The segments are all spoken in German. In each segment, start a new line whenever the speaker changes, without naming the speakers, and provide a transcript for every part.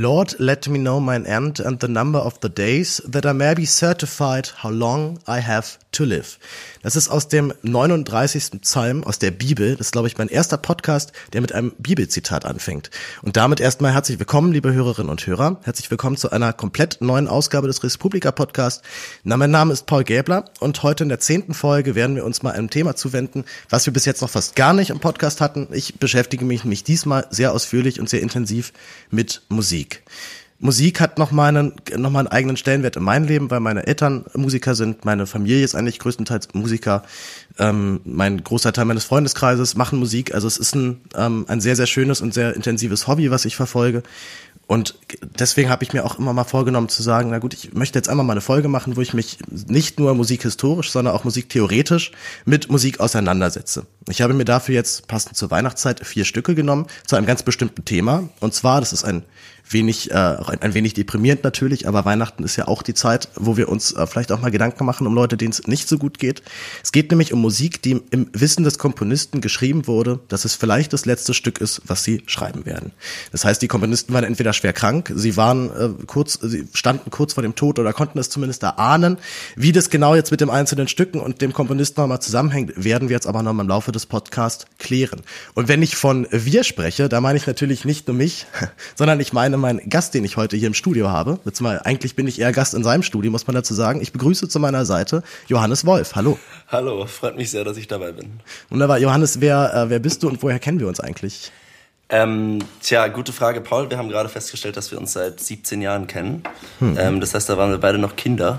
Lord, let me know mine end and the number of the days that I may be certified how long I have to live. Das ist aus dem 39. Psalm aus der Bibel. Das ist, glaube ich, mein erster Podcast, der mit einem Bibelzitat anfängt. Und damit erstmal herzlich willkommen, liebe Hörerinnen und Hörer. Herzlich willkommen zu einer komplett neuen Ausgabe des Respublika-Podcasts. Mein Name ist Paul Gäbler und heute in der 10. Folge werden wir uns mal einem Thema zuwenden, was wir bis jetzt noch fast gar nicht im Podcast hatten. Ich beschäftige mich nämlich diesmal sehr ausführlich und sehr intensiv mit Musik. Musik hat noch mal einen eigenen Stellenwert in meinem Leben, weil meine Eltern Musiker sind, meine Familie ist eigentlich größtenteils Musiker, mein großer Teil meines Freundeskreises machen Musik, also es ist ein sehr, sehr schönes und sehr intensives Hobby, was ich verfolge. Und deswegen habe ich mir auch immer mal vorgenommen zu sagen, na gut, ich möchte jetzt einmal mal eine Folge machen, wo ich mich nicht nur musikhistorisch, sondern auch musiktheoretisch mit Musik auseinandersetze. Ich habe mir dafür jetzt, passend zur Weihnachtszeit, 4 Stücke genommen, zu einem ganz bestimmten Thema. Und zwar, das ist ein wenig deprimierend natürlich, aber Weihnachten ist ja auch die Zeit, wo wir uns vielleicht auch mal Gedanken machen um Leute, denen es nicht so gut geht. Es geht nämlich um Musik, die im Wissen des Komponisten geschrieben wurde, dass es vielleicht das letzte Stück ist, was sie schreiben werden. Das heißt, die Komponisten waren entweder schwer krank, sie standen kurz vor dem Tod oder konnten es zumindest erahnen. Wie das genau jetzt mit den einzelnen Stücken und dem Komponisten nochmal zusammenhängt, werden wir jetzt aber noch mal im Laufe des Podcasts klären. Und wenn ich von wir spreche, da meine ich natürlich nicht nur mich, sondern ich meine meinen Gast, den ich heute hier im Studio habe. Eigentlich bin ich eher Gast in seinem Studio, muss man dazu sagen. Ich begrüße zu meiner Seite Johannes Wolf. Hallo.
Hallo, freut mich sehr, dass ich dabei bin.
Wunderbar. Johannes, wer bist du und woher kennen wir uns eigentlich?
Gute Frage, Paul. Wir haben gerade festgestellt, dass wir uns seit 17 Jahren kennen. Das heißt, da waren wir beide noch Kinder.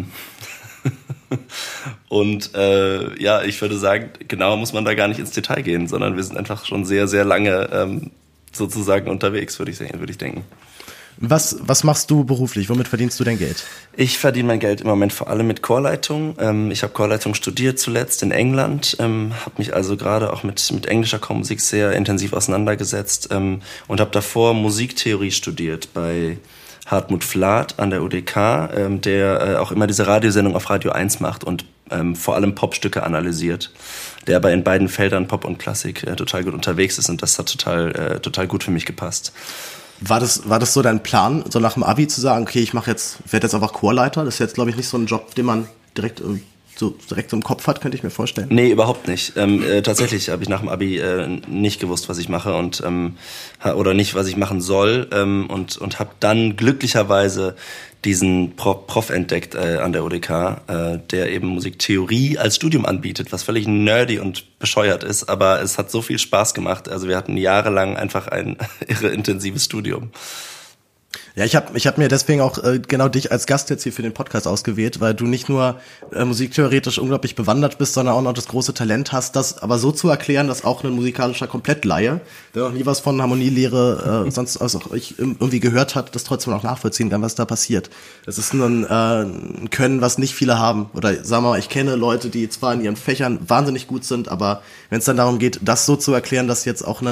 Und ich würde sagen, genauer muss man da gar nicht ins Detail gehen, sondern wir sind einfach schon sehr, sehr lange sozusagen unterwegs, würde ich denken.
Was machst du beruflich? Womit verdienst du dein Geld?
Ich verdiene mein Geld im Moment vor allem mit Chorleitung. Ich habe Chorleitung studiert zuletzt in England, habe mich also gerade auch mit englischer Chormusik sehr intensiv auseinandergesetzt und habe davor Musiktheorie studiert bei Hartmut Flath an der UDK, der auch immer diese Radiosendung auf Radio 1 macht und vor allem Popstücke analysiert, der aber in beiden Feldern Pop und Klassik total gut unterwegs ist und das hat total gut für mich gepasst.
War das so dein Plan, so nach dem Abi zu sagen, okay, ich werde jetzt einfach Chorleiter? Das ist jetzt, glaube ich, nicht so ein Job, den man direkt so im Kopf hat, könnte ich mir vorstellen.
Nee, überhaupt nicht. Tatsächlich habe ich nach dem Abi nicht gewusst, was ich mache oder nicht, was ich machen soll und habe dann glücklicherweise diesen Prof entdeckt an der UDK, der eben Musiktheorie als Studium anbietet, was völlig nerdy und bescheuert ist, aber es hat so viel Spaß gemacht. Also wir hatten jahrelang einfach ein irre intensives Studium.
Ja, ich hab mir deswegen auch genau dich als Gast jetzt hier für den Podcast ausgewählt, weil du nicht nur musiktheoretisch unglaublich bewandert bist, sondern auch noch das große Talent hast, das aber so zu erklären, dass auch ein musikalischer Komplettlaie, der noch nie was von Harmonielehre sonst auch ich irgendwie gehört hat, das trotzdem auch nachvollziehen kann, was da passiert. Das ist ein Können, was nicht viele haben. Oder sagen wir mal, ich kenne Leute, die zwar in ihren Fächern wahnsinnig gut sind, aber wenn es dann darum geht, das so zu erklären, dass jetzt auch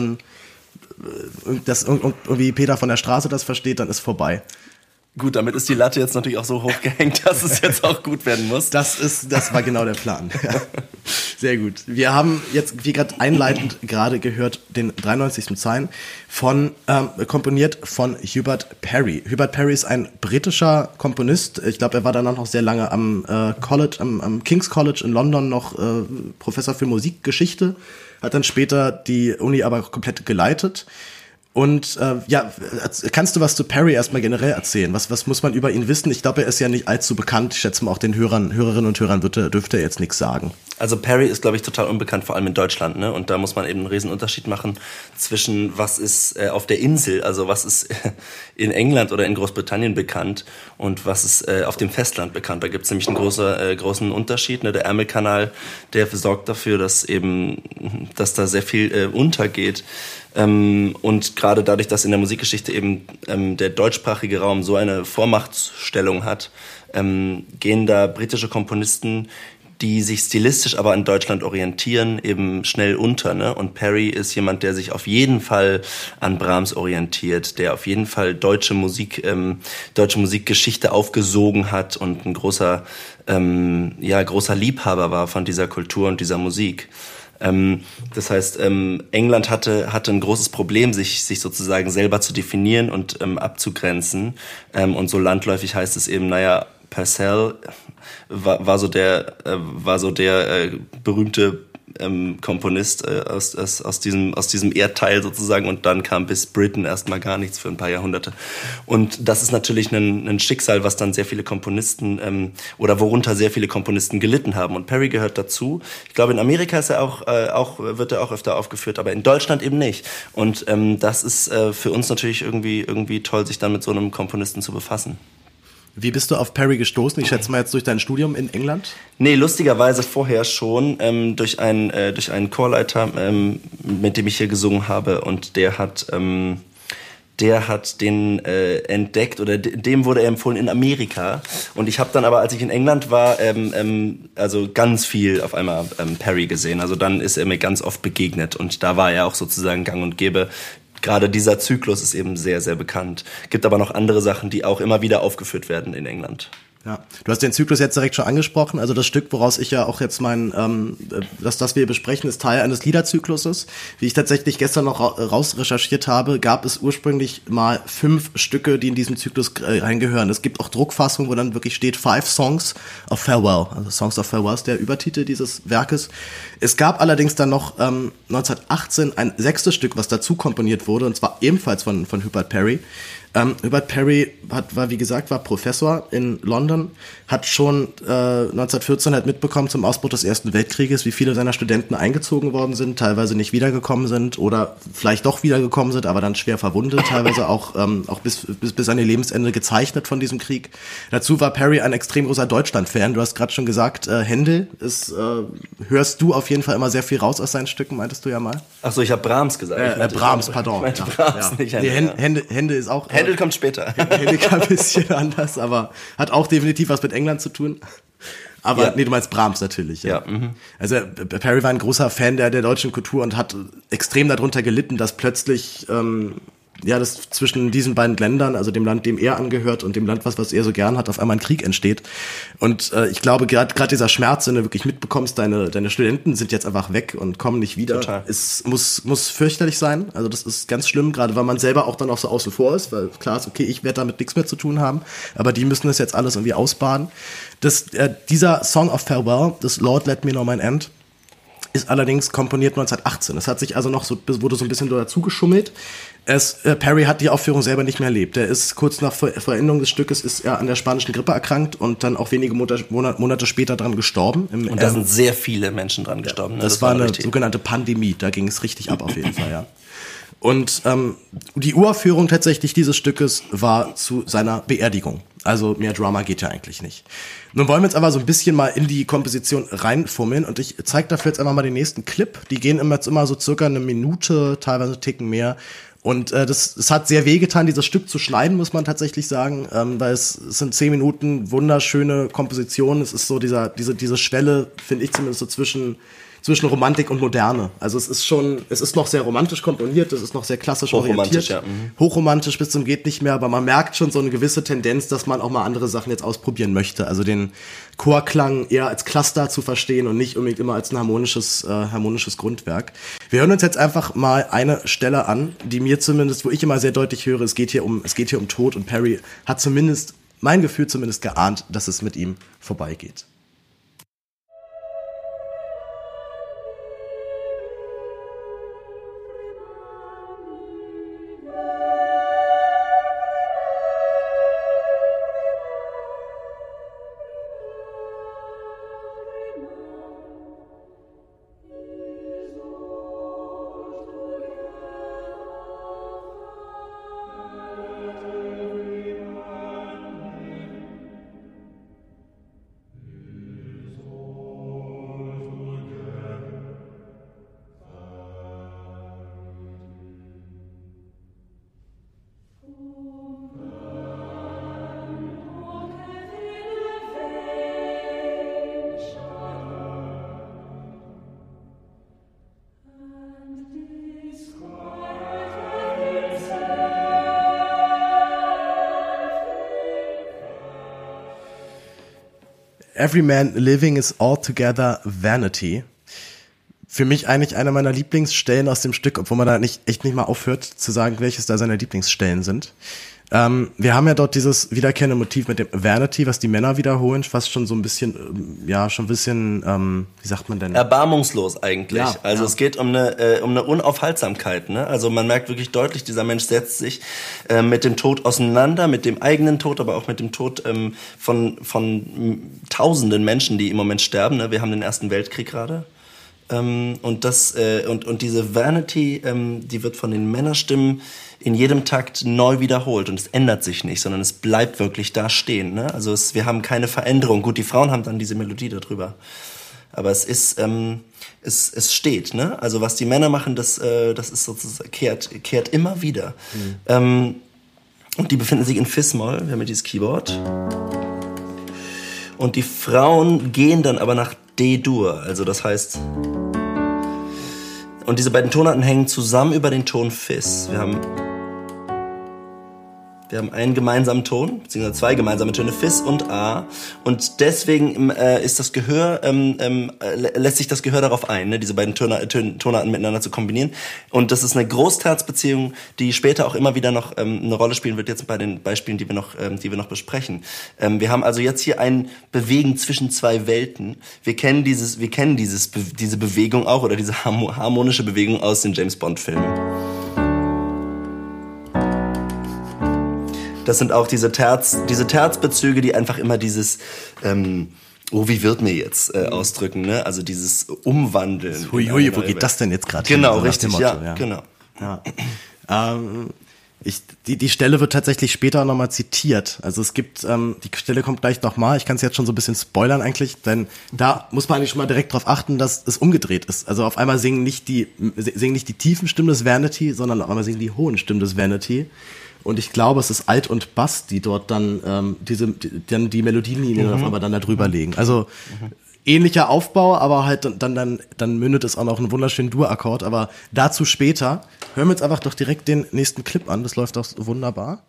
dass irgendwie Peter von der Straße das versteht, dann ist vorbei.
Gut, damit ist die Latte jetzt natürlich auch so hochgehängt, dass es jetzt auch gut werden muss.
Das war genau der Plan. Ja. Sehr gut. Wir haben jetzt, wie gerade einleitend gerade gehört, den 93. Psalm komponiert von Hubert Parry. Hubert Parry ist ein britischer Komponist. Ich glaube, er war danach noch sehr lange am King's College in London noch Professor für Musikgeschichte. Hat dann später die Uni aber komplett geleitet. Und kannst du was zu Parry erstmal generell erzählen? Was muss man über ihn wissen? Ich glaube, er ist ja nicht allzu bekannt. Ich schätze mal, auch den Hörerinnen und Hörern dürfte er jetzt nichts sagen.
Also Parry ist, glaube ich, total unbekannt, vor allem in Deutschland, ne? Und da muss man eben einen riesen Unterschied machen zwischen was ist auf der Insel, also was ist in England oder in Großbritannien bekannt und was ist auf dem Festland bekannt. Da gibt es nämlich einen großen Unterschied, ne? Der Ärmelkanal, der sorgt dafür, dass da sehr viel untergeht. Und gerade dadurch, dass in der Musikgeschichte eben der deutschsprachige Raum so eine Vormachtstellung hat, gehen da britische Komponisten, die sich stilistisch aber an Deutschland orientieren, eben schnell unter, ne? Und Parry ist jemand, der sich auf jeden Fall an Brahms orientiert, der auf jeden Fall deutsche Musikgeschichte aufgesogen hat und ein großer Liebhaber war von dieser Kultur und dieser Musik. Das heißt, England hatte ein großes Problem, sich sozusagen selber zu definieren und abzugrenzen. Und so landläufig heißt es eben, naja, Purcell war so der berühmte Komponist aus diesem Erdteil sozusagen, und dann kam bis Britain erstmal gar nichts für ein paar Jahrhunderte. Und das ist natürlich ein Schicksal, was dann sehr viele Komponisten oder worunter sehr viele Komponisten gelitten haben. Und Perry gehört dazu. Ich glaube, in Amerika ist er wird er auch öfter aufgeführt, aber in Deutschland eben nicht. Und das ist für uns natürlich irgendwie toll, sich dann mit so einem Komponisten zu befassen.
Wie bist du auf Perry gestoßen? Ich schätze mal jetzt durch dein Studium in England?
Nee, lustigerweise vorher schon durch einen Chorleiter, mit dem ich hier gesungen habe, und der hat den entdeckt, oder dem wurde er empfohlen in Amerika. Und ich habe dann aber, als ich in England war, also ganz viel auf einmal Perry gesehen. Also dann ist er mir ganz oft begegnet, und da war er auch sozusagen gang und gäbe. Gerade dieser Zyklus ist eben sehr, sehr bekannt. Gibt aber noch andere Sachen, die auch immer wieder aufgeführt werden in England.
Ja, du hast den Zyklus jetzt direkt schon angesprochen. Also das Stück, woraus ich ja auch jetzt das wir besprechen, ist Teil eines Liederzykluses. Wie ich tatsächlich gestern noch rausrecherchiert habe, gab es ursprünglich mal 5 Stücke, die in diesen Zyklus reingehören. Es gibt auch Druckfassungen, wo dann wirklich steht 5 Songs of Farewell. Also Songs of Farewell ist der Übertitel dieses Werkes. Es gab allerdings dann noch 1918 ein 6. Stück, was dazu komponiert wurde, und zwar ebenfalls von Hubert Perry. Hubert Perry war Professor in London, hat schon 1914 halt mitbekommen zum Ausbruch des Ersten Weltkrieges, wie viele seiner Studenten eingezogen worden sind, teilweise nicht wiedergekommen sind oder vielleicht doch wiedergekommen sind, aber dann schwer verwundet, teilweise auch bis an ihr Lebensende gezeichnet von diesem Krieg. Dazu war Perry ein extrem großer Deutschland-Fan. Du hast gerade schon gesagt, Händel hörst du auf jeden Fall immer sehr viel raus aus seinen Stücken, meintest du ja mal.
Ach so, ich habe Brahms gesagt.
Brahms, pardon.
Ich meinte Brahms, nicht Händel.
Händel ist auch...
Händel kommt später.
Händel ein bisschen anders, aber hat auch definitiv was mit England zu tun. Aber ja. Nee, du meinst Brahms natürlich. Ja. Also Perry war ein großer Fan der deutschen Kultur und hat extrem darunter gelitten, dass plötzlich das zwischen diesen beiden Ländern, also dem Land, dem er angehört, und dem Land, was er so gern hat, auf einmal ein Krieg entsteht. Und ich glaube, gerade dieser Schmerz, wenn du wirklich mitbekommst, deine Studenten sind jetzt einfach weg und kommen nicht wieder, muss fürchterlich sein. Also das ist ganz schlimm, gerade weil man selber auch dann auch so außen vor ist, weil klar ist, okay, ich werde damit nichts mehr zu tun haben, aber die müssen das jetzt alles irgendwie ausbaden. Dieser Song of Farewell, das Lord Let Me Know Mine End, ist allerdings komponiert 1918. Das hat sich also wurde so ein bisschen dazu geschummelt. Perry hat die Aufführung selber nicht mehr erlebt. Er ist kurz nach Vollendung des Stückes ist er an der spanischen Grippe erkrankt und dann auch wenige Monate später dran gestorben.
Und da sind sehr viele Menschen dran gestorben. Ne?
Das war eine sogenannte Pandemie. Da ging es richtig ab auf jeden Fall, ja. Und die Uraufführung tatsächlich dieses Stückes war zu seiner Beerdigung. Also mehr Drama geht ja eigentlich nicht. Nun wollen wir jetzt aber so ein bisschen mal in die Komposition reinfummeln, und ich zeige dafür jetzt einfach mal den nächsten Clip. Die gehen immer so circa eine Minute, teilweise einen Ticken mehr. Und es hat sehr wehgetan, dieses Stück zu schneiden, muss man tatsächlich sagen, weil es sind 10 Minuten wunderschöne Komposition. Es ist so diese Schwelle, finde ich zumindest so zwischen Romantik und Moderne. Also es ist noch sehr romantisch komponiert, es ist noch sehr klassisch orientiert. Ja. Hochromantisch bis zum geht nicht mehr, aber man merkt schon so eine gewisse Tendenz, dass man auch mal andere Sachen jetzt ausprobieren möchte. Also den Chorklang eher als Cluster zu verstehen und nicht unbedingt immer als ein harmonisches Grundwerk. Wir hören uns jetzt einfach mal eine Stelle an, die mir zumindest, wo ich immer sehr deutlich höre, es geht hier um Tod, und Perry hat zumindest, mein Gefühl zumindest, geahnt, dass es mit ihm vorbeigeht. Every man living is altogether vanity. Für mich eigentlich eine meiner Lieblingsstellen aus dem Stück, obwohl man da echt nicht mal aufhört zu sagen, welches da seine Lieblingsstellen sind. Wir haben ja dort dieses wiederkehrende Motiv mit dem Vanity, was die Männer wiederholen, fast schon so ein bisschen, wie sagt man denn?
Erbarmungslos eigentlich.
Ja,
also
ja.
es geht um eine Unaufhaltsamkeit. Ne? Also man merkt wirklich deutlich, dieser Mensch setzt sich mit dem Tod auseinander, mit dem eigenen Tod, aber auch mit dem Tod von tausenden Menschen, die im Moment sterben. Ne? Wir haben den Ersten Weltkrieg gerade. Und diese Vanity, die wird von den Männerstimmen in jedem Takt neu wiederholt und es ändert sich nicht, sondern es bleibt wirklich da stehen. Ne? Also wir haben keine Veränderung. Gut, die Frauen haben dann diese Melodie darüber, aber es ist es steht. Ne? Also was die Männer machen, das ist sozusagen kehrt immer wieder. Und die befinden sich in Fis-Moll. Wir haben hier dieses Keyboard. Und die Frauen gehen dann aber nach D-Dur, also das heißt. Und diese beiden Tonarten hängen zusammen über den Ton Fis. Wir haben einen gemeinsamen Ton, beziehungsweise zwei gemeinsame Töne, Fis und A. Und deswegen ist das Gehör, lässt sich das Gehör darauf ein, ne, diese beiden Tonarten miteinander zu kombinieren. Und das ist eine Großterzbeziehung, die später auch immer wieder noch eine Rolle spielen wird, jetzt bei den Beispielen, die wir noch besprechen. Wir haben also jetzt hier ein Bewegen zwischen zwei Welten. Wir kennen diese Bewegung auch, oder diese harmonische Bewegung aus den James-Bond-Filmen. Das sind auch diese Terzbezüge, die einfach immer dieses wie wird mir jetzt ausdrücken, ne? Also dieses Umwandeln.
Hui, wo geht das denn jetzt gerade
hin? Genau,
so
richtig,
Motto,
ja, genau.
Ja. Die Stelle wird tatsächlich später nochmal zitiert. Also es gibt, die Stelle kommt gleich nochmal, ich kann es jetzt schon so ein bisschen spoilern eigentlich, denn da muss man eigentlich schon mal direkt drauf achten, dass es umgedreht ist. Also auf einmal singen nicht die tiefen Stimmen des Vanity, sondern auf einmal singen die hohen Stimmen des Vanity. Und ich glaube, es ist Alt und Bass, die dort dann die Melodienlinien auf einmal dann da drüber legen. Also ähnlicher Aufbau, aber halt dann mündet es auch noch einen wunderschönen Dur-Akkord. Aber dazu später. Hören wir jetzt einfach doch direkt den nächsten Clip an. Das läuft auch wunderbar.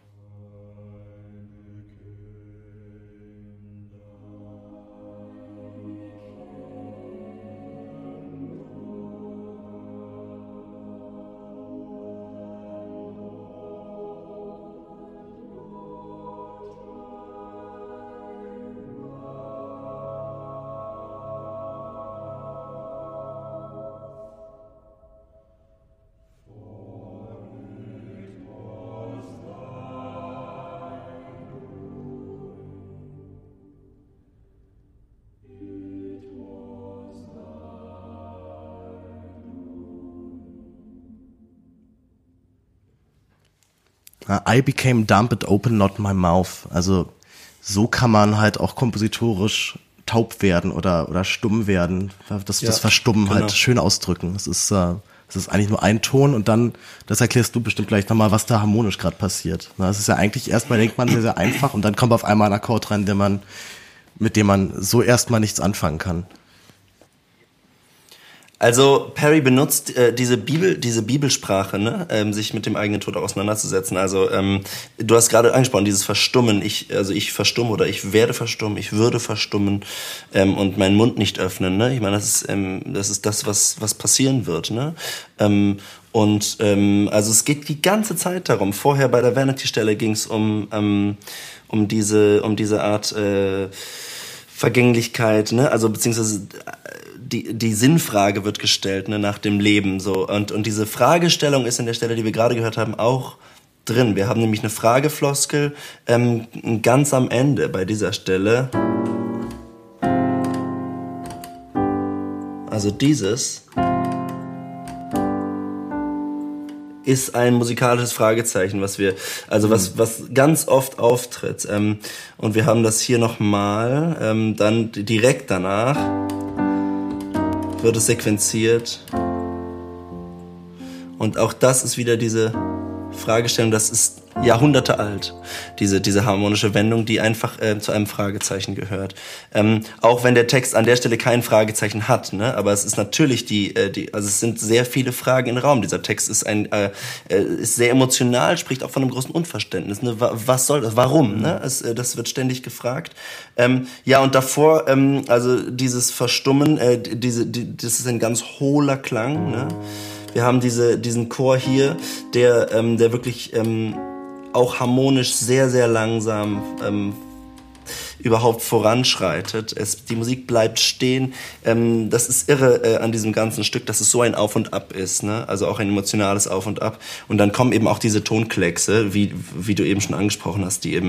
I became dumb and open not my mouth. Also so kann man halt auch kompositorisch taub werden oder stumm werden. Das Verstummen halt schön ausdrücken. Es ist eigentlich nur ein Ton und dann, das erklärst du bestimmt gleich nochmal, was da harmonisch gerade passiert. Das ist ja eigentlich erstmal, denkt man, sehr, sehr einfach und dann kommt auf einmal ein Akkord rein, mit dem man so erstmal nichts anfangen kann.
Also Perry benutzt diese Bibelsprache, ne, sich mit dem eigenen Tod auseinanderzusetzen. Also du hast gerade angesprochen, dieses Verstummen. Ich verstumme oder ich werde verstummen, ich würde verstummen und meinen Mund nicht öffnen. Ne? Ich meine, das ist das, was passieren wird. Ne? Also es geht die ganze Zeit darum. Vorher bei der Vanity-Stelle ging es um diese Art Vergänglichkeit, ne? Also beziehungsweise die Sinnfrage wird gestellt, ne, nach dem Leben, so. Und diese Fragestellung ist in der Stelle, die wir gerade gehört haben, auch drin. Wir haben nämlich eine Fragefloskel ganz am Ende bei dieser Stelle. Also dieses ist ein musikalisches Fragezeichen, was ganz oft auftritt. Und wir haben das hier nochmal, dann direkt danach wird es sequenziert. Und auch das ist wieder diese Fragestellung, das ist Jahrhunderte alt, diese harmonische Wendung, die einfach zu einem Fragezeichen gehört. Auch wenn der Text an der Stelle kein Fragezeichen hat, ne? Aber es ist natürlich also es sind sehr viele Fragen im Raum. Dieser Text ist ist sehr emotional, spricht auch von einem großen Unverständnis. Ne? Was soll das? Warum? Ne? Das wird ständig gefragt. Und davor, also dieses Verstummen, das ist ein ganz hohler Klang, ne? Wir haben diesen Chor hier, der wirklich auch harmonisch sehr, sehr langsam überhaupt voranschreitet. Die Musik bleibt stehen. Das ist irre an diesem ganzen Stück, dass es so ein Auf und Ab ist, ne? Also auch ein emotionales Auf und Ab. Und dann kommen eben auch diese Tonkleckse, wie du eben schon angesprochen hast, die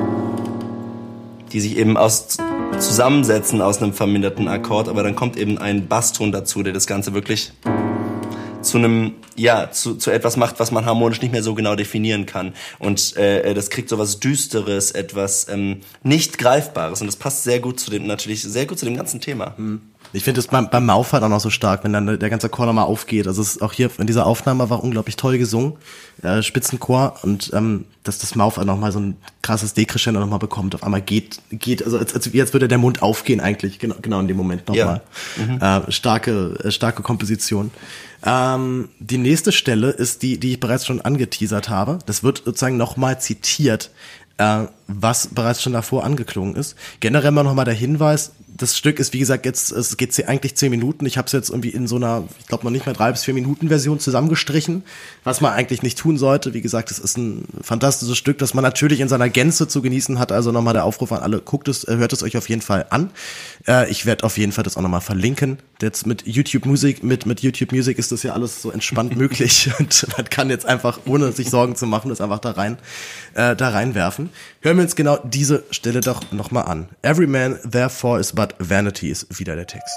sich eben zusammensetzen aus einem verminderten Akkord, aber dann kommt eben ein Basston dazu, der das Ganze wirklich zu etwas macht, was man harmonisch nicht mehr so genau definieren kann. Und das kriegt so was Düsteres, etwas nicht Greifbares. Und das passt natürlich sehr gut zu dem ganzen Thema.
Ich finde es beim Mauf halt auch noch so stark, wenn dann der ganze Chor nochmal aufgeht. Also es ist auch hier in dieser Aufnahme war unglaublich toll gesungen, Spitzenchor, und dass das Mauf halt nochmal so ein krasses Decrescendo nochmal bekommt. Auf einmal geht, also als würde der Mund aufgehen eigentlich, genau in dem Moment nochmal. Ja. Starke Komposition. Die nächste Stelle ist die ich bereits schon angeteasert habe. Das wird sozusagen nochmal zitiert, was bereits schon davor angeklungen ist. Generell mal nochmal der Hinweis, das Stück ist, wie gesagt, es geht eigentlich 10 Minuten. Ich habe es jetzt irgendwie in so einer, ich glaube noch nicht mal 3 bis 4 Minuten Version zusammengestrichen, was man eigentlich nicht tun sollte. Wie gesagt, es ist ein fantastisches Stück, das man natürlich in seiner Gänze zu genießen hat. Also nochmal der Aufruf an alle, hört es euch auf jeden Fall an. Ich werde auf jeden Fall das auch nochmal verlinken. Jetzt mit YouTube Music ist das ja alles so entspannt möglich und man kann jetzt einfach, ohne sich Sorgen zu machen, das einfach da reinwerfen. Hören wir uns genau diese Stelle doch nochmal an. Every man therefore is but vanity ist wieder der Text.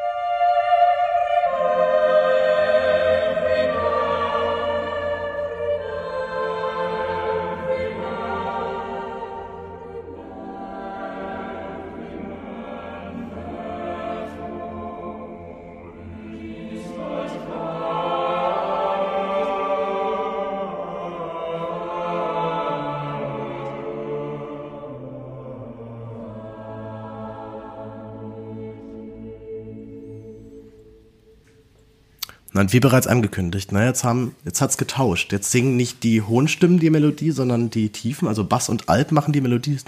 Und wie bereits angekündigt, jetzt hat's getauscht. Jetzt singen nicht die hohen Stimmen die Melodie, sondern die Tiefen, also Bass und Alt machen die Melodie.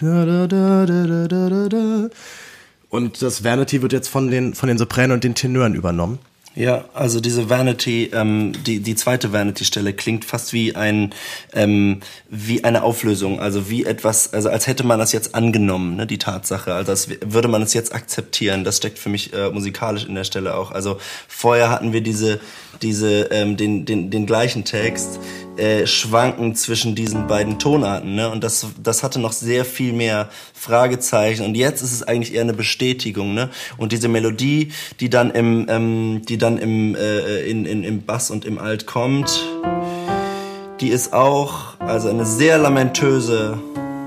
Und das Vanity wird jetzt von den Sopranen und den Tenören übernommen.
Ja, also diese Vanity, die zweite Vanity-Stelle klingt fast wie eine Auflösung, also wie etwas, also als hätte man das jetzt angenommen, ne, die Tatsache, also als würde man es jetzt akzeptieren. Das steckt für mich musikalisch in der Stelle auch. Also vorher hatten wir den gleichen Text, schwanken zwischen diesen beiden Tonarten, ne? Und das hatte noch sehr viel mehr Fragezeichen. Und jetzt ist es eigentlich eher eine Bestätigung, ne? Und diese Melodie, die dann im Bass und im Alt kommt, die ist auch also eine sehr lamentöse,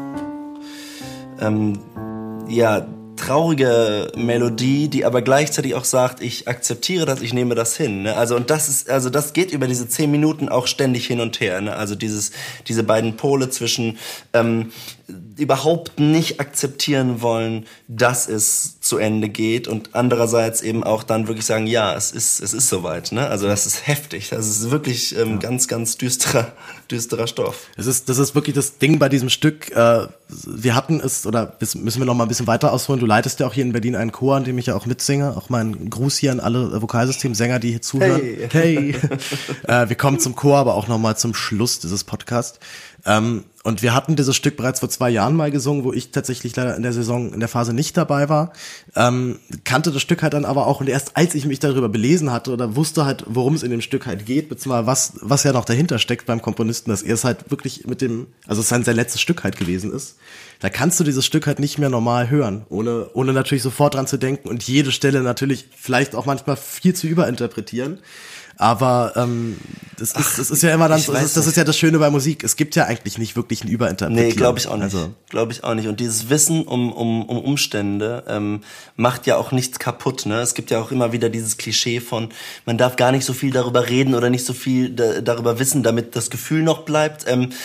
traurige Melodie, die aber gleichzeitig auch sagt, ich akzeptiere das, ich nehme das hin, ne? Also und das geht über diese 10 Minuten auch ständig hin und her, ne? Also diese beiden Pole zwischen überhaupt nicht akzeptieren wollen, dass es zu Ende geht und andererseits eben auch dann wirklich sagen, ja, es ist soweit, ne? Also das ist heftig, das ist wirklich ganz, ganz düsterer Stoff.
Das ist wirklich das Ding bei diesem Stück. Wir hatten es, oder müssen wir noch mal ein bisschen weiter ausholen. Du leitest ja auch hier in Berlin einen Chor, an dem ich ja auch mitsinge. Auch mein Gruß hier an alle Vokalsystemsänger, die hier zuhören. Hey. Wir kommen zum Chor, aber auch noch mal zum Schluss dieses Podcasts. Und wir hatten dieses Stück bereits vor 2 Jahren mal gesungen, wo ich tatsächlich leider in der Phase nicht dabei war. Kannte das Stück halt dann aber auch, und erst als ich mich darüber belesen hatte oder wusste halt, worum es in dem Stück halt geht, beziehungsweise was ja noch dahinter steckt beim Komponisten, dass er es halt wirklich also es sein letztes Stück halt gewesen ist, da kannst du dieses Stück halt nicht mehr normal hören, ohne natürlich sofort dran zu denken und jede Stelle natürlich vielleicht auch manchmal viel zu überinterpretieren. Aber das ist ja immer dann, das ist ja das Schöne bei Musik. Es gibt ja eigentlich nicht wirklich ein Überinterpretieren.
Nee, glaube ich auch nicht.
Also.
Glaube ich auch nicht. Und dieses Wissen um Umstände macht ja auch nichts kaputt. Ne? Es gibt ja auch immer wieder dieses Klischee von, man darf gar nicht so viel darüber reden oder nicht so viel darüber wissen, damit das Gefühl noch bleibt.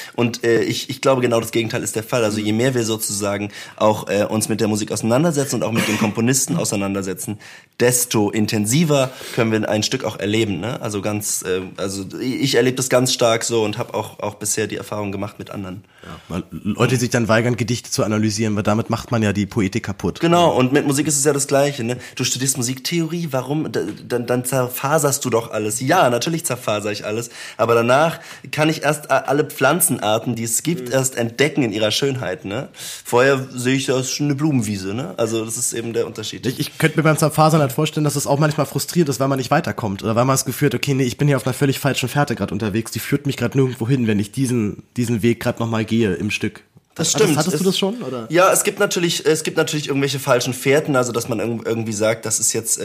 Ich glaube, genau das Gegenteil ist der Fall. Also je mehr wir sozusagen auch uns mit der Musik auseinandersetzen und auch mit den Komponisten auseinandersetzen, desto intensiver können wir ein Stück auch erleben. Ne? Also ich erlebe das ganz stark so und habe auch bisher die Erfahrung gemacht mit anderen.
Ja, Leute, die sich dann weigern, Gedichte zu analysieren, weil damit macht man ja die Poetik kaputt.
Genau, und mit Musik ist es ja das Gleiche. Ne? Du studierst Musiktheorie, warum? Dann zerfaserst du doch alles. Ja, natürlich zerfaser ich alles, aber danach kann ich erst alle Pflanzenarten, die es gibt, erst entdecken in ihrer Schönheit. Ne? Vorher sehe ich das schon eine Blumenwiese. Ne? Also das ist eben der Unterschied.
Ich könnte mir beim Zerfasern halt vorstellen, dass es auch manchmal frustriert ist, weil man nicht weiterkommt oder weil man das Gefühl hat, okay, nee, ich bin hier auf einer völlig falschen Fährte gerade unterwegs, die führt mich gerade nirgendwo hin, wenn ich diesen Weg gerade nochmal gehe im Stück.
Das stimmt.
Hattest du das schon, oder?
Ja, es gibt natürlich irgendwelche falschen Fährten, also dass man irgendwie sagt, das ist jetzt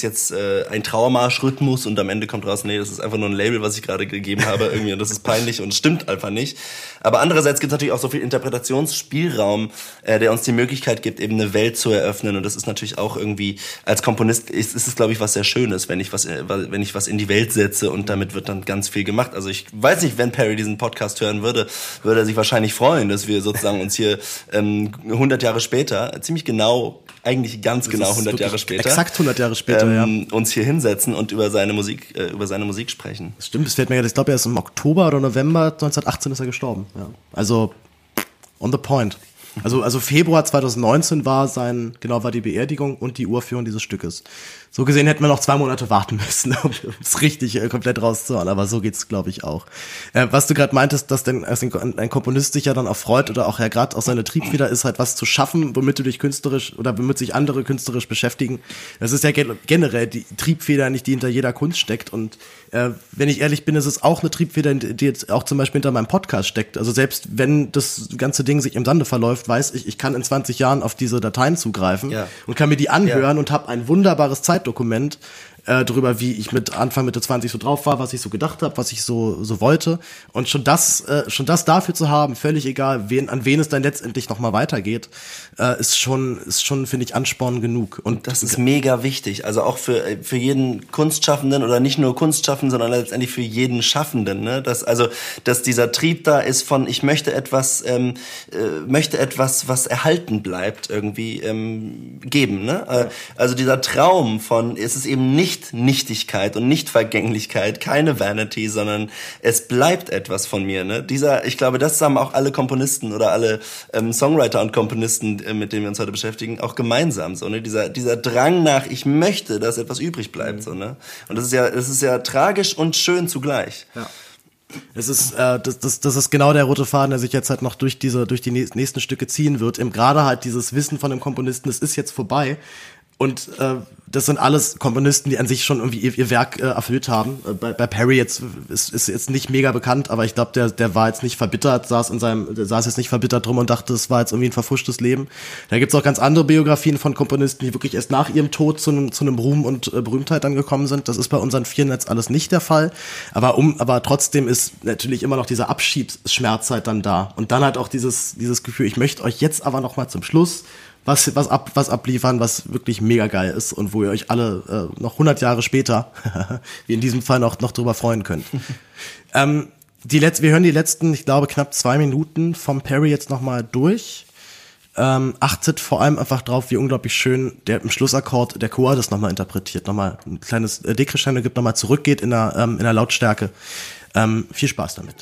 ein Trauermarsch-Rhythmus und am Ende kommt raus, nee, das ist einfach nur ein Label, was ich gerade gegeben habe, irgendwie, und das ist peinlich und stimmt einfach nicht. Aber andererseits gibt es natürlich auch so viel Interpretationsspielraum, der uns die Möglichkeit gibt, eben eine Welt zu eröffnen, und das ist natürlich auch irgendwie, als Komponist ist es, glaube ich, was sehr Schönes, wenn ich was in die Welt setze, und damit wird dann ganz viel gemacht. Also ich weiß nicht, wenn Perry diesen Podcast hören würde er sich wahrscheinlich freuen, dass wir sozusagen uns hier 100 Jahre später, ziemlich genau, eigentlich ganz genau 100 Jahre später,
exakt 100 Jahre später, ja,
uns hier hinsetzen und über seine Musik sprechen.
Das stimmt, das fällt mir gerade, ich glaube, er ist im Oktober oder November 1918 ist er gestorben. Ja. Also on the point. Also Februar 2019 war die Beerdigung und die Uraufführung dieses Stückes. So gesehen hätten wir noch 2 Monate warten müssen, um es richtig komplett rauszuhauen, aber so geht's, glaube ich, auch. Was du gerade meintest, dass denn ein Komponist sich ja dann auch freut oder auch ja gerade auch seine Triebfeder ist, halt was zu schaffen, womit du dich künstlerisch oder womit sich andere künstlerisch beschäftigen. Das ist ja generell die Triebfeder, nicht die hinter jeder Kunst steckt, und wenn ich ehrlich bin, ist es auch eine Triebfeder, die jetzt auch zum Beispiel hinter meinem Podcast steckt. Also selbst wenn das ganze Ding sich im Sande verläuft, weiß ich kann in 20 Jahren auf diese Dateien zugreifen, ja, und kann mir die anhören, und habe ein wunderbares Zeitdokument darüber, wie ich mit Anfang Mitte 20 so drauf war, was ich so gedacht habe, was ich so wollte, und schon das dafür zu haben, völlig egal, an wen es dann letztendlich nochmal weitergeht, ist schon finde ich, Ansporn genug. Und
das ist mega wichtig, also auch für jeden Kunstschaffenden, oder nicht nur Kunstschaffenden, sondern letztendlich für jeden Schaffenden, ne? Dass dieser Trieb da ist von, ich möchte etwas, was erhalten bleibt, irgendwie geben, ne? Also dieser Traum von, es ist eben nicht Nichtigkeit und Nichtvergänglichkeit, keine Vanity, sondern es bleibt etwas von mir, ne? Ich glaube, das haben auch alle Komponisten oder alle Songwriter und Komponisten, mit denen wir uns heute beschäftigen, auch gemeinsam, so, ne? Dieser Drang nach, ich möchte, dass etwas übrig bleibt, so, ne? Und das ist ja tragisch und schön zugleich.
Ja. Es ist, das ist genau der rote Faden, der sich jetzt halt noch durch die nächsten Stücke ziehen wird. Gerade halt dieses Wissen von dem Komponisten, es ist jetzt vorbei. Und das sind alles Komponisten, die an sich schon irgendwie ihr Werk erfüllt haben. Bei Perry ist jetzt nicht mega bekannt, aber ich glaube, der war jetzt nicht verbittert, saß jetzt nicht verbittert drum und dachte, es war jetzt irgendwie ein verfuschtes Leben. Da gibt's auch ganz andere Biografien von Komponisten, die wirklich erst nach ihrem Tod zu einem Ruhm und Berühmtheit dann gekommen sind. Das ist bei unseren Vieren jetzt alles nicht der Fall. Aber trotzdem ist natürlich immer noch dieser Abschiedsschmerz halt dann da. Und dann halt auch dieses Gefühl, ich möchte euch jetzt aber noch mal zum Schluss was abliefern, was wirklich mega geil ist und wo ihr euch alle noch 100 Jahre später, wie in diesem Fall, noch drüber freuen könnt. Wir hören die letzten, ich glaube, knapp 2 Minuten vom Perry jetzt nochmal durch. Achtet vor allem einfach drauf, wie unglaublich schön der im Schlussakkord der Chor das nochmal interpretiert, nochmal ein kleines Dekrescendo gibt, nochmal zurückgeht in der Lautstärke. Viel Spaß damit.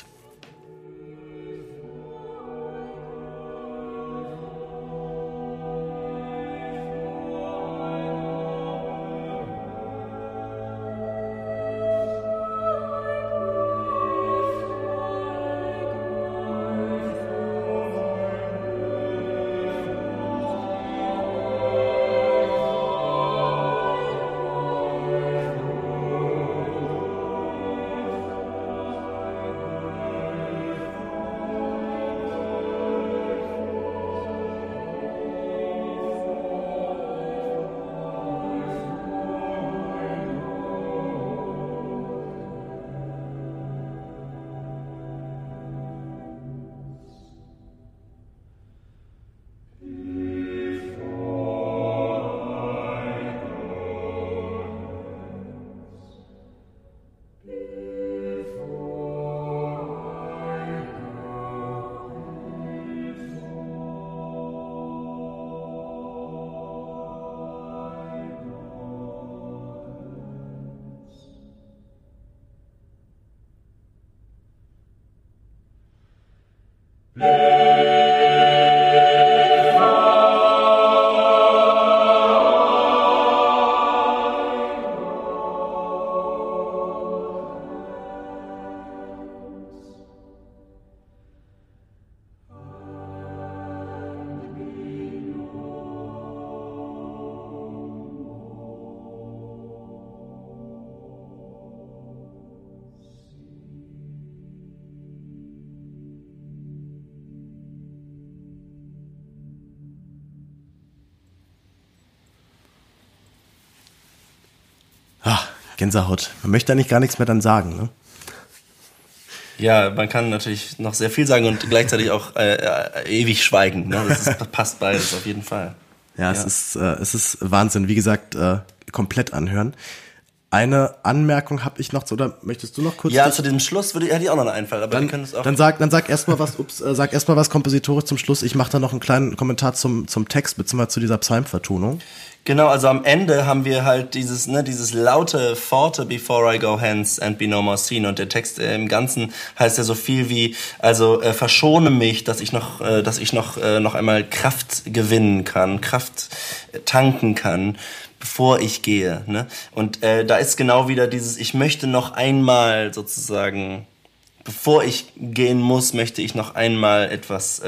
Gänsehaut. Man möchte eigentlich gar nichts mehr dann sagen, ne?
Ja, man kann natürlich noch sehr viel sagen und gleichzeitig auch ewig schweigen. Ne? Das passt beides auf jeden Fall.
Ja, es ist Wahnsinn. Wie gesagt, komplett anhören. Eine Anmerkung habe ich noch, oder möchtest du noch kurz?
Ja, zu dem Schluss hätte ich auch noch einen Einfall, aber wir können es auch.
Dann sag erstmal was kompositorisch zum Schluss. Ich mache da noch einen kleinen Kommentar zum Text, beziehungsweise zu dieser Psalmvertonung.
Genau, also am Ende haben wir halt dieses laute Forte before I go hence and be no more seen, und der Text im Ganzen heißt ja so viel wie, also verschone mich, dass ich noch einmal Kraft gewinnen kann, Kraft tanken kann, bevor ich gehe, ne? Und da ist genau wieder dieses, ich möchte noch einmal sozusagen, bevor ich gehen muss, möchte ich noch einmal etwas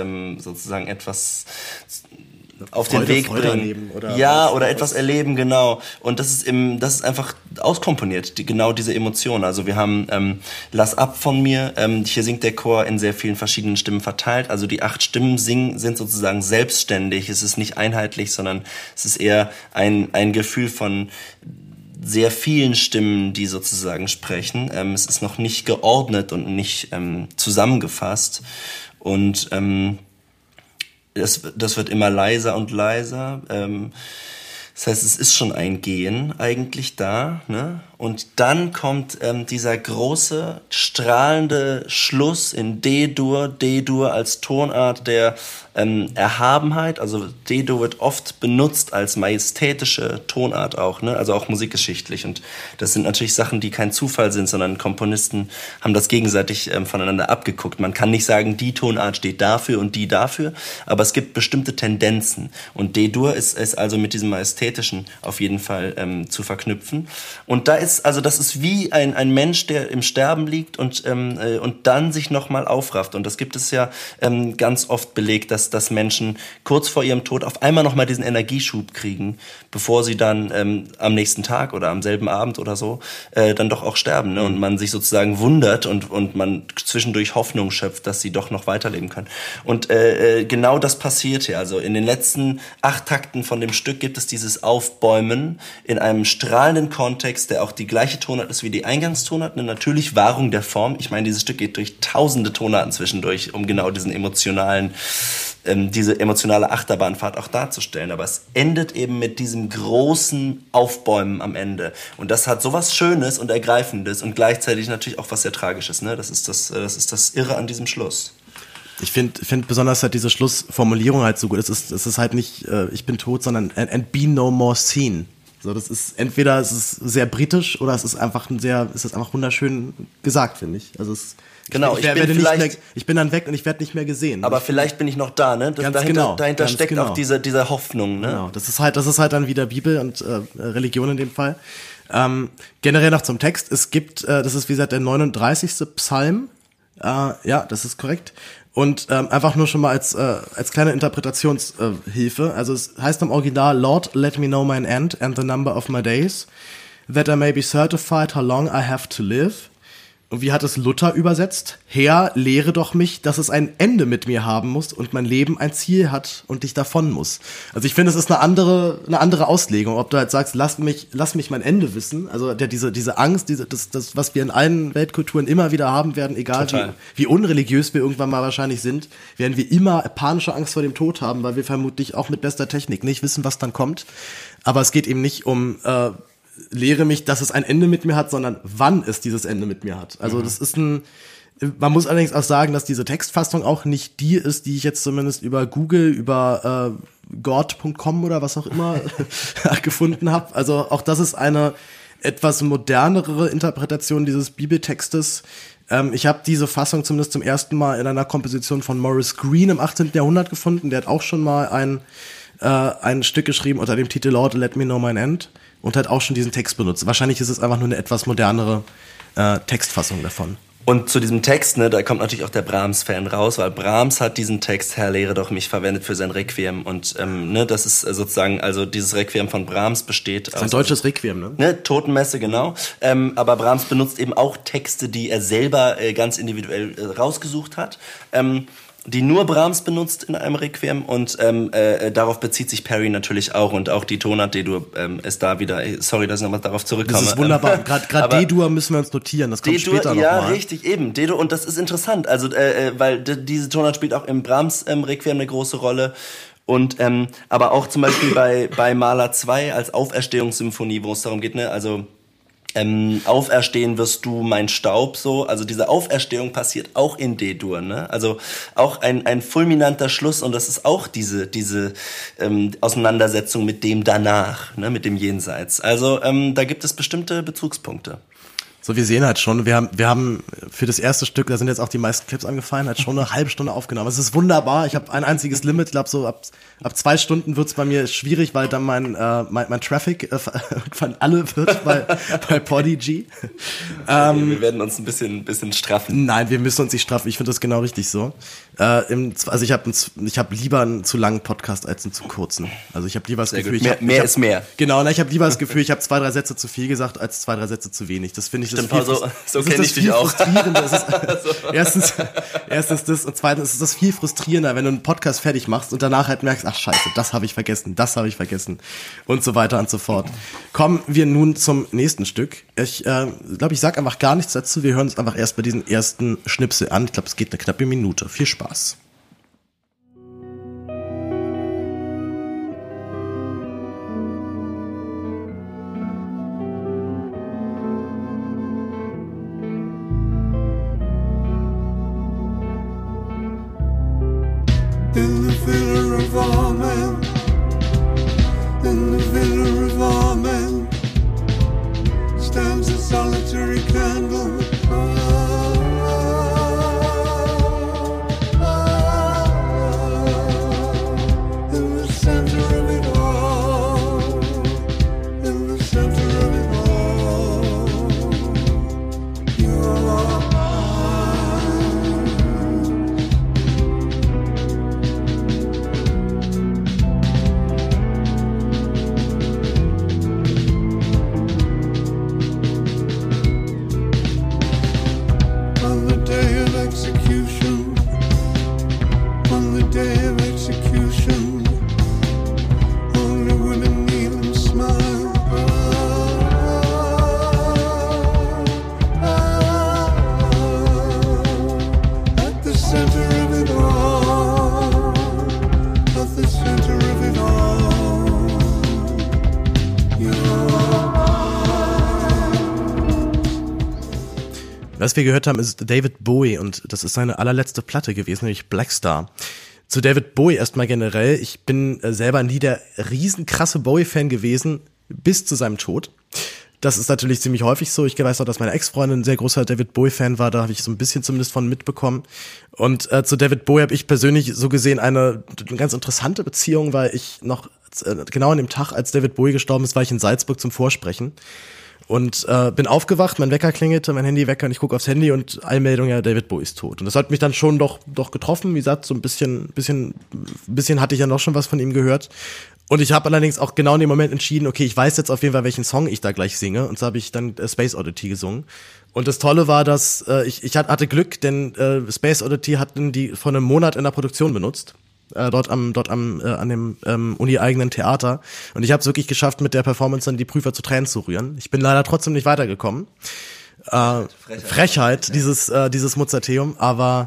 auf den Weg bringen.
Erleben,
oder etwas erleben, genau. Und das ist einfach auskomponiert, genau diese Emotion. Also wir haben Lass ab von mir. Hier singt der Chor in sehr vielen verschiedenen Stimmen verteilt. Also die 8 Stimmen sind sozusagen selbstständig. Es ist nicht einheitlich, sondern es ist eher ein Gefühl von sehr vielen Stimmen, die sozusagen sprechen. Es ist noch nicht geordnet und nicht zusammengefasst. Und das wird immer leiser und leiser. Das heißt, es ist schon ein Gehen eigentlich da, ne? Und dann kommt dieser große, strahlende Schluss in D-Dur als Tonart der Erhabenheit. Also D-Dur wird oft benutzt als majestätische Tonart auch, ne? Also auch musikgeschichtlich. Und das sind natürlich Sachen, die kein Zufall sind, sondern Komponisten haben das gegenseitig voneinander abgeguckt. Man kann nicht sagen, die Tonart steht dafür und die dafür, aber es gibt bestimmte Tendenzen. Und D-Dur ist also mit diesem Majestätischen auf jeden Fall zu verknüpfen. Und das ist wie ein Mensch, der im Sterben liegt und dann sich nochmal aufrafft. Und das gibt es ja ganz oft belegt, dass Menschen kurz vor ihrem Tod auf einmal nochmal diesen Energieschub kriegen, bevor sie dann am nächsten Tag oder am selben Abend oder so dann doch auch sterben. Ne? Und man sich sozusagen wundert und man zwischendurch Hoffnung schöpft, dass sie doch noch weiterleben können. Und genau das passiert hier. Also in den letzten 8 Takten von dem Stück gibt es dieses Aufbäumen in einem strahlenden Kontext, der auch die gleiche Tonart ist wie die Eingangstonart, eine natürlich Wahrung der Form. Ich meine, dieses Stück geht durch tausende Tonarten zwischendurch, um genau diese emotionale Achterbahnfahrt auch darzustellen. Aber es endet eben mit diesem großen Aufbäumen am Ende. Und das hat sowas Schönes und Ergreifendes und gleichzeitig natürlich auch was sehr Tragisches. Ne? Das ist das Irre an diesem Schluss.
Ich finde besonders halt diese Schlussformulierung halt so gut. Es ist halt nicht, ich bin tot, sondern and be no more seen. So, das ist entweder es ist sehr britisch oder es ist einfach wunderschön gesagt, finde ich. Also
genau,
ich bin dann weg und ich werde nicht mehr gesehen.
Aber vielleicht bin ich noch da, ne? Dahinter steckt auch diese Hoffnung, ne?
Genau, das ist halt dann wieder Bibel und Religion in dem Fall. Generell noch zum Text. Es gibt, das ist wie gesagt der 39. Psalm. Ja, das ist korrekt. Und einfach nur schon mal als kleine Interpretationshilfe. Also es heißt im Original, Lord, let me know mine end and the number of my days, that I may be certified how long I have to live. Und wie hat es Luther übersetzt? Herr, lehre doch mich, dass es ein Ende mit mir haben muss und mein Leben ein Ziel hat und ich davon muss. Also ich finde, es ist eine andere Auslegung. Ob du halt sagst, lass mich mein Ende wissen. Also diese Angst, das, was wir in allen Weltkulturen immer wieder haben werden, egal wie unreligiös wir irgendwann mal wahrscheinlich sind, werden wir immer panische Angst vor dem Tod haben, weil wir vermutlich auch mit bester Technik nicht wissen, was dann kommt. Aber es geht eben nicht um lehre mich, dass es ein Ende mit mir hat, sondern wann es dieses Ende mit mir hat. Also das ist man muss allerdings auch sagen, dass diese Textfassung auch nicht die ist, die ich jetzt zumindest über Google, über God.com oder was auch immer gefunden habe. Also auch das ist eine etwas modernere Interpretation dieses Bibeltextes, Ich habe diese Fassung zumindest zum ersten Mal in einer Komposition von Maurice Greene im 18. Jahrhundert gefunden. Der hat auch schon mal ein Stück geschrieben unter dem Titel Lord, Let Me Know Mine End und hat auch schon diesen Text benutzt. Wahrscheinlich ist es einfach nur eine etwas modernere Textfassung davon.
Und zu diesem Text, ne, da kommt natürlich auch der Brahms-Fan raus, weil Brahms hat diesen Text, Herr, lehre doch mich, verwendet für sein Requiem. Und ne, das ist sozusagen, also dieses Requiem von Brahms besteht aus...
Das ist ein deutsches Requiem,
ne? Totenmesse, genau. Aber Brahms benutzt eben auch Texte, die er selber ganz individuell rausgesucht hat. Die nur Brahms benutzt in einem Requiem und darauf bezieht sich Perry natürlich auch und auch die Tonart D-Dur ist da wieder, sorry, dass ich nochmal darauf zurückkomme.
Das ist wunderbar, gerade D-Dur müssen wir uns notieren, das kommt später nochmal.
Ja, richtig, eben, D-Dur und das ist interessant, also weil diese Tonart spielt auch im Brahms Requiem eine große Rolle. Und aber auch zum Beispiel bei Mahler 2 als Auferstehungssymphonie, wo es darum geht, ne, also auferstehen wirst du, mein Staub, so. Also diese Auferstehung passiert auch in D-Dur, ne? Also auch ein fulminanter Schluss und das ist auch diese Auseinandersetzung mit dem Danach, ne? Mit dem Jenseits. Also da gibt es bestimmte Bezugspunkte.
So, wir sehen halt schon, wir haben für das erste Stück, da sind jetzt auch die meisten Clips angefallen, halt schon eine halbe Stunde aufgenommen. Es ist wunderbar, ich habe ein einziges Limit, ich glaube so ab 2 Stunden wird's bei mir schwierig, weil dann mein Traffic von alle wird bei Podigy.
Wir werden uns ein bisschen straffen.
Nein, wir müssen uns nicht straffen, ich finde das genau richtig so. Also ich hab lieber einen zu langen Podcast als einen zu kurzen. Also ich habe lieber das Gefühl,
mehr ist mehr.
Genau, ich habe lieber das Gefühl, ich habe 2-3 Sätze zu viel gesagt als 2-3 Sätze zu wenig. Das finde ich
Stimmt, so kenne ich dich auch.
Erstens das und zweitens ist das viel frustrierender, wenn du einen Podcast fertig machst und danach halt merkst, ach scheiße, das habe ich vergessen und so weiter und so fort. Kommen wir nun zum nächsten Stück. Ich glaube, ich sag einfach gar nichts dazu. Wir hören uns einfach erst bei diesen ersten Schnipsel an. Ich glaube, es geht eine knappe Minute. Viel Spaß.
In the villa of our men, in the villa of our men, stands a solitary candle. In the center of it all, in the center of it all, you are.
Was wir gehört haben, ist David Bowie und das ist seine allerletzte Platte gewesen, nämlich Black Star. Zu David Bowie erstmal generell. Ich bin selber nie der riesenkrasse Bowie-Fan gewesen, bis zu seinem Tod. Das ist natürlich ziemlich häufig so. Ich weiß auch, dass meine Ex-Freundin ein sehr großer David Bowie-Fan war. Da habe ich so ein bisschen zumindest von mitbekommen. Und zu David Bowie habe ich persönlich so gesehen eine ganz interessante Beziehung, weil ich noch genau an dem Tag, als David Bowie gestorben ist, war ich in Salzburg zum Vorsprechen. Und bin aufgewacht, mein Wecker klingelte, mein Handywecker und ich gucke aufs Handy und Eilmeldung, ja, David Bowie ist tot. Und das hat mich dann schon doch getroffen. Wie gesagt, so ein bisschen hatte ich ja noch schon was von ihm gehört. Und ich habe allerdings auch genau in dem Moment entschieden, okay, ich weiß jetzt auf jeden Fall, welchen Song ich da gleich singe. Und so habe ich dann Space Oddity gesungen. Und das Tolle war, dass ich hatte Glück, denn Space Oddity hatten die vor einem Monat in der Produktion benutzt. Dort an dem uni-eigenen Theater. Und ich habe es wirklich geschafft, mit der Performance dann die Prüfer zu Tränen zu rühren. Ich bin leider trotzdem nicht weitergekommen. Frechheit, dieses Mozarteum, aber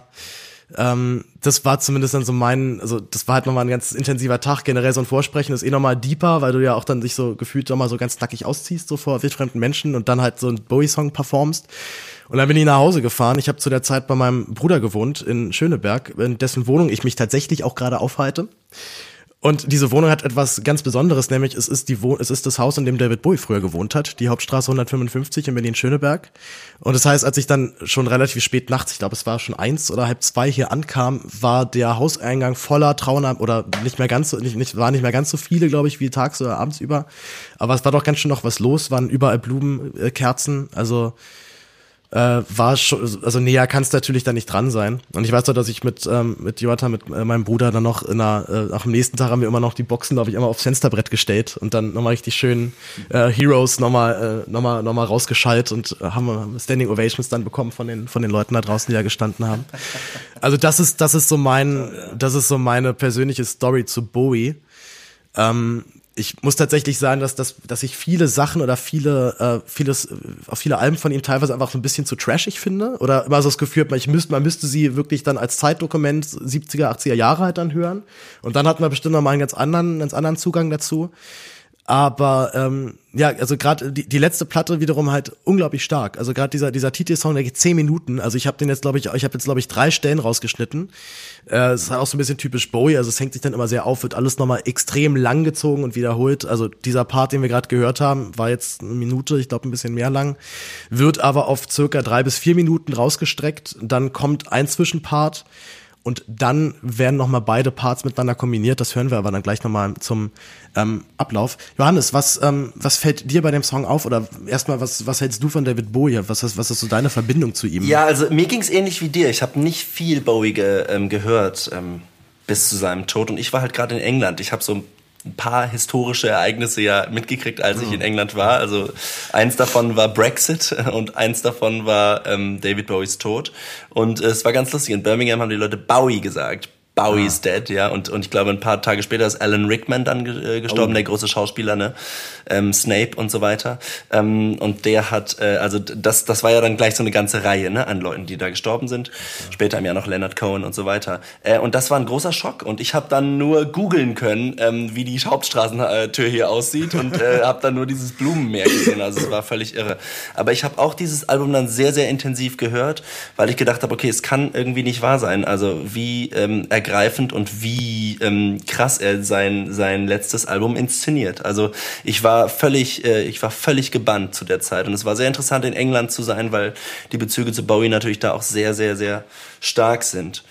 das war zumindest dann so das war halt nochmal ein ganz intensiver Tag. Generell so ein Vorsprechen ist nochmal deeper, weil du ja auch dann dich so gefühlt nochmal so ganz nackig ausziehst, so vor wildfremden Menschen und dann halt so einen Bowie-Song performst. Und dann bin ich nach Hause gefahren. Ich habe zu der Zeit bei meinem Bruder gewohnt in Schöneberg, in dessen Wohnung ich mich tatsächlich auch gerade aufhalte. Und diese Wohnung hat etwas ganz Besonderes, nämlich es ist das Haus, in dem David Bowie früher gewohnt hat, die Hauptstraße 155 in Berlin-Schöneberg. Und das heißt, als ich dann schon relativ spät nachts, ich glaube, es war schon 1 oder halb 2 hier ankam, war der Hauseingang voller Trauer oder waren nicht mehr ganz so viele, glaube ich, wie tags oder abends über. Aber es war doch ganz schön noch was los, waren überall Blumenkerzen, also war schon, also näher kann es natürlich da nicht dran sein. Und ich weiß doch, dass ich mit Jonathan, mit meinem Bruder dann noch nach dem nächsten Tag haben wir immer noch die Boxen, glaube ich, immer aufs Fensterbrett gestellt und dann nochmal richtig schön Heroes nochmal rausgeschallt und haben Standing Ovations dann bekommen von den Leuten da draußen, die da gestanden haben. Also das ist so meine persönliche Story zu Bowie. Ich muss tatsächlich sagen, dass ich viele Sachen oder viele Alben von ihm teilweise einfach so ein bisschen zu trashig finde oder immer so das Gefühl, man müsste sie wirklich dann als Zeitdokument 70er, 80er Jahre halt dann hören und dann hat man bestimmt noch mal einen ganz anderen Zugang dazu. Aber also gerade die letzte Platte wiederum halt unglaublich stark. Also gerade dieser Titelsong, der geht 10 Minuten. Also ich habe jetzt glaube ich 3 Stellen rausgeschnitten. Es ist halt auch so ein bisschen typisch Bowie. Also es hängt sich dann immer sehr auf, wird alles nochmal extrem lang gezogen und wiederholt. Also dieser Part, den wir gerade gehört haben, war jetzt 1 Minute, ich glaube ein bisschen mehr lang, wird aber auf circa 3 bis 4 Minuten rausgestreckt. Dann kommt ein Zwischenpart. Und dann werden nochmal beide Parts miteinander kombiniert. Das hören wir aber dann gleich nochmal zum Ablauf. Johannes, was fällt dir bei dem Song auf? Oder erstmal, was hältst du von David Bowie? Was ist so deine Verbindung zu ihm?
Ja, also mir ging's ähnlich wie dir. Ich habe nicht viel Bowie gehört bis zu seinem Tod. Und ich war halt gerade in England. Ich habe so ein paar historische Ereignisse ja mitgekriegt, als ich in England war. Also eins davon war Brexit und eins davon war David Bowies Tod. Und es war ganz lustig. In Birmingham haben die Leute Bowie gesagt. Bowie's dead, ja. Und ich glaube, ein paar Tage später ist Alan Rickman dann gestorben, der große Schauspieler, ne? Snape und so weiter. Und der hat, also das war ja dann gleich so eine ganze Reihe, ne, an Leuten, die da gestorben sind. Später im Jahr noch Leonard Cohen und so weiter. Und das war ein großer Schock. Und ich habe dann nur googeln können, wie die Hauptstraßentür hier aussieht und habe dann nur dieses Blumenmeer gesehen. Also es war völlig irre. Aber ich habe auch dieses Album dann sehr, sehr intensiv gehört, weil ich gedacht habe, okay, es kann irgendwie nicht wahr sein. Also wie ergreifend und wie krass er sein letztes Album inszeniert. Also ich war völlig gebannt zu der Zeit und es war sehr interessant in England zu sein, weil die Bezüge zu Bowie natürlich da auch sehr, sehr, sehr stark sind.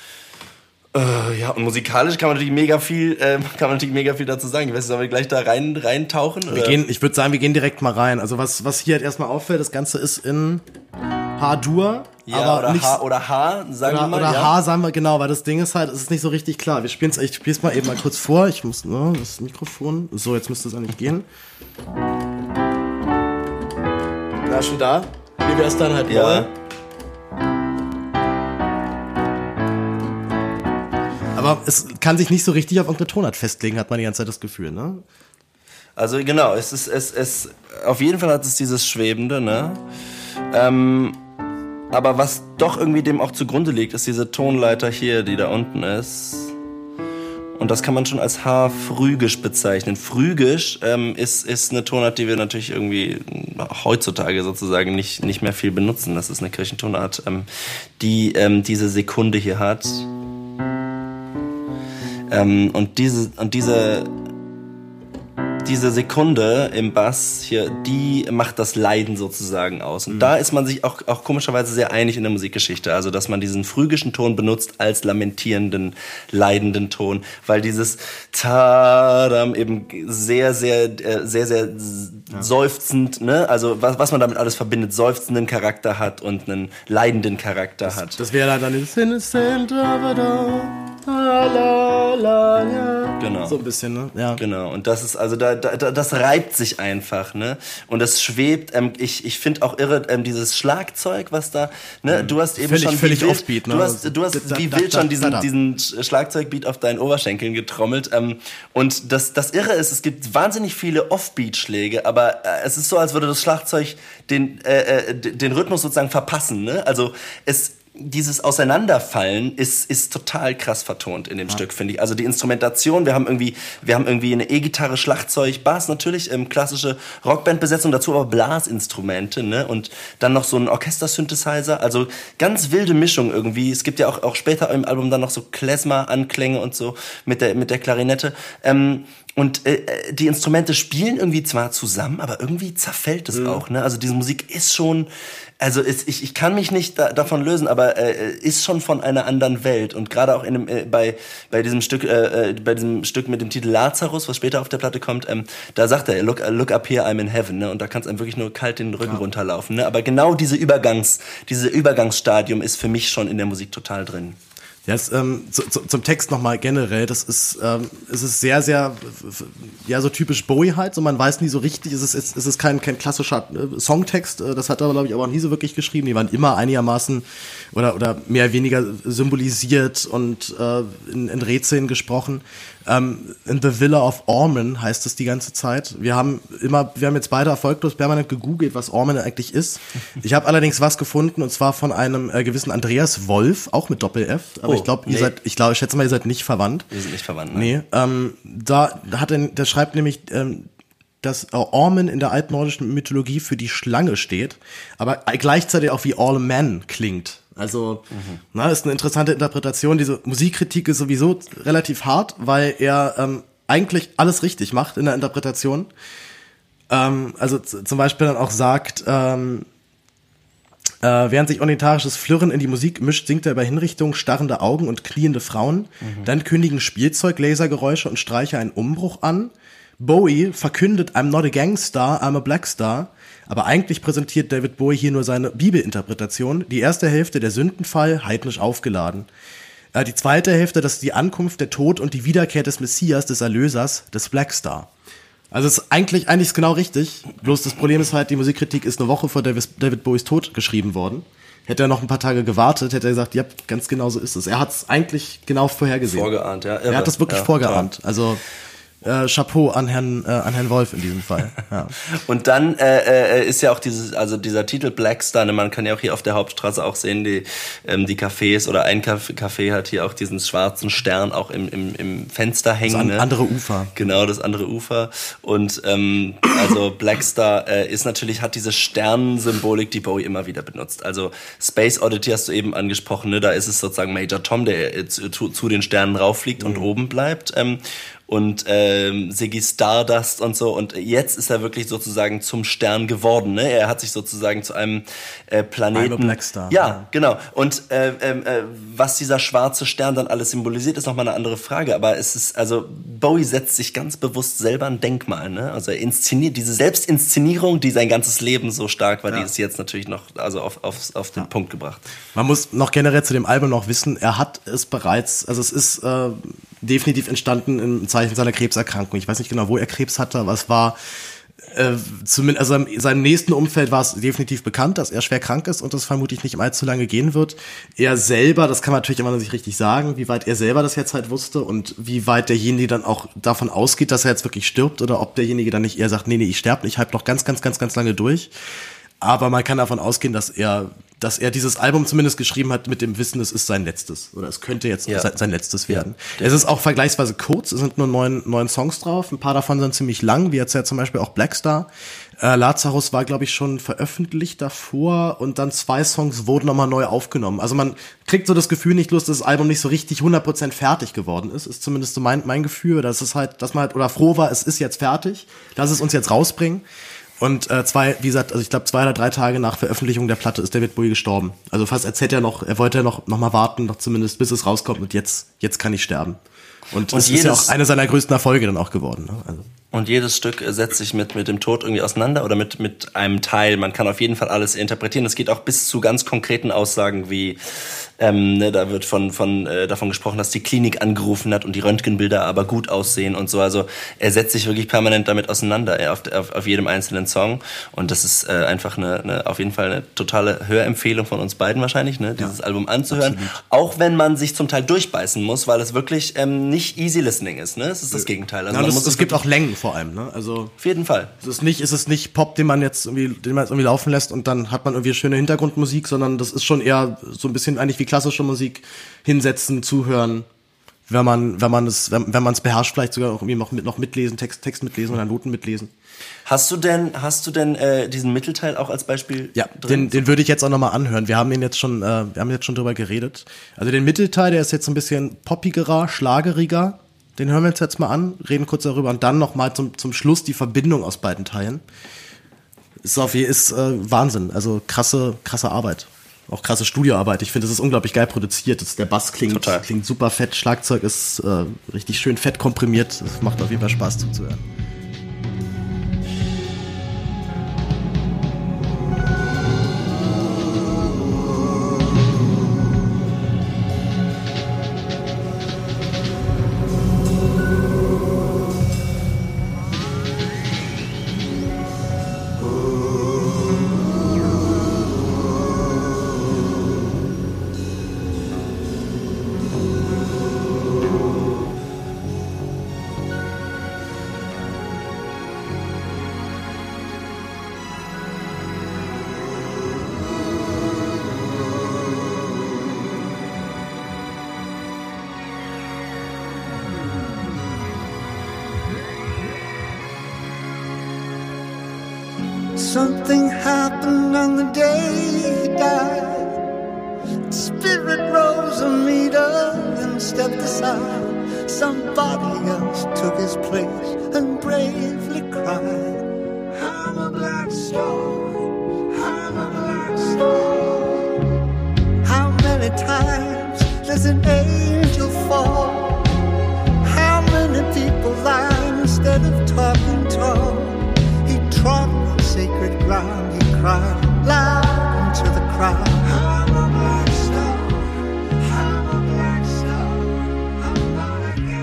Ja, und musikalisch kann man natürlich mega viel dazu sagen. Ich weiß nicht, sollen wir gleich da reintauchen?
Ich würde sagen, wir gehen direkt mal rein. Also was hier halt erstmal auffällt, das Ganze ist in H-Dur.
Ja,
aber
oder
nicht,
H, sagen wir mal.
Oder
ja.
H, sagen wir, genau, weil das Ding ist halt, es ist nicht so richtig klar. Ich spiel's mal eben mal kurz vor. Ich muss, das Mikrofon. So, jetzt müsste es eigentlich gehen. Da, schon da. Wie wär's dann halt
ja.
Aber es kann sich nicht so richtig auf irgendeine Tonart festlegen, hat man die ganze Zeit das Gefühl, ne?
Also genau, es auf jeden Fall hat es dieses Schwebende, ne? Aber was doch irgendwie dem auch zugrunde liegt, ist diese Tonleiter hier, die da unten ist. Und das kann man schon als H-Phrygisch bezeichnen. Phrygisch ist eine Tonart, die wir natürlich irgendwie heutzutage sozusagen nicht mehr viel benutzen. Das ist eine Kirchentonart, die diese Sekunde hier hat. Und diese Sekunde im Bass hier, die macht das Leiden sozusagen aus. Und da ist man sich auch komischerweise sehr einig in der Musikgeschichte. Also, dass man diesen phrygischen Ton benutzt als lamentierenden, leidenden Ton. Weil dieses Tadam eben sehr, sehr, sehr, sehr seufzend, ne? Also, was man damit alles verbindet, seufzenden Charakter hat und einen leidenden Charakter hat.
Das wäre dann Innocent of it all. La, la, ja.
Genau.
So ein bisschen, ne? Ja.
Genau. Und das ist, also das reibt sich einfach, ne? Und das schwebt, ich finde auch irre, dieses Schlagzeug, was da, ne? Du hast eben
völlig Offbeat, ne?
Du hast wie wild schon diesen Schlagzeugbeat auf deinen Oberschenkeln getrommelt. Und das Irre ist, es gibt wahnsinnig viele Offbeat-Schläge, aber es ist so, als würde das Schlagzeug den Rhythmus sozusagen verpassen, ne? Also dieses Auseinanderfallen ist total krass vertont in dem Stück, finde ich. Also die Instrumentation, wir haben irgendwie eine E-Gitarre, Schlagzeug, Bass natürlich, klassische Rockband-Besetzung, dazu aber Blasinstrumente, ne? Und dann noch so ein Orchester-Synthesizer, also ganz wilde Mischung irgendwie. Es gibt ja auch später im Album dann noch so Klezmer-Anklänge und so mit der Klarinette. Und die Instrumente spielen irgendwie zwar zusammen, aber irgendwie zerfällt es auch, ne? Also diese Musik ist schon, also ich kann mich nicht davon lösen, aber ist schon von einer anderen Welt. Und gerade auch bei diesem Stück mit dem Titel Lazarus, was später auf der Platte kommt, da sagt er, look up here, I'm in heaven, ne? Und da kann es einem wirklich nur kalt den Rücken runterlaufen, ne? Aber genau diese Übergangsstadium ist für mich schon in der Musik total drin.
Ja, zum Text nochmal generell, es ist sehr, sehr, ja, so typisch Bowie halt, so man weiß nie so richtig, es ist kein klassischer Songtext, das hat er, glaube ich, aber nie so wirklich geschrieben, die waren immer einigermaßen oder mehr oder weniger symbolisiert und in Rätseln gesprochen. In the Villa of Orman heißt es die ganze Zeit. Wir haben jetzt beide erfolglos permanent gegoogelt, was Orman eigentlich ist. Ich habe allerdings was gefunden, und zwar von einem gewissen Andreas Wolf, auch mit Doppel-F. Aber ich schätze mal, ihr seid nicht verwandt.
Wir sind nicht verwandt, ne?
Nee, der schreibt nämlich, dass Orman in der altnordischen Mythologie für die Schlange steht, aber gleichzeitig auch wie All Man klingt. Also, ist eine interessante Interpretation. Diese Musikkritik ist sowieso relativ hart, weil er eigentlich alles richtig macht in der Interpretation. Also zum Beispiel dann auch sagt, während sich orientalisches Flirren in die Musik mischt, singt er über Hinrichtungen, starrende Augen und kniende Frauen. Dann kündigen Spielzeug, Lasergeräusche und Streicher einen Umbruch an. Bowie verkündet, I'm not a Gangstar, I'm a Black Star. Aber eigentlich präsentiert David Bowie hier nur seine Bibelinterpretation. Die erste Hälfte, der Sündenfall, heidnisch aufgeladen. Die zweite Hälfte, das ist die Ankunft, der Tod und die Wiederkehr des Messias, des Erlösers, des Black Star. Also es ist eigentlich ist genau richtig. Bloß das Problem ist halt, die Musikkritik ist eine Woche vor David Bowies Tod geschrieben worden. Hätte er noch ein paar Tage gewartet, hätte er gesagt, ja, ganz genau so ist es. Er hat es eigentlich genau vorhergesehen.
Vorgeahnt, ja.
Er hat das wirklich vorgeahnt. Klar. Also Chapeau an Herrn Wolf in diesem Fall. Ja.
Und dann ist ja auch dieser Titel Black Star, ne, man kann ja auch hier auf der Hauptstraße auch sehen, die Cafés oder ein Café hat hier auch diesen schwarzen Stern auch im Fenster hängen.
Das andere Ufer.
Genau, das andere Ufer. Und also Black Star hat diese Sternensymbolik, die Bowie immer wieder benutzt. Also Space Oddity hast du eben angesprochen, ne? Da ist es sozusagen Major Tom, der zu den Sternen rauffliegt und oben bleibt. Und Ziggy Stardust und so. Und jetzt ist er wirklich sozusagen zum Stern geworden. Ne? Er hat sich sozusagen zu einem Planeten...
I'm a Black Star.
Ja, genau. Und was dieser schwarze Stern dann alles symbolisiert, ist nochmal eine andere Frage. Aber Bowie setzt sich ganz bewusst selber ein Denkmal. Ne? Also er inszeniert diese Selbstinszenierung, die sein ganzes Leben so stark war, die ist jetzt natürlich noch auf den Punkt gebracht.
Man muss noch generell zu dem Album noch wissen, er hat es bereits, also es ist definitiv entstanden im Zeichen seiner Krebserkrankung. Ich weiß nicht genau, wo er Krebs hatte, aber es war zumindest, also in seinem nächsten Umfeld war es definitiv bekannt, dass er schwer krank ist und das vermutlich nicht allzu lange gehen wird. Er selber, das kann man natürlich immer noch nicht richtig sagen, wie weit er selber das jetzt halt wusste und wie weit derjenige dann auch davon ausgeht, dass er jetzt wirklich stirbt oder ob derjenige dann nicht eher sagt, nee, ich sterbe nicht, ich halte noch ganz, ganz, ganz, ganz lange durch. Aber man kann davon ausgehen, dass er dieses Album zumindest geschrieben hat mit dem Wissen, es ist sein letztes. Oder es könnte jetzt sein letztes werden. Ja, es ist auch vergleichsweise kurz. Es sind nur neun Songs drauf. Ein paar davon sind ziemlich lang, wie jetzt ja zum Beispiel auch Black Star. Lazarus war, glaube ich, schon veröffentlicht davor. Und dann 2 Songs wurden nochmal neu aufgenommen. Also man kriegt so das Gefühl nicht bloß, dass das Album nicht so richtig 100% fertig geworden ist. Ist zumindest so mein Gefühl. Dass man halt, oder froh war, es ist jetzt fertig. Lass es uns jetzt rausbringen. Und ich glaube 2 oder 3 Tage nach Veröffentlichung der Platte ist David Bowie gestorben. Also fast als hätte er wollte noch mal warten, noch zumindest bis es rauskommt und jetzt kann ich sterben. Und das ist ja auch eine seiner größten Erfolge dann auch geworden. Ne? Also.
Und jedes Stück setzt sich mit dem Tod irgendwie auseinander oder mit einem Teil. Man kann auf jeden Fall alles interpretieren. Es geht auch bis zu ganz konkreten Aussagen wie, da wird davon gesprochen, dass die Klinik angerufen hat und die Röntgenbilder aber gut aussehen und so. Also er setzt sich wirklich permanent damit auseinander auf jedem einzelnen Song. Und das ist einfach auf jeden Fall eine totale Hörempfehlung von uns beiden wahrscheinlich, ne, dieses Album anzuhören. Absolut. Auch wenn man sich zum Teil durchbeißen muss, weil es wirklich nicht easy listening ist. Ne? Es ist das Gegenteil. Also
es gibt auch Längen vor allem, ne? Also
Auf jeden Fall.
es ist nicht Pop, den man jetzt irgendwie laufen lässt und dann hat man irgendwie schöne Hintergrundmusik, sondern das ist schon eher so ein bisschen eigentlich wie klassische Musik, hinsetzen, zuhören, wenn man es beherrscht, vielleicht sogar auch irgendwie noch mitlesen, Text mitlesen oder Noten mitlesen.
Hast du denn diesen Mittelteil auch als Beispiel
Ja,
drin?
den würde ich jetzt auch nochmal anhören. Wir haben jetzt schon drüber geredet. Also den Mittelteil, der ist jetzt ein bisschen poppigerer, schlageriger. Den hören wir uns jetzt mal an, reden kurz darüber und dann nochmal zum Schluss die Verbindung aus beiden Teilen. Ist Wahnsinn. Also krasse Arbeit. Auch krasse Studioarbeit. Ich finde, es ist unglaublich geil produziert. Der Bass klingt super fett, Schlagzeug ist richtig schön fett komprimiert. Das macht auf jeden Fall Spaß zuzuhören.
Something happened on the day he died. The spirit rose a meter and stepped aside. Somebody else took his place and bravely cried, I'm a black star, I'm a black star. How many times does an angel fall? How many people lie instead of talking tall? He trod sacred ground, he cried loud into the crowd, I'm a black star, I'm a black star, I'm not a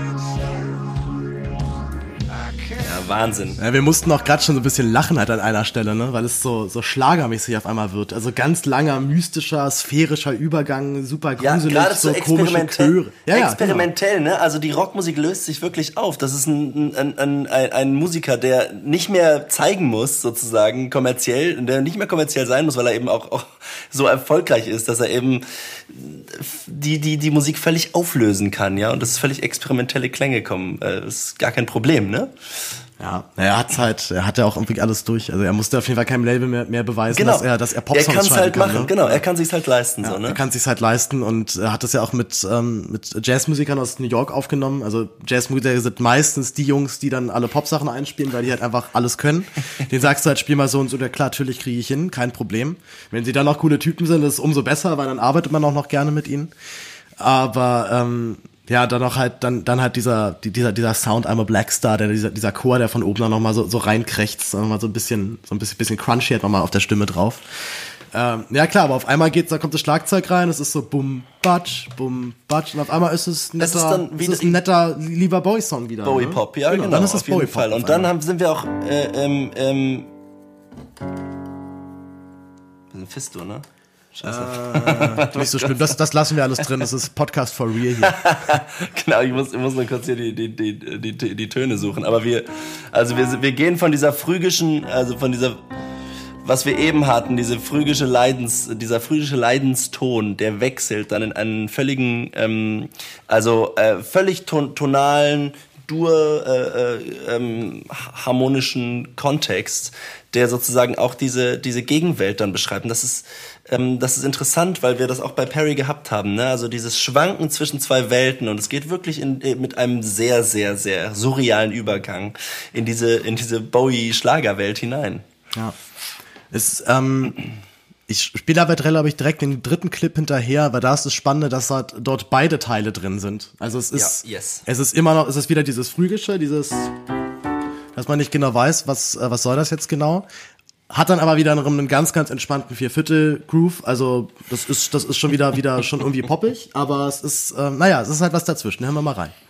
gangster.
Ja, Wahnsinn.
Ja, wir mussten auch gerade schon so ein bisschen lachen halt an einer Stelle, ne, weil es so schlagermäßig auf einmal wird. Also ganz langer, mystischer, sphärischer Übergang, super gruselig,
gerade
so komische Chöre.
Experimentell, genau. Ne? Also die Rockmusik löst sich wirklich auf. Das ist ein Musiker, der nicht mehr zeigen muss, sozusagen kommerziell, der nicht mehr kommerziell sein muss, weil er eben auch so erfolgreich ist, dass er eben die Musik völlig auflösen kann, ja, und dass völlig experimentelle Klänge kommen. Das ist gar kein Problem, ne?
Ja, er hat ja auch irgendwie alles durch. Also er musste auf jeden Fall keinem Label mehr beweisen, genau, dass er Popsongs
schreiben
halt
kann.
Ne?
Genau, er kann sich's halt leisten,
ja,
so, ne?
Er kann sich's halt leisten und er hat das ja auch mit Jazzmusikern aus New York aufgenommen. Also Jazzmusiker sind meistens die Jungs, die dann alle Popsachen einspielen, weil die halt einfach alles können. Den sagst du halt, spiel mal so und so, ja klar, natürlich kriege ich hin, kein Problem. Wenn sie dann noch coole Typen sind, ist es umso besser, weil dann arbeitet man auch noch gerne mit ihnen. Aber ja, dann auch halt, dann halt dieser Sound, I'm a Black Star, dieser Chor, der von oben dann nochmal so reinkrächzt, nochmal so ein bisschen crunchy hat nochmal auf der Stimme drauf. Ja klar, aber auf einmal kommt das Schlagzeug rein, es ist so bum, batsch, und auf einmal ist es ein netter, lieber Bowie-Song wieder.
Bowie-Pop, ne? Ja, genau,
dann ist das
auf jeden Fall. Und dann sind wir auch, Fisto, ne?
Scheiße. Nicht so schlimm, das lassen wir alles drin, das ist Podcast for real hier.
Genau, ich muss nur kurz hier die Töne suchen, aber wir gehen von dieser phrygischen, also von dieser, was wir eben hatten, dieser phrygische Leidenston, der wechselt dann in einen völligen, völlig tonalen, harmonischen Kontext, der sozusagen auch diese Gegenwelt dann beschreibt. Und das ist interessant, weil wir das auch bei Perry gehabt haben, ne? Also dieses Schwanken zwischen zwei Welten, und es geht wirklich mit einem sehr, sehr, sehr surrealen Übergang in diese Bowie-Schlagerwelt hinein.
Ja. Ich spiele aber, glaube ich, direkt den dritten Clip hinterher, weil da ist das Spannende, dass halt dort beide Teile drin sind. Also es ist immer noch, es ist wieder dieses Phrygische, dass man nicht genau weiß, was soll das jetzt genau. Hat dann aber wieder einen ganz, ganz entspannten 4/4 Groove. Also das ist schon wieder schon irgendwie poppig, aber es ist, es ist halt was dazwischen. Hören wir mal rein.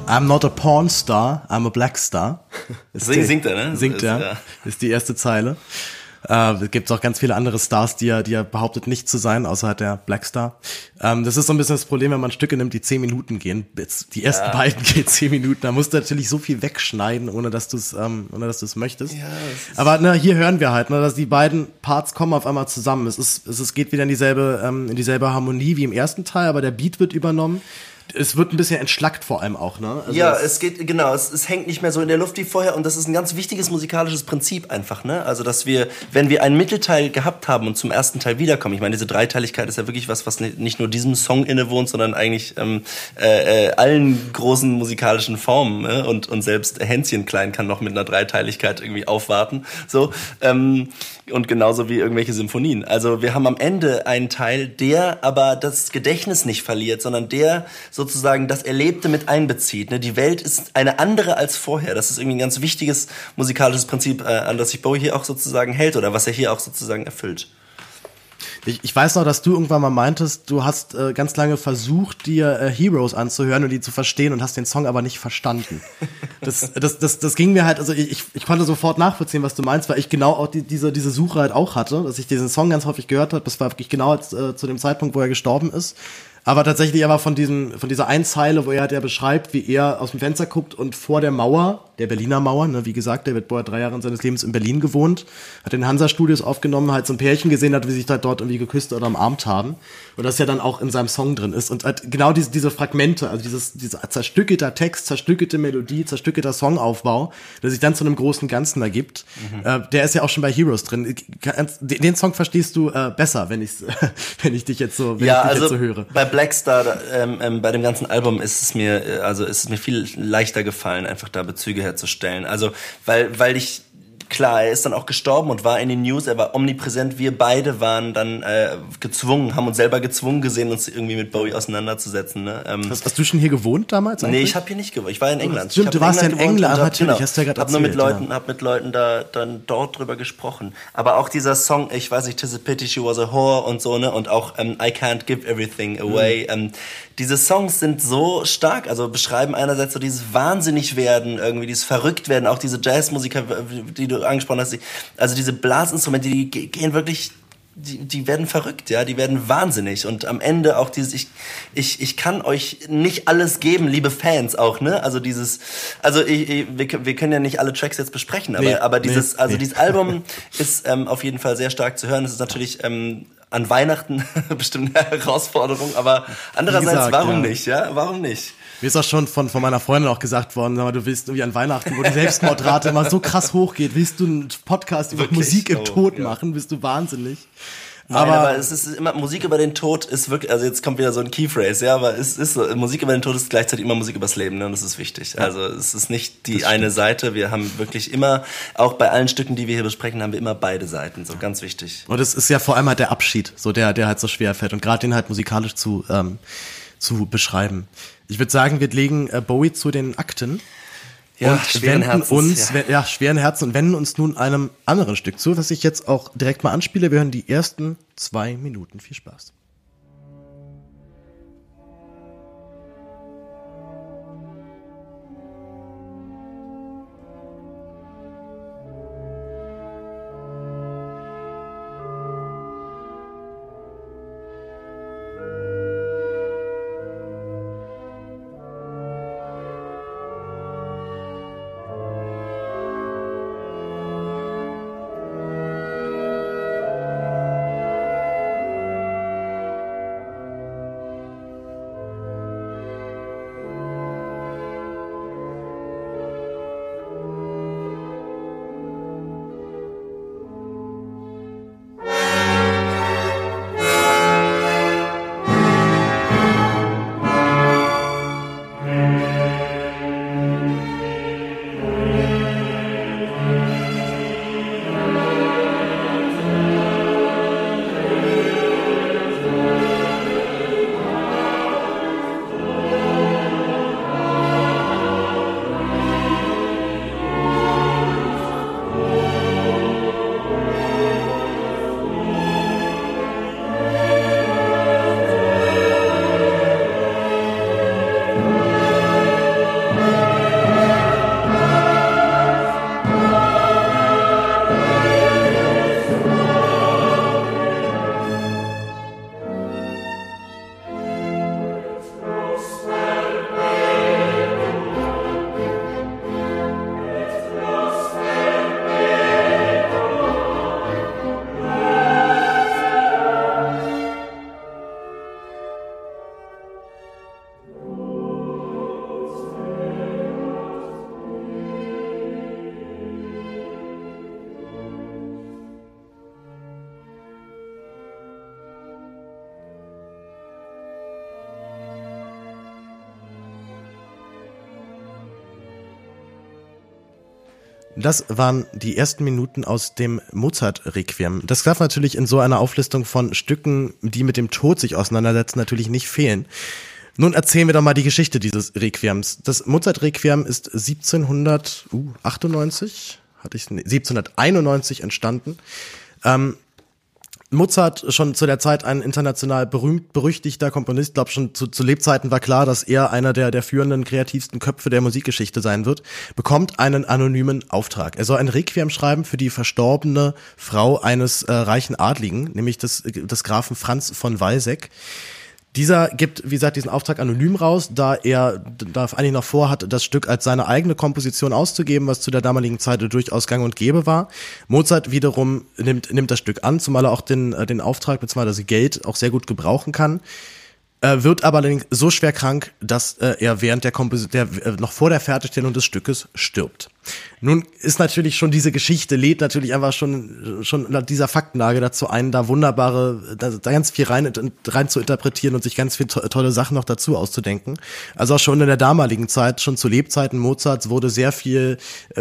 I'm not a porn star, I'm a black star.
Singt er, ne?
Singt er, ja. Ist die erste Zeile. Es gibt auch ganz viele andere Stars, die er behauptet nicht zu sein, außer halt der Black Star. Das ist so ein bisschen das Problem, wenn man Stücke nimmt, die 10 Minuten gehen. Die ersten beiden gehen 10 Minuten. Da musst du natürlich so viel wegschneiden, ohne dass du es möchtest. Ja, aber hier hören wir halt, dass die beiden Parts kommen auf einmal zusammen. Es geht wieder in dieselbe Harmonie wie im ersten Teil, aber der Beat wird übernommen. Es wird ein bisschen entschlackt vor allem auch, ne? Also
ja, es geht, genau, es hängt nicht mehr so in der Luft wie vorher und das ist ein ganz wichtiges musikalisches Prinzip einfach, ne? Also, dass wir, wenn wir einen Mittelteil gehabt haben und zum ersten Teil wiederkommen, ich meine, diese Dreiteiligkeit ist ja wirklich was nicht nur diesem Song innewohnt, sondern eigentlich allen großen musikalischen Formen, ne? Und selbst Hänschen Klein kann noch mit einer Dreiteiligkeit irgendwie aufwarten, so, und genauso wie irgendwelche Symphonien. Also, wir haben am Ende einen Teil, der aber das Gedächtnis nicht verliert, sondern der sozusagen das Erlebte mit einbezieht. Ne? Die Welt ist eine andere als vorher. Das ist irgendwie ein ganz wichtiges musikalisches Prinzip, an das sich Bowie hier auch sozusagen hält oder was er hier auch sozusagen erfüllt.
Ich weiß noch, dass du irgendwann mal meintest, du hast ganz lange versucht, dir Heroes anzuhören und die zu verstehen und hast den Song aber nicht verstanden. Das ging mir halt, also ich konnte sofort nachvollziehen, was du meinst, weil ich genau auch diese Suche halt auch hatte, dass ich diesen Song ganz häufig gehört habe. Das war wirklich genau zu dem Zeitpunkt, wo er gestorben ist. Aber tatsächlich aber von dieser einen Zeile, wo er halt ja beschreibt, wie er aus dem Fenster guckt und vor der Mauer, der Berliner Mauer, ne, wie gesagt, David Bowie hat 3 Jahre seines Lebens in Berlin gewohnt, hat in Hansa-Studios aufgenommen, halt so ein Pärchen gesehen hat, wie sich halt dort irgendwie geküsst oder umarmt haben. Und das ja dann auch in seinem Song drin ist. Und halt genau diese Fragmente, also dieser zerstückelter Text, zerstückelte Melodie, zerstückelter Songaufbau, der sich dann zu einem großen Ganzen ergibt, der ist ja auch schon bei Heroes drin. Den Song verstehst du besser, wenn ich dich jetzt so höre.
Bei Black Star, bei dem ganzen Album ist es mir viel leichter gefallen, einfach da Bezüge herzustellen. Also, weil ich, klar, er ist dann auch gestorben und war in den News, er war omnipräsent. Wir beide waren dann haben uns selber gezwungen gesehen, uns irgendwie mit Bowie auseinanderzusetzen. Ne?
Hast du schon hier gewohnt damals eigentlich?
Nee, ich habe hier nicht gewohnt. Ich war in England.
Stimmt, du warst ja in England, natürlich, hast du ja gerade erzählt.
Hab mit Leuten da dann dort drüber gesprochen. Aber auch dieser Song, ich weiß nicht, 'Tis a Pity She Was a Whore und so, ne? Und auch I Can't Give Everything Away. Diese Songs sind so stark, also beschreiben einerseits so dieses Wahnsinnigwerden, irgendwie dieses Verrücktwerden, auch diese Jazzmusiker, die du angesprochen hast, also diese Blasinstrumente, die gehen wirklich, die werden verrückt, ja, die werden wahnsinnig und am Ende auch dieses, ich kann euch nicht alles geben, liebe Fans auch, ne, also dieses, wir können ja nicht alle Tracks jetzt besprechen, aber dieses Album ist auf jeden Fall sehr stark zu hören, es ist natürlich an Weihnachten bestimmt eine Herausforderung, aber andererseits, warum nicht?
Mir ist auch schon von meiner Freundin auch gesagt worden, sag mal, du willst irgendwie an Weihnachten, wo die Selbstmordrate immer so krass hochgeht, willst du einen Podcast über wirklich? Musik im Tod machen? Bist du wahnsinnig?
Nein, aber es ist immer, Musik über den Tod ist wirklich, also jetzt kommt wieder so ein Keyphrase, ja, aber es ist so, Musik über den Tod ist gleichzeitig immer Musik übers Leben, ne, und das ist wichtig. Ja. Also es ist nicht die eine Seite, wir haben wirklich immer, auch bei allen Stücken, die wir hier besprechen, haben wir immer beide Seiten, so ganz wichtig.
Und es ist ja vor allem halt der Abschied, so der halt so schwer fällt und gerade den halt musikalisch zu beschreiben. Ich würde sagen, wir legen Bowie zu den Akten. Ja, und schweren Herzen und wenden uns nun einem anderen Stück zu, was ich jetzt auch direkt mal anspiele. Wir hören die ersten 2 Minuten. Viel Spaß. Das waren die ersten Minuten aus dem Mozart-Requiem. Das darf natürlich in so einer Auflistung von Stücken, die mit dem Tod sich auseinandersetzen, natürlich nicht fehlen. Nun erzählen wir doch mal die Geschichte dieses Requiems. Das Mozart-Requiem ist 1791 entstanden. Mozart schon zu der Zeit ein international berüchtigter Komponist, glaube schon zu Lebzeiten war klar, dass er einer der führenden, kreativsten Köpfe der Musikgeschichte sein wird, bekommt einen anonymen Auftrag. Er soll ein Requiem schreiben für die verstorbene Frau eines reichen Adligen, nämlich des Grafen Franz von Walseck. Dieser gibt, wie gesagt, diesen Auftrag anonym raus, da er eigentlich noch vorhat, das Stück als seine eigene Komposition auszugeben, was zu der damaligen Zeit durchaus gang und gäbe war. Mozart wiederum nimmt das Stück an, zumal er auch den Auftrag bzw. das Geld auch sehr gut gebrauchen kann. Wird aber allerdings so schwer krank, dass er während noch vor der Fertigstellung des Stückes stirbt. Nun ist natürlich schon diese Geschichte, lädt natürlich einfach schon dieser Faktenlage dazu ein, da ganz viel rein zu interpretieren und sich ganz viele tolle Sachen noch dazu auszudenken. Also auch schon in der damaligen Zeit, schon zu Lebzeiten Mozarts sind sehr, sehr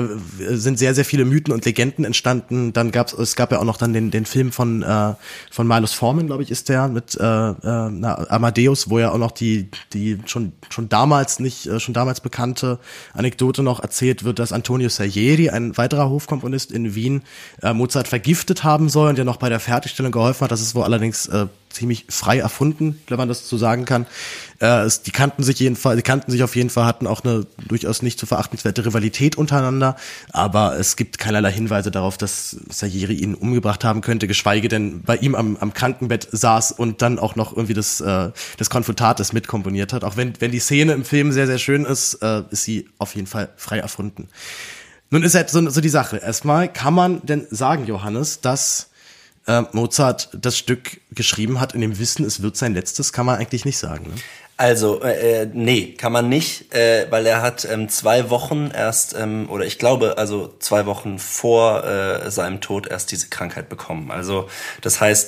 viele Mythen und Legenden entstanden. Es gab ja auch noch dann den Film von Milos Forman, glaube ich, ist der, mit Amadeus, wo ja auch noch die schon damals bekannte Anekdote noch erzählt wird, dass Antonio Salieri, ein weiterer Hofkomponist in Wien, Mozart vergiftet haben soll und der noch bei der Fertigstellung geholfen hat. Das ist wohl allerdings ziemlich frei erfunden, wenn man das so sagen kann. Die kannten sich auf jeden Fall, hatten auch eine durchaus nicht zu verachtenswerte Rivalität untereinander, aber es gibt keinerlei Hinweise darauf, dass Salieri ihn umgebracht haben könnte, geschweige denn bei ihm am Krankenbett saß und dann auch noch irgendwie das Konfutat mitkomponiert hat. Auch wenn die Szene im Film sehr, sehr schön ist, ist sie auf jeden Fall frei erfunden. Nun ist halt so die Sache. Erstmal, kann man denn sagen, Johannes, dass Mozart das Stück geschrieben hat in dem Wissen, es wird sein letztes? Kann man eigentlich nicht sagen, ne?
Also, nee, kann man nicht, weil er hat 2 Wochen erst, oder ich glaube, also 2 Wochen vor seinem Tod erst diese Krankheit bekommen. Also, das heißt,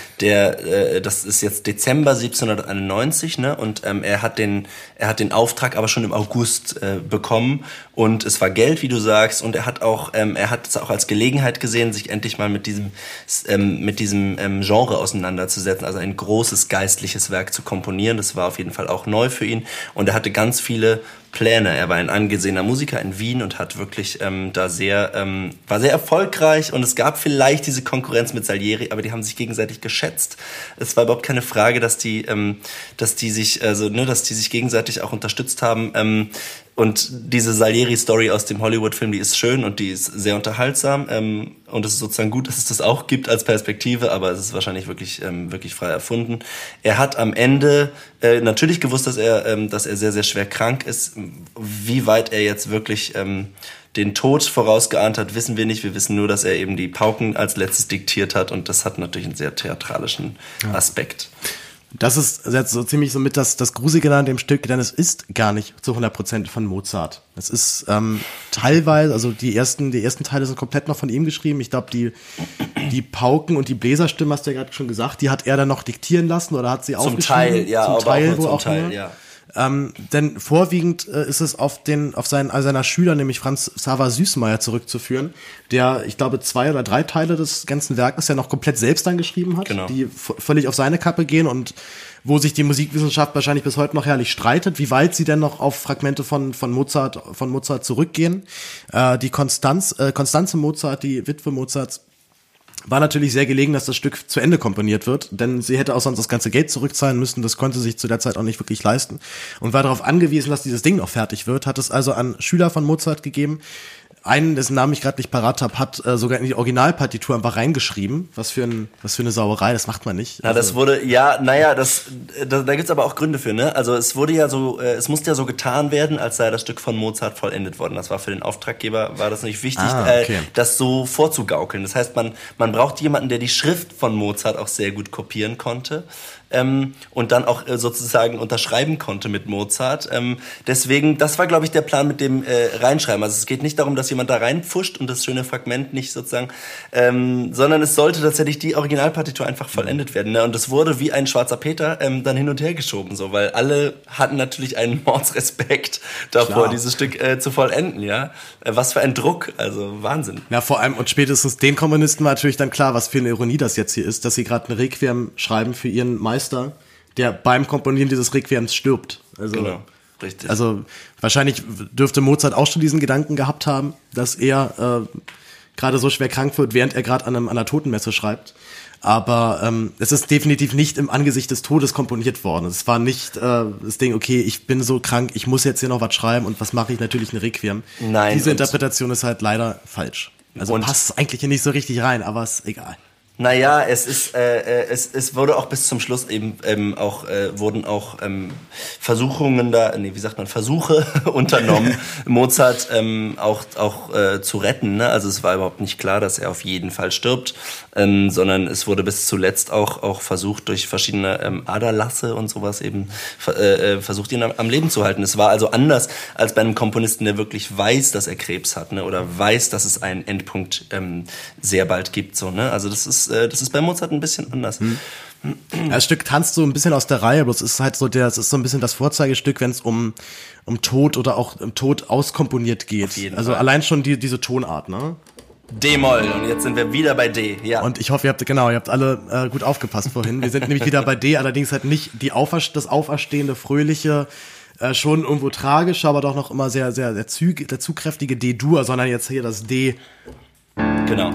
das ist jetzt Dezember 1791, ne, und er hat den Auftrag aber schon im August bekommen und es war Geld, wie du sagst, und er hat es auch als Gelegenheit gesehen, sich endlich mal mit diesem Genre auseinanderzusetzen, also ein großes geistliches Werk zu komponieren. Das war auf jeden Fall auch neu für ihn und er hatte ganz viele Pläne. Er war ein angesehener Musiker in Wien und hat wirklich war sehr erfolgreich und es gab vielleicht diese Konkurrenz mit Salieri, aber die haben sich gegenseitig geschätzt. Es war überhaupt keine Frage, dass die sich gegenseitig auch unterstützt haben. Und diese Salieri-Story aus dem Hollywood-Film, die ist schön und die ist sehr unterhaltsam. Und es ist sozusagen gut, dass es das auch gibt als Perspektive, aber es ist wahrscheinlich wirklich frei erfunden. Er hat am Ende natürlich gewusst, dass er sehr, sehr schwer krank ist. Wie weit er jetzt wirklich den Tod vorausgeahnt hat, wissen wir nicht. Wir wissen nur, dass er eben die Pauken als letztes diktiert hat und das hat natürlich einen sehr theatralischen Aspekt.
Das ist jetzt so ziemlich so mit das Gruselige an dem Stück, denn es ist gar nicht zu 100% von Mozart. Es ist teilweise, also die ersten Teile sind komplett noch von ihm geschrieben. Ich glaube, die Pauken und die Bläserstimme, hast du ja gerade schon gesagt, die hat er dann noch diktieren lassen oder hat sie aufgeschrieben?
Zum Teil, ja.
Denn vorwiegend ist es auf seiner Schüler, nämlich Franz Xaver Süßmayr, zurückzuführen, der, ich glaube, 2 oder 3 Teile des ganzen Werkes ja noch komplett selbst dann geschrieben hat,
genau,
die völlig auf seine Kappe gehen und wo sich die Musikwissenschaft wahrscheinlich bis heute noch herrlich streitet, wie weit sie denn noch auf Fragmente von Mozart zurückgehen. Die Constanze Mozart, die Witwe Mozarts, war natürlich sehr gelegen, dass das Stück zu Ende komponiert wird, denn sie hätte auch sonst das ganze Geld zurückzahlen müssen, das konnte sich zu der Zeit auch nicht wirklich leisten und war darauf angewiesen, dass dieses Ding noch fertig wird, hat es also an Schüler von Mozart gegeben. Einen, dessen Namen ich gerade nicht parat habe, hat sogar in die Originalpartitur einfach reingeschrieben. Was für eine Sauerei, das macht man nicht.
Na, das wurde, da gibt's aber auch Gründe für, ne? Also es musste ja so getan werden, als sei das Stück von Mozart vollendet worden. Das war für den Auftraggeber, war das nicht wichtig, das so vorzugaukeln. Das heißt, man braucht jemanden, der die Schrift von Mozart auch sehr gut kopieren konnte. Und dann auch sozusagen unterschreiben konnte mit Mozart. Deswegen, das war, glaube ich, der Plan mit dem Reinschreiben. Also es geht nicht darum, dass jemand da reinpfuscht und das schöne Fragment nicht sozusagen, sondern es sollte tatsächlich die Originalpartitur einfach vollendet werden. Ne? Und es wurde wie ein schwarzer Peter dann hin und her geschoben, so, weil alle hatten natürlich einen Mordsrespekt davor,
Klar.
dieses Stück zu vollenden. Ja, was für ein Druck, also Wahnsinn.
Ja, vor allem, und spätestens den Komponisten war natürlich dann klar, was für eine Ironie das jetzt hier ist, dass sie gerade ein Requiem schreiben für ihren Meister, der beim Komponieren dieses Requiems stirbt. Also,
Genau, richtig.
Also wahrscheinlich dürfte Mozart auch schon diesen Gedanken gehabt haben, dass er gerade so schwer krank wird, während er gerade an einer Totenmesse schreibt. Aber es ist definitiv nicht im Angesicht des Todes komponiert worden. Es war nicht das Ding, okay, ich bin so krank, ich muss jetzt hier noch was schreiben und was mache ich? Natürlich ein Requiem.
Nein.
Diese Interpretation ist halt leider falsch. Also passt eigentlich hier nicht so richtig rein, aber ist egal.
Naja, es wurde auch bis zum Schluss wurden auch Versuche unternommen, Mozart zu retten. Ne? Also es war überhaupt nicht klar, dass er auf jeden Fall stirbt, sondern es wurde bis zuletzt auch versucht, durch verschiedene Aderlasse und sowas eben versucht, ihn am Leben zu halten. Es war also anders als bei einem Komponisten, der wirklich weiß, dass er Krebs hat, ne? Oder weiß, dass es einen Endpunkt sehr bald gibt. So, ne? Also das ist bei Mozart ein bisschen anders.
Ja, das Stück tanzt so ein bisschen aus der Reihe, bloß es ist halt so es ist so ein bisschen das Vorzeigestück, wenn es um Tod oder auch Tod auskomponiert geht. Also
Fall.
allein schon diese Tonart, ne?
D-Moll, und jetzt sind wir wieder bei D, ja.
Und ich hoffe, ihr habt alle gut aufgepasst vorhin. Wir sind nämlich wieder bei D, allerdings halt nicht das auferstehende, fröhliche, schon irgendwo tragische, aber doch noch immer sehr, sehr, sehr zugkräftige D-Dur, sondern jetzt hier das D.
Genau,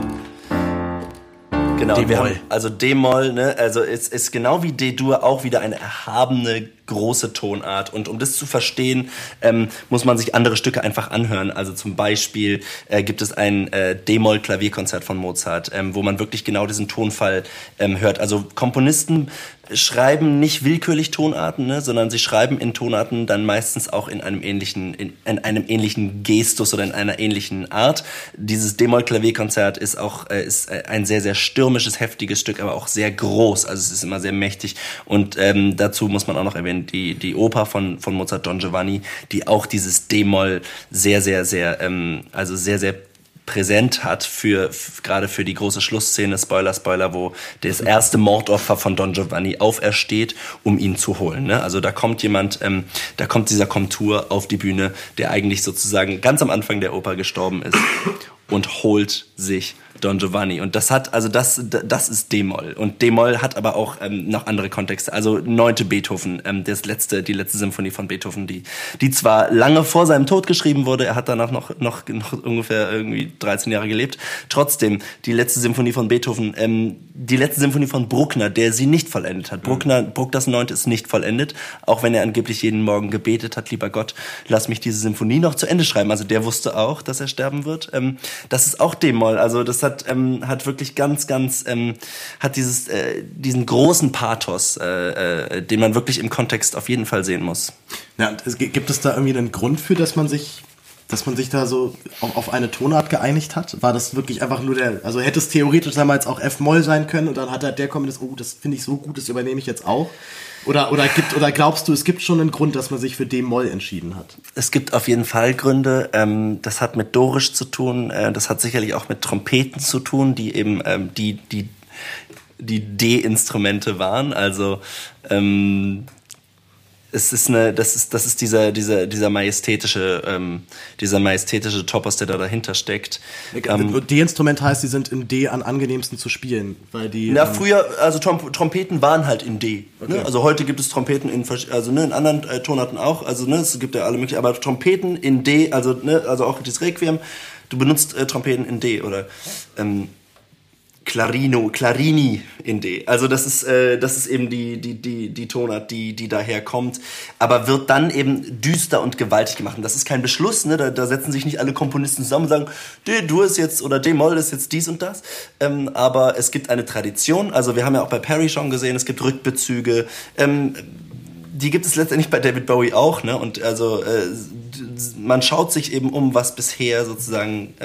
D-Moll.
wir haben also D-Moll, ne, also es ist genau wie D-Dur auch wieder eine erhabene, große Tonart. Und um das zu verstehen, muss man sich andere Stücke einfach anhören. Also zum Beispiel gibt es ein D-Moll-Klavierkonzert von Mozart, wo man wirklich genau diesen Tonfall hört. Also Komponisten schreiben nicht willkürlich Tonarten, ne, sondern sie schreiben in Tonarten dann meistens auch in einem ähnlichen Gestus oder in einer ähnlichen Art. Dieses D-Moll-Klavierkonzert ist ein sehr, sehr stürmisches, heftiges Stück, aber auch sehr groß. Also es ist immer sehr mächtig. Und dazu muss man auch noch erwähnen, die Oper von Mozart, Don Giovanni, die auch dieses D-Moll sehr, sehr, sehr, sehr, sehr präsent hat gerade für die große Schlussszene, Spoiler, wo das erste Mordopfer von Don Giovanni aufersteht, um ihn zu holen. Ne? Also da kommt dieser Komtur auf die Bühne, der eigentlich sozusagen ganz am Anfang der Oper gestorben ist und holt sich Don Giovanni. Und das ist D-Moll. Und D-Moll hat aber auch noch andere Kontexte. Also 9. Beethoven, die letzte Symphonie von Beethoven, die zwar lange vor seinem Tod geschrieben wurde, er hat danach noch ungefähr irgendwie 13 Jahre gelebt. Trotzdem, die letzte Symphonie von Beethoven, die letzte Symphonie von Bruckner, der sie nicht vollendet hat. Bruckners 9. ist nicht vollendet, auch wenn er angeblich jeden Morgen gebetet hat, lieber Gott, lass mich diese Symphonie noch zu Ende schreiben. Also der wusste auch, dass er sterben wird. Das ist auch D-Moll. Also das hat wirklich ganz, hat diesen großen Pathos, den man wirklich im Kontext auf jeden Fall sehen muss.
Ja, und gibt es da irgendwie einen Grund für, dass man sich da so auf eine Tonart geeinigt hat? War das wirklich einfach nur also hätte es theoretisch damals auch F-Moll sein können und dann hat der Komponist, das finde ich so gut, das übernehme ich jetzt auch? Oder glaubst du, es gibt schon einen Grund, dass man sich für D-Moll entschieden hat?
Es gibt auf jeden Fall Gründe. Das hat mit Dorisch zu tun. Das hat sicherlich auch mit Trompeten zu tun, die eben die D-Instrumente waren. Also das ist dieser majestätische Topos, der da dahinter steckt.
D-Instrument heißt, die sind in D am angenehmsten zu spielen, weil die.
Na, früher, also Trompeten waren halt in D. Okay. Ne? Also heute gibt es Trompeten in anderen Tonarten auch. Also ne, es gibt ja alle möglichen, aber Trompeten in D, also auch das Requiem. Du benutzt Trompeten in D oder Clarini in D. Also das ist eben die Tonart, die daher kommt, aber wird dann eben düster und gewaltig gemacht. Und das ist kein Beschluss, ne? Da setzen sich nicht alle Komponisten zusammen und sagen, D-Dur ist jetzt oder D-Moll ist jetzt dies und das. Aber es gibt eine Tradition. Also wir haben ja auch bei Perry schon gesehen, es gibt Rückbezüge. Die gibt es letztendlich bei David Bowie auch, ne? Und also man schaut sich eben um, was bisher sozusagen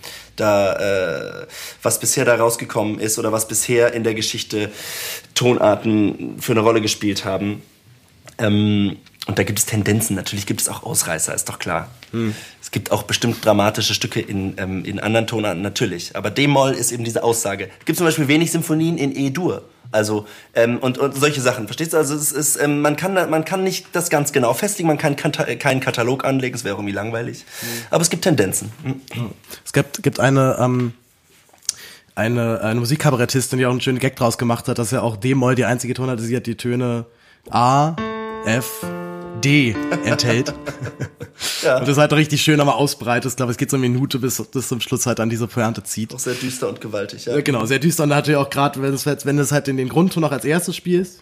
was bisher da rausgekommen ist oder was bisher in der Geschichte Tonarten für eine Rolle gespielt haben. Und da gibt es Tendenzen, natürlich gibt es auch Ausreißer, ist doch klar. Es gibt auch bestimmt dramatische Stücke in anderen Tonarten, natürlich. Aber D-Moll ist eben diese Aussage. Es gibt zum Beispiel wenig Symphonien in E-Dur. Also, und solche Sachen, verstehst du? Also, es ist, man kann nicht das ganz genau festlegen, man kann keinen Katalog anlegen, das wäre irgendwie langweilig. Aber es gibt Tendenzen.
Es gibt eine Musikkabarettistin, die auch einen schönen Gag draus gemacht hat, dass ja auch D-Moll die einzige Tonart ist, sie hat die Töne A, F, D enthält. Ja. Und das halt richtig schön aber ausbreitet. Ich glaube, es geht so eine Minute, bis zum Schluss halt an diese Pointe zieht.
Auch sehr düster und gewaltig, ja.
Genau, sehr düster. Und da natürlich auch gerade, wenn du es halt in den Grundton noch als erstes spielst,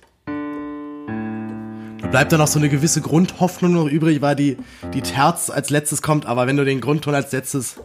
da bleibt dann noch so eine gewisse Grundhoffnung noch übrig, weil die Terz als letztes kommt. Aber wenn du den Grundton als letztes,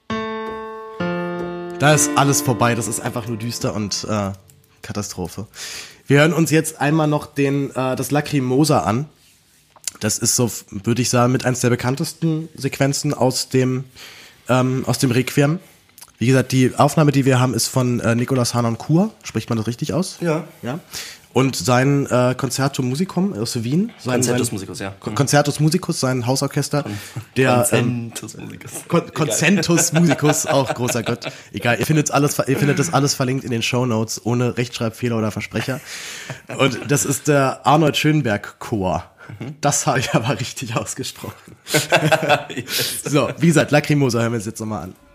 da ist alles vorbei. Das ist einfach nur düster und Katastrophe. Wir hören uns jetzt einmal noch das Lacrimosa an. Das ist so, würde ich sagen, mit eins der bekanntesten Sequenzen aus dem Requiem. Wie gesagt, die Aufnahme, die wir haben, ist von Nicolas Harnoncourt. Spricht man das richtig aus?
Ja.
Und sein Concerto Musicum aus Wien.
Concertus Musicus, ja.
Concertus Musicus, sein Hausorchester.
Concentus Musicus.
Concentus Musicus, auch großer Gott. Egal, ihr findet das alles verlinkt in den Shownotes, ohne Rechtschreibfehler oder Versprecher. Und das ist der Arnold Schönberg Chor. Das habe ich aber richtig ausgesprochen. Yes. So, wie gesagt, Lacrimosa hören wir uns jetzt nochmal an.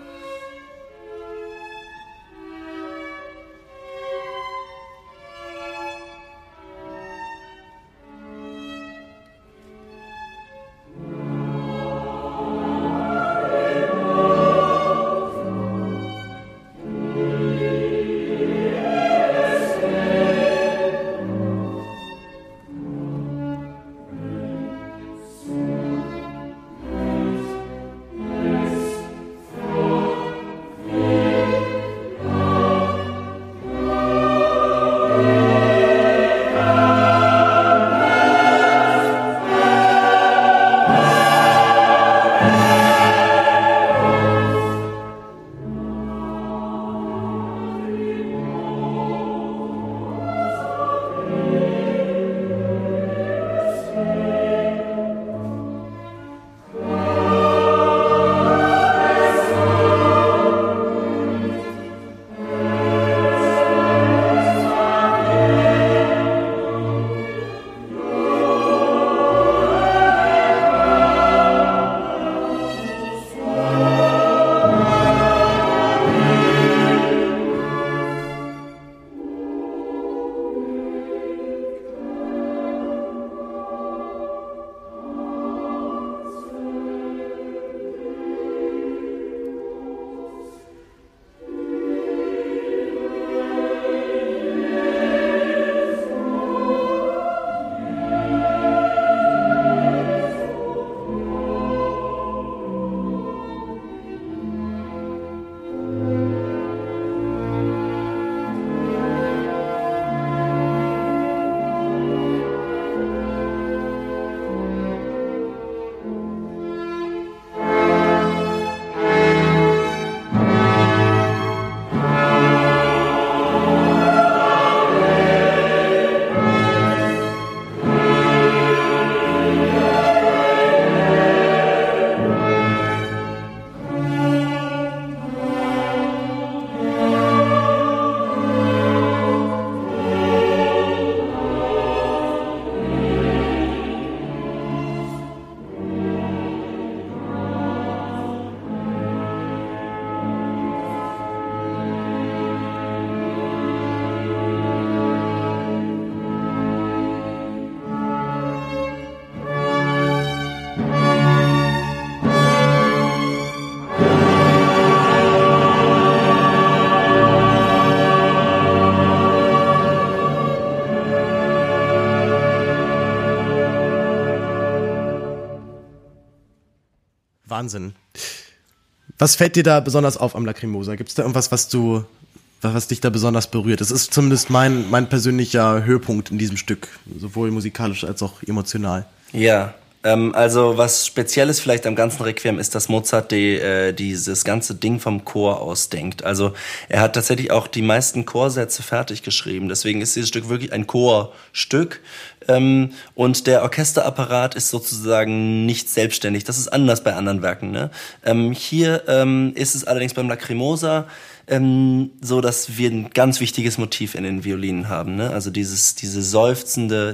Wahnsinn. Was fällt dir da besonders auf am Lacrimosa? Gibt es da irgendwas, was dich da besonders berührt? Das ist zumindest mein persönlicher Höhepunkt in diesem Stück, sowohl musikalisch als auch emotional.
Ja, also was Spezielles vielleicht am ganzen Requiem ist, dass Mozart dieses ganze Ding vom Chor ausdenkt. Also er hat tatsächlich auch die meisten Chorsätze fertig geschrieben. Deswegen ist dieses Stück wirklich ein Chorstück. Und der Orchesterapparat ist sozusagen nicht selbstständig. Das ist anders bei anderen Werken. Ne? Hier ist es allerdings beim Lacrimosa so, dass wir ein ganz wichtiges Motiv in den Violinen haben. Ne? Also dieses seufzende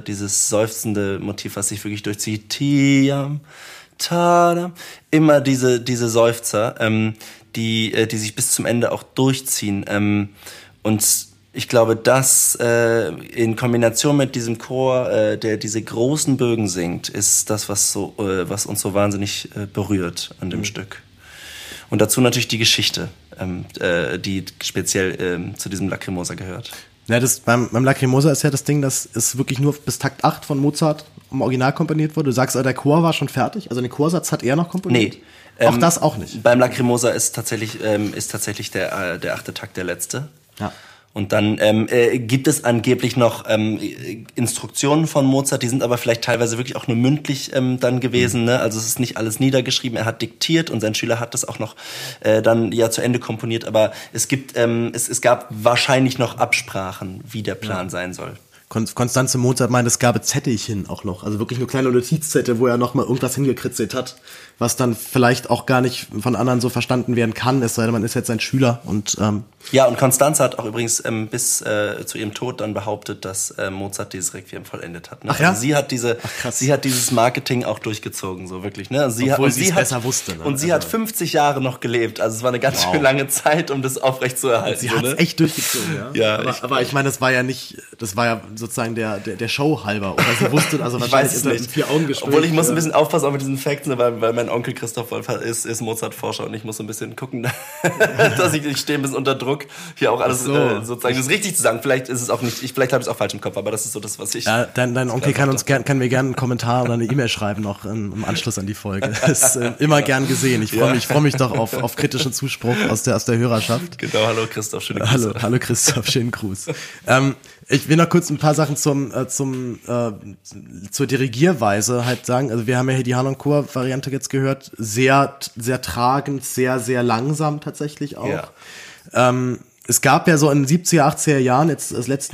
Motiv, was sich wirklich durchzieht. Tiam, tada. Immer diese Seufzer, die sich bis zum Ende auch durchziehen. Und ich glaube, das in Kombination mit diesem Chor, der diese großen Bögen singt, ist das, was uns so wahnsinnig berührt an dem Stück. Und dazu natürlich die Geschichte, die speziell zu diesem Lacrimosa gehört.
Ja, beim Lacrimosa ist ja das Ding, dass es wirklich nur bis Takt 8 von Mozart im Original komponiert wurde. Du sagst, der Chor war schon fertig, also den Chorsatz hat er noch komponiert?
Nee.
Auch das auch nicht?
Beim Lacrimosa ist tatsächlich der 8. Takt der letzte.
Ja.
Und dann gibt es angeblich noch Instruktionen von Mozart, die sind aber vielleicht teilweise wirklich auch nur mündlich dann gewesen. Ne? Also es ist nicht alles niedergeschrieben, er hat diktiert und sein Schüler hat das auch noch dann ja zu Ende komponiert. Aber es gab wahrscheinlich noch Absprachen, wie der Plan sein soll.
Constanze Mozart meint, es gab Zettelchen auch noch, also wirklich nur kleine Notizzettel, wo er noch mal irgendwas hingekritzelt hat, was dann vielleicht auch gar nicht von anderen so verstanden werden kann, es sei denn, man ist jetzt sein Schüler. Und
ja, und Constanze hat auch übrigens bis zu ihrem Tod dann behauptet, dass Mozart dieses Requiem vollendet hat. Ne?
Ach ja?
Also sie hat dieses Marketing auch durchgezogen, so wirklich. Ne? Also
obwohl sie es besser wusste. Ne?
Und sie hat 50 Jahre noch gelebt, also es war eine ganz schön lange Zeit, um das aufrecht zu erhalten.
Sie hat es echt durchgezogen, ja.
Aber
ich meine, das war ja sozusagen der Show halber, oder sie wusste, also
ich weiß es nicht.
4 Augen gespielt.
Obwohl ich muss ein bisschen aufpassen auch mit diesen Facts, ne, weil mein Onkel Christoph Wolf ist Mozart-Forscher und ich muss ein bisschen gucken, dass ich stehe ein bisschen unter Druck, hier auch alles sozusagen das richtig zu sagen. Vielleicht ist es auch nicht, vielleicht habe ich es auch falsch im Kopf, aber das ist so das, was ich...
Ja, dein Onkel kann mir gerne einen Kommentar oder eine E-Mail schreiben noch im Anschluss an die Folge. Das ist immer gern gesehen. Ich freue mich doch auf kritischen Zuspruch aus der Hörerschaft.
Genau, hallo Christoph, schönen Gruß.
Hallo Christoph, schönen Gruß. Ich will noch kurz ein paar Sachen zur Dirigierweise halt sagen. Also wir haben ja hier die Harnoncourt-Variante jetzt gehört. Sehr, sehr tragend, sehr, sehr langsam tatsächlich auch. Ja. Es gab ja so in den 70er, 80er Jahren des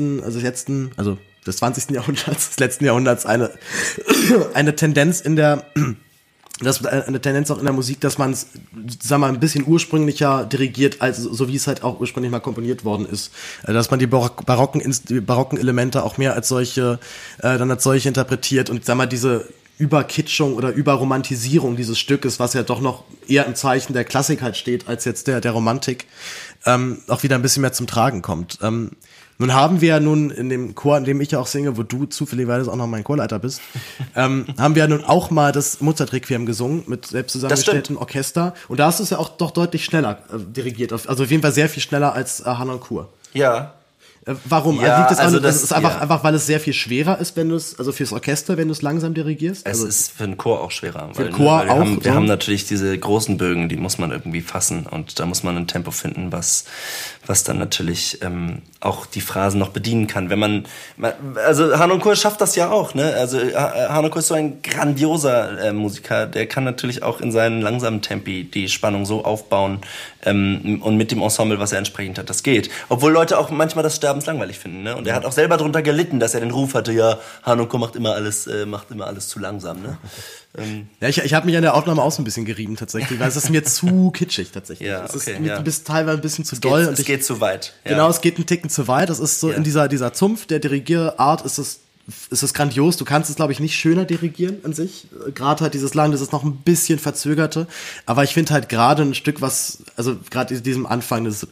20. Jahrhunderts, des letzten Jahrhunderts eine Tendenz eine Tendenz auch in der Musik, dass man es, sagen wir mal, ein bisschen ursprünglicher dirigiert, als so wie es halt auch ursprünglich mal komponiert worden ist. Dass man die barocken Elemente auch mehr als solche interpretiert und, sagen wir mal, diese Überkitschung oder Überromantisierung dieses Stückes, was ja doch noch eher im Zeichen der Klassik halt steht, als jetzt der Romantik, auch wieder ein bisschen mehr zum Tragen kommt. Nun haben wir ja in dem Chor, in dem ich ja auch singe, wo du zufälligerweise auch noch mein Chorleiter bist, haben wir ja nun auch mal das Mozart-Requiem gesungen mit selbst zusammengestelltem Orchester. Und da hast du es ja auch doch deutlich schneller dirigiert. Also auf jeden Fall sehr viel schneller als Harnoncourt.
Ja.
Warum?
Ja,
liegt es
also
das ist einfach, weil es sehr viel schwerer ist, fürs Orchester, wenn du es langsam dirigierst?
Es ist für den Chor auch schwerer.
Für den Chor auch.
Wir haben natürlich diese großen Bögen, die muss man irgendwie fassen und da muss man ein Tempo finden, was dann natürlich auch die Phrasen noch bedienen kann. Also Harnoncourt schafft das ja auch, ne? Also Harnoncourt ist so ein grandioser Musiker, der kann natürlich auch in seinen langsamen Tempi die Spannung so aufbauen und mit dem Ensemble, was er entsprechend hat, das geht. Obwohl Leute auch manchmal das sterbenslangweilig finden, ne? Und er hat auch selber darunter gelitten, dass er den Ruf hatte, ja, Harnoncourt macht immer alles zu langsam, ne?
Ja, ich habe mich an der Aufnahme auch so ein bisschen gerieben tatsächlich, weil es ist mir zu kitschig tatsächlich.
Ja, okay,
Du bist teilweise ein bisschen zu doll.
Es geht zu weit. Ja.
Genau, es geht einen Ticken zu weit. Das ist so in dieser Zunft der Dirigierart ist es grandios. Du kannst es, glaube ich, nicht schöner dirigieren an sich. Gerade halt dieses Lang, das ist noch ein bisschen verzögerte. Aber ich finde halt gerade ein Stück, also gerade diesem Anfang, das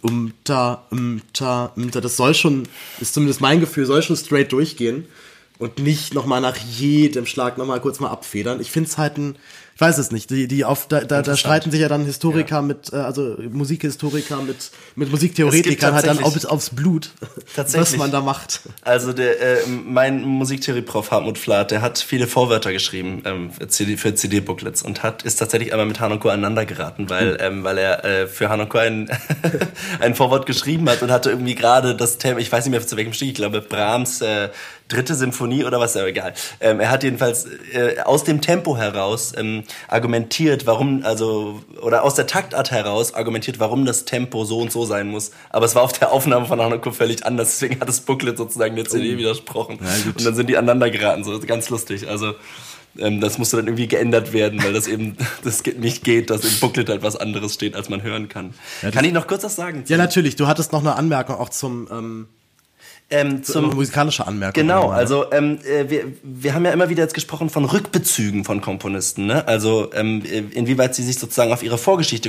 das soll schon, ist zumindest mein Gefühl, soll schon straight durchgehen. Und nicht nochmal nach jedem Schlag nochmal kurz mal abfedern. Ich finde es halt ich weiß es nicht, da streiten sich ja dann Historiker also Musikhistoriker mit Musiktheoretikern halt dann aufs Blut, was man da macht.
Also mein Musiktheorie-Prof Hartmut Flath, der hat viele Vorwörter geschrieben für CD-Booklets und ist tatsächlich einmal mit Harnoncourt aneinander geraten, weil er für Harnoncourt ein Vorwort geschrieben hat und hatte irgendwie gerade das Thema, ich weiß nicht mehr zu welchem Stück, ich glaube Brahms 3. Symphonie oder was, aber egal. Er hat jedenfalls aus dem Tempo heraus argumentiert, warum, also, oder aus der Taktart heraus argumentiert, warum das Tempo so und so sein muss. Aber es war auf der Aufnahme von Hanako völlig anders, deswegen hat das Booklet sozusagen der CD widersprochen. Ja, und dann sind die aneinander geraten, so ganz lustig. Also das musste dann irgendwie geändert werden, weil das eben nicht geht, dass im Booklet halt was anderes steht, als man hören kann. Ja, kann ich noch kurz was sagen?
Ja, natürlich. Du hattest noch eine Anmerkung auch zum musikalische Anmerkung.
Genau, also wir haben ja immer wieder jetzt gesprochen von Rückbezügen von Komponisten, ne? Also inwieweit sie sich sozusagen auf ihre Vorgeschichte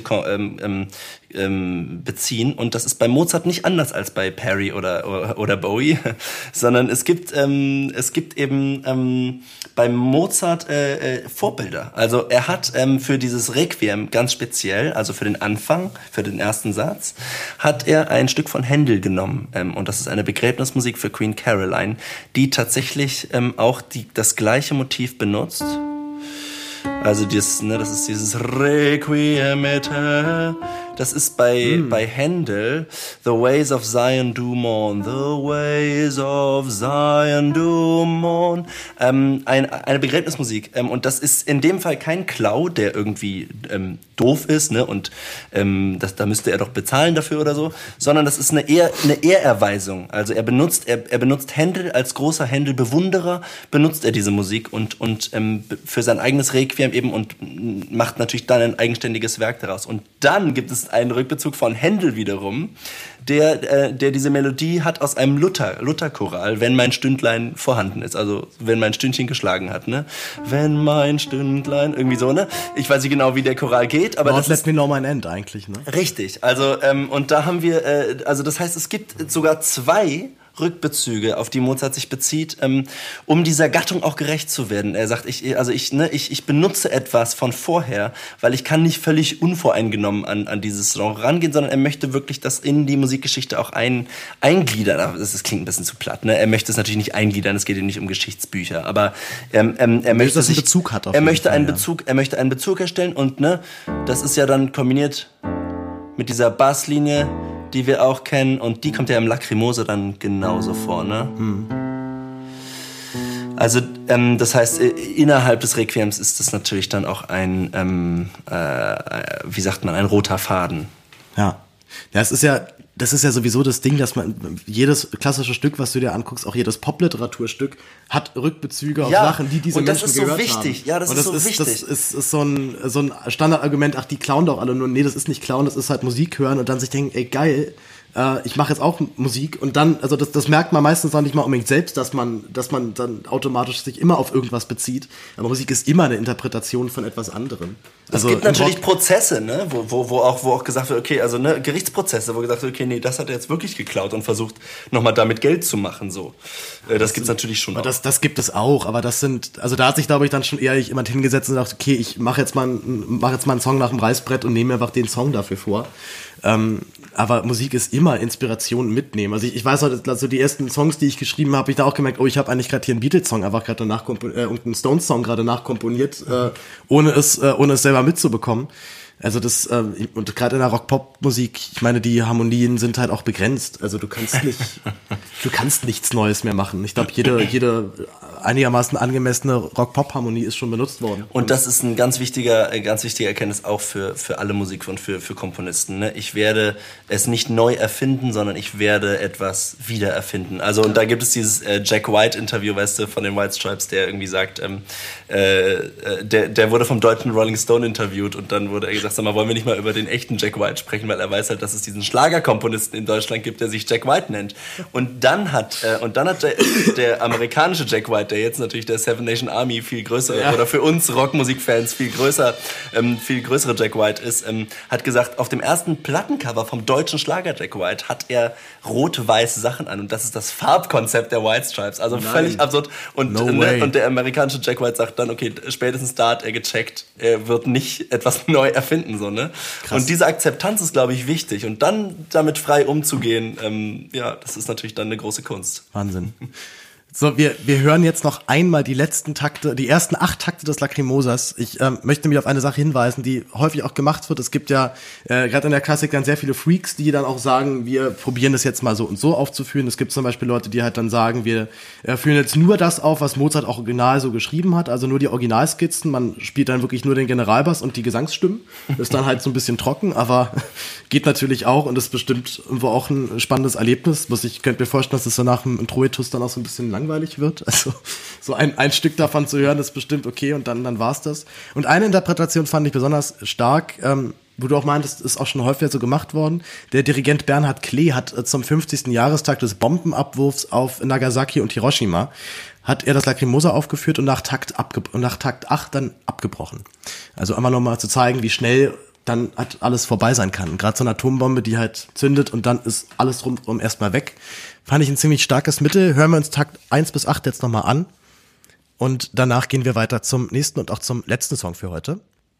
beziehen, und das ist bei Mozart nicht anders als bei Perry oder Bowie, sondern es gibt eben beim Mozart Vorbilder. Also er hat für dieses Requiem ganz speziell, also für den Anfang, für den ersten Satz, hat er ein Stück von Händel genommen, und das ist eine Begräbnismusik für Queen Caroline, die tatsächlich auch das gleiche Motiv benutzt. Also das ist dieses Requiem et. Das ist bei Händel, The Ways of Zion do mourn, The Ways of Zion do mourn, eine Begräbnismusik, und das ist in dem Fall kein Klau, der irgendwie doof ist, ne, und da müsste er doch bezahlen dafür oder so, sondern das ist eine Ehrerweisung. Also er benutzt Händel als großer Händel-Bewunderer, benutzt er diese Musik und für sein eigenes Requiem eben, und macht natürlich dann ein eigenständiges Werk daraus. Und dann gibt es einen Rückbezug von Händel wiederum, der diese Melodie hat aus einem Lutherchoral, wenn mein Stündlein vorhanden ist, also wenn mein Stündchen geschlagen hat, ne? Wenn mein Stündlein, irgendwie so, ne? Ich weiß nicht genau, wie der Choral geht, aber
Lord let me know mein End eigentlich, ne?
Richtig, also und da haben wir, also das heißt, es gibt sogar 2 Rückbezüge, auf die Mozart sich bezieht, um dieser Gattung auch gerecht zu werden. Er sagt, ich benutze etwas von vorher, weil ich kann nicht völlig unvoreingenommen an dieses Genre rangehen, sondern er möchte wirklich das in die Musikgeschichte auch eingliedern. Das klingt ein bisschen zu platt, ne? Er möchte es natürlich nicht eingliedern, es geht ihm nicht um Geschichtsbücher, aber er möchte, dass
einen Bezug hat.
Er möchte einen Bezug herstellen, und ne, das ist ja dann kombiniert mit dieser Basslinie, die wir auch kennen, und die kommt ja im Lacrimosa dann genauso vor, ne? Also das heißt, innerhalb des Requiems ist das natürlich dann auch ein roter Faden.
Ja, das ist ja sowieso das Ding, dass man jedes klassische Stück, was du dir anguckst, auch jedes Popliteraturstück, hat Rückbezüge auf Sachen, die diese Menschen gehört haben.
Und das ist so wichtig. Ja, das ist so wichtig.
Das ist so ein Standardargument, ach, die klauen doch alle nur. Nee, das ist nicht klauen, das ist halt Musik hören und dann sich denken, ey, geil, ich mache jetzt auch Musik, und dann, also das merkt man meistens auch nicht mal unbedingt selbst, dass man dann automatisch sich immer auf irgendwas bezieht. Aber Musik ist immer eine Interpretation von etwas anderem.
Also es gibt natürlich Prozesse, ne, wo auch gesagt wird, okay, also ne, Gerichtsprozesse, wo gesagt wird, okay, nee, das hat er jetzt wirklich geklaut und versucht, nochmal damit Geld zu machen, so. Das gibt's natürlich schon auch.
Das gibt es auch, aber da hat sich, glaube ich, dann schon eher jemand hingesetzt und sagt, okay, ich mache jetzt mal einen Song nach dem Reißbrett und nehme einfach den Song dafür vor. Aber Musik ist immer Inspiration mitnehmen. Also ich weiß halt, also die ersten Songs, die ich geschrieben habe, ich da auch gemerkt, ich habe eigentlich gerade hier einen Beatles-Song einfach gerade und einen Stones-Song gerade nachkomponiert, ohne es selber mitzubekommen. Also und gerade in der Rock-Pop-Musik, ich meine, die Harmonien sind halt auch begrenzt. Also du kannst nichts Neues mehr machen. Ich glaube, jede einigermaßen angemessene Rock-Pop-Harmonie ist schon benutzt worden.
Und das ist ein ganz wichtiger Erkenntnis auch für alle Musik und für Komponisten, ne? Ich werde es nicht neu erfinden, sondern ich werde etwas wiedererfinden. Also, und da gibt es dieses Jack White-Interview, weißt du, von den White Stripes, der irgendwie sagt, der wurde vom deutschen Rolling Stone interviewt, und dann wurde er gesagt, sag mal, wollen wir nicht mal über den echten Jack White sprechen, weil er weiß halt, dass es diesen Schlagerkomponisten in Deutschland gibt, der sich Jack White nennt. Und dann hat der amerikanische Jack White, der jetzt natürlich der Seven Nation Army viel größere, oder für uns Rockmusikfans viel größere Jack White ist, hat gesagt, auf dem ersten Plattencover vom deutschen Schlager Jack White hat er rot-weiß Sachen an, und das ist das Farbkonzept der White Stripes. Also völlig absurd. Und der amerikanische Jack White sagt dann, okay, spätestens da hat er gecheckt, er wird nicht etwas neu erfinden, so, ne? Krass. Und diese Akzeptanz ist, glaube ich, wichtig. Und dann damit frei umzugehen, das ist natürlich dann eine große Kunst.
Wahnsinn. So, wir hören jetzt noch einmal die letzten Takte, die ersten 8 Takte des Lacrimosas. Ich möchte mich auf eine Sache hinweisen, die häufig auch gemacht wird. Es gibt ja gerade in der Klassik dann sehr viele Freaks, die dann auch sagen, wir probieren das jetzt mal so und so aufzuführen. Es gibt zum Beispiel Leute, die halt dann sagen, wir führen jetzt nur das auf, was Mozart auch original so geschrieben hat, also nur die Originalskizzen. Man spielt dann wirklich nur den Generalbass und die Gesangsstimmen. Das ist dann halt so ein bisschen trocken, aber geht natürlich auch und ist bestimmt irgendwo auch ein spannendes Erlebnis. Ich könnte mir vorstellen, dass es so nach dem Introitus dann auch so ein bisschen langweilig wird. Also so ein Stück davon zu hören, ist bestimmt okay und dann war's das. Und eine Interpretation fand ich besonders stark, wo du auch meintest, ist auch schon häufiger so gemacht worden. Der Dirigent Bernhard Klee hat zum 50. Jahrestag des Bombenabwurfs auf Nagasaki und Hiroshima hat er das Lacrimosa aufgeführt und nach Takt 8 dann abgebrochen. Also einmal nochmal zu zeigen, wie schnell dann halt alles vorbei sein kann. Gerade so eine Atombombe, die halt zündet und dann ist alles rundum erstmal weg. Fand ich ein ziemlich starkes Mittel. Hören wir uns Takt 1 bis 8 jetzt nochmal an. Und danach gehen wir weiter zum nächsten und auch zum letzten Song für heute.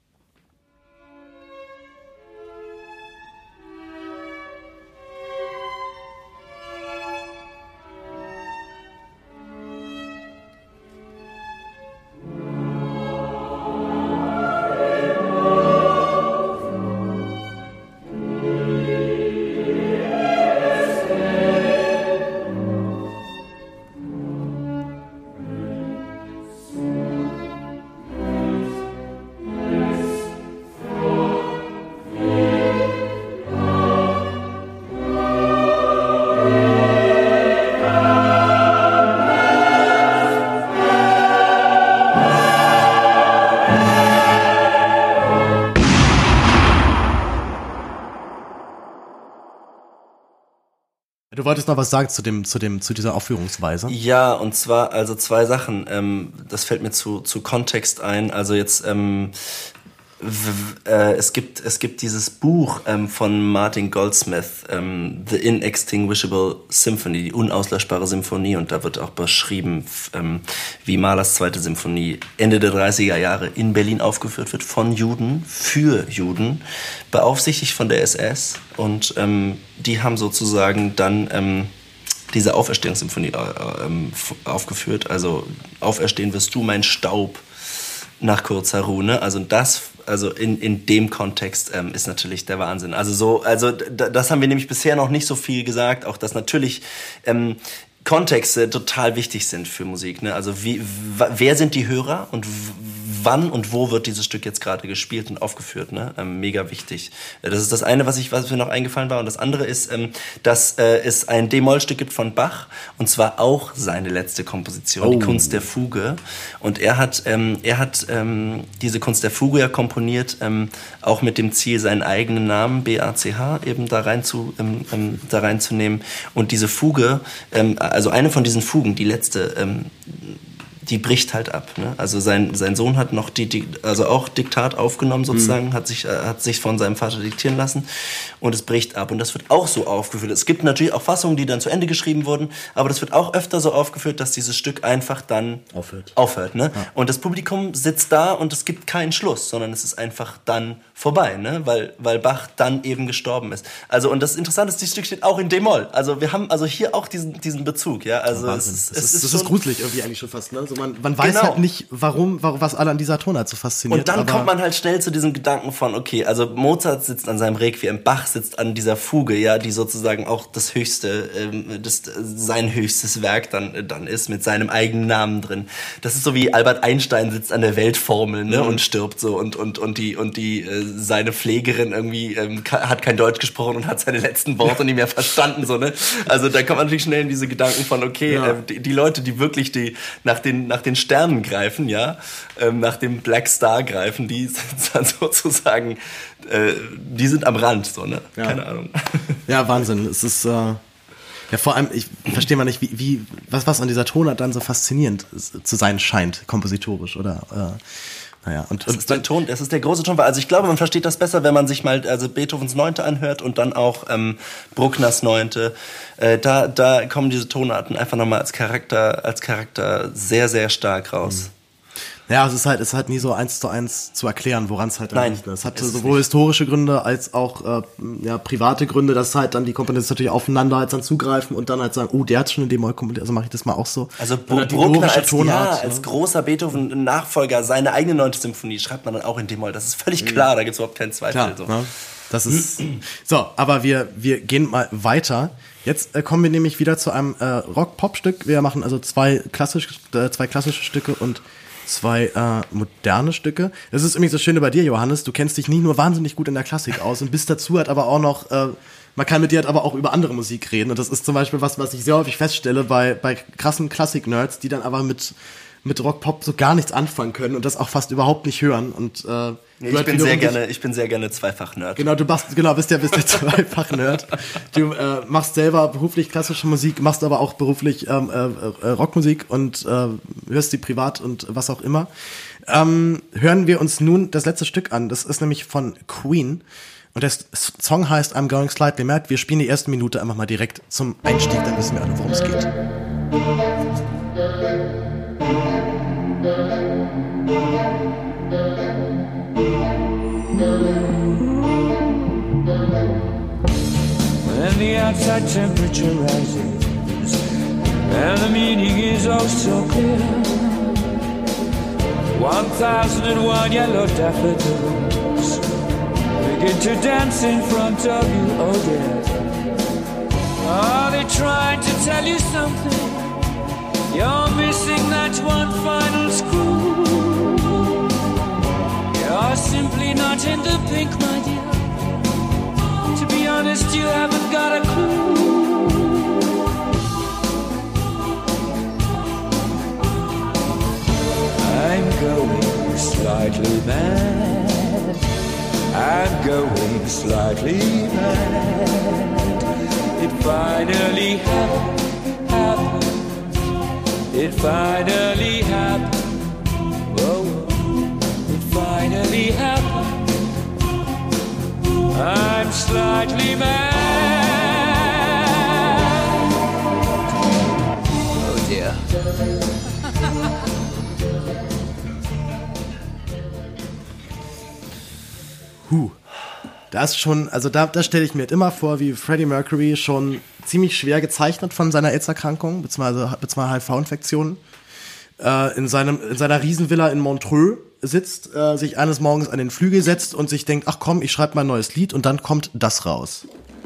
Du wolltest noch was sagen zu dieser Aufführungsweise?
Ja, und zwar also 2 Sachen. Das fällt mir zu Kontext ein. Also jetzt es gibt dieses Buch von Martin Goldsmith, The Inextinguishable Symphony, die unauslöschbare Symphonie, und da wird auch beschrieben, wie Mahlers 2. Symphonie Ende der 30er Jahre in Berlin aufgeführt wird, von Juden, für Juden, beaufsichtigt von der SS, und die haben sozusagen dann diese Auferstehungssymphonie aufgeführt, also Auferstehen wirst du, mein Staub, nach kurzer Ruhe, ne? Also in dem Kontext ist natürlich der Wahnsinn. Also das haben wir nämlich bisher noch nicht so viel gesagt, auch dass natürlich Kontexte total wichtig sind für Musik, ne? Also wer sind die Hörer und wann und wo wird dieses Stück jetzt gerade gespielt und aufgeführt, ne? Mega wichtig. Das ist das eine, was mir noch eingefallen war, und das andere ist, dass es ein D-Moll-Stück gibt von Bach, und zwar auch seine letzte Komposition, die Kunst der Fuge, und er hat diese Kunst der Fuge ja komponiert, auch mit dem Ziel, seinen eigenen Namen BACH eben da reinzunehmen, und diese Fuge, also eine von diesen Fugen, die letzte, die bricht halt ab, ne? Also sein Sohn hat noch also auch Diktat aufgenommen sozusagen, hat sich von seinem Vater diktieren lassen, und es bricht ab, und das wird auch so aufgeführt. Es gibt natürlich auch Fassungen, die dann zu Ende geschrieben wurden, aber das wird auch öfter so aufgeführt, dass dieses Stück einfach dann aufhört, ne? Ja. Und das Publikum sitzt da und es gibt keinen Schluss, sondern es ist einfach dann vorbei, ne? Weil Bach dann eben gestorben ist. Also, und das Interessante ist, dieses Stück steht auch in D-Moll. Also wir haben also hier auch diesen Bezug, ja? Also
es ist gruselig irgendwie eigentlich schon fast, ne? Also man weiß halt nicht, warum was alle an dieser Tonart so fasziniert.
Und dann kommt man halt schnell zu diesem Gedanken von, okay, also Mozart sitzt an seinem Requiem, Bach sitzt an dieser Fuge, ja, die sozusagen auch das höchste, sein höchstes Werk dann ist, mit seinem eigenen Namen drin. Das ist so wie Albert Einstein sitzt an der Weltformel, ne, und stirbt so, und die seine Pflegerin irgendwie hat kein Deutsch gesprochen und hat seine letzten Worte nicht mehr verstanden, so, ne. Also da kommt man natürlich schnell in diese Gedanken von, okay, die Leute, die wirklich nach den Sternen greifen, ja, nach dem Black Star greifen, die sind dann sozusagen, die sind am Rand, so, ne? Ja. Keine Ahnung.
Ja, Wahnsinn. Es ist, ja, vor allem, ich verstehe mal nicht, was an dieser Tonart dann so faszinierend zu sein scheint, kompositorisch, oder, naja,
das ist der große Ton. Also ich glaube, man versteht das besser, wenn man sich mal Beethovens 9. anhört und dann auch Bruckners 9. Da kommen diese Tonarten einfach nochmal als Charakter sehr, sehr stark raus.
Ja, es ist halt nie so 1:1 zu erklären, woran es halt
Nein,
liegt. Es hat
ist es
sowohl historische Gründe als auch private Gründe, dass halt dann die Komponisten natürlich aufeinander halt dann zugreifen und dann halt sagen, oh, der hat schon eine D-Moll komponiert, also mache ich das mal auch so.
Also
Oder die
Bruckner
dorische
als,
Tonart,
als großer Beethoven-Nachfolger, seine eigene 9. Symphonie schreibt man dann auch in D-Moll. Das ist völlig klar, da gibt's überhaupt keinen Zweifel.
Klar,
So.
ne? Das ist so, aber wir gehen mal weiter. Jetzt kommen wir nämlich wieder zu einem Rock-Pop-Stück. Wir machen also zwei klassische Stücke und zwei moderne Stücke. Das ist übrigens das Schöne bei dir, Johannes. Du kennst dich nicht nur wahnsinnig gut in der Klassik aus und bist dazu halt aber auch noch, man kann mit dir halt aber auch über andere Musik reden. Und das ist zum Beispiel was ich sehr häufig feststelle bei krassen Klassik-Nerds, die dann aber mit Rock-Pop so gar nichts anfangen können und das auch fast überhaupt nicht hören. Und
ich bin sehr gerne Zweifach-Nerd.
Genau, bist ja Zweifach-Nerd. Du machst selber beruflich klassische Musik, machst aber auch beruflich Rockmusik und hörst die privat und was auch immer. Hören wir uns nun das letzte Stück an. Das ist nämlich von Queen. Und der Song heißt I'm Going Slightly Mad. Wir spielen die erste Minute einfach mal direkt zum Einstieg, dann wissen wir alle, worum es geht.
When the outside temperature rises and the meaning is oh so clear, 1001 yellow daffodils begin to dance in front of you, oh dear. Are they trying to tell you something? You're missing that one final screw. You're simply not in the pink, my dear. To be honest, you haven't got a clue. I'm going slightly mad. I'm going slightly mad. It finally happened. It finally happened. Whoa, it finally happened. I'm slightly mad. Oh dear.
Das schon, also da stelle ich mir halt immer vor, wie Freddie Mercury schon ziemlich schwer gezeichnet von seiner AIDS-Erkrankung, beziehungsweise HIV-Infektionen, in seiner Riesenvilla in Montreux sitzt, sich eines Morgens an den Flügel setzt und sich denkt, ach komm, ich schreibe mal ein neues Lied und dann kommt das raus.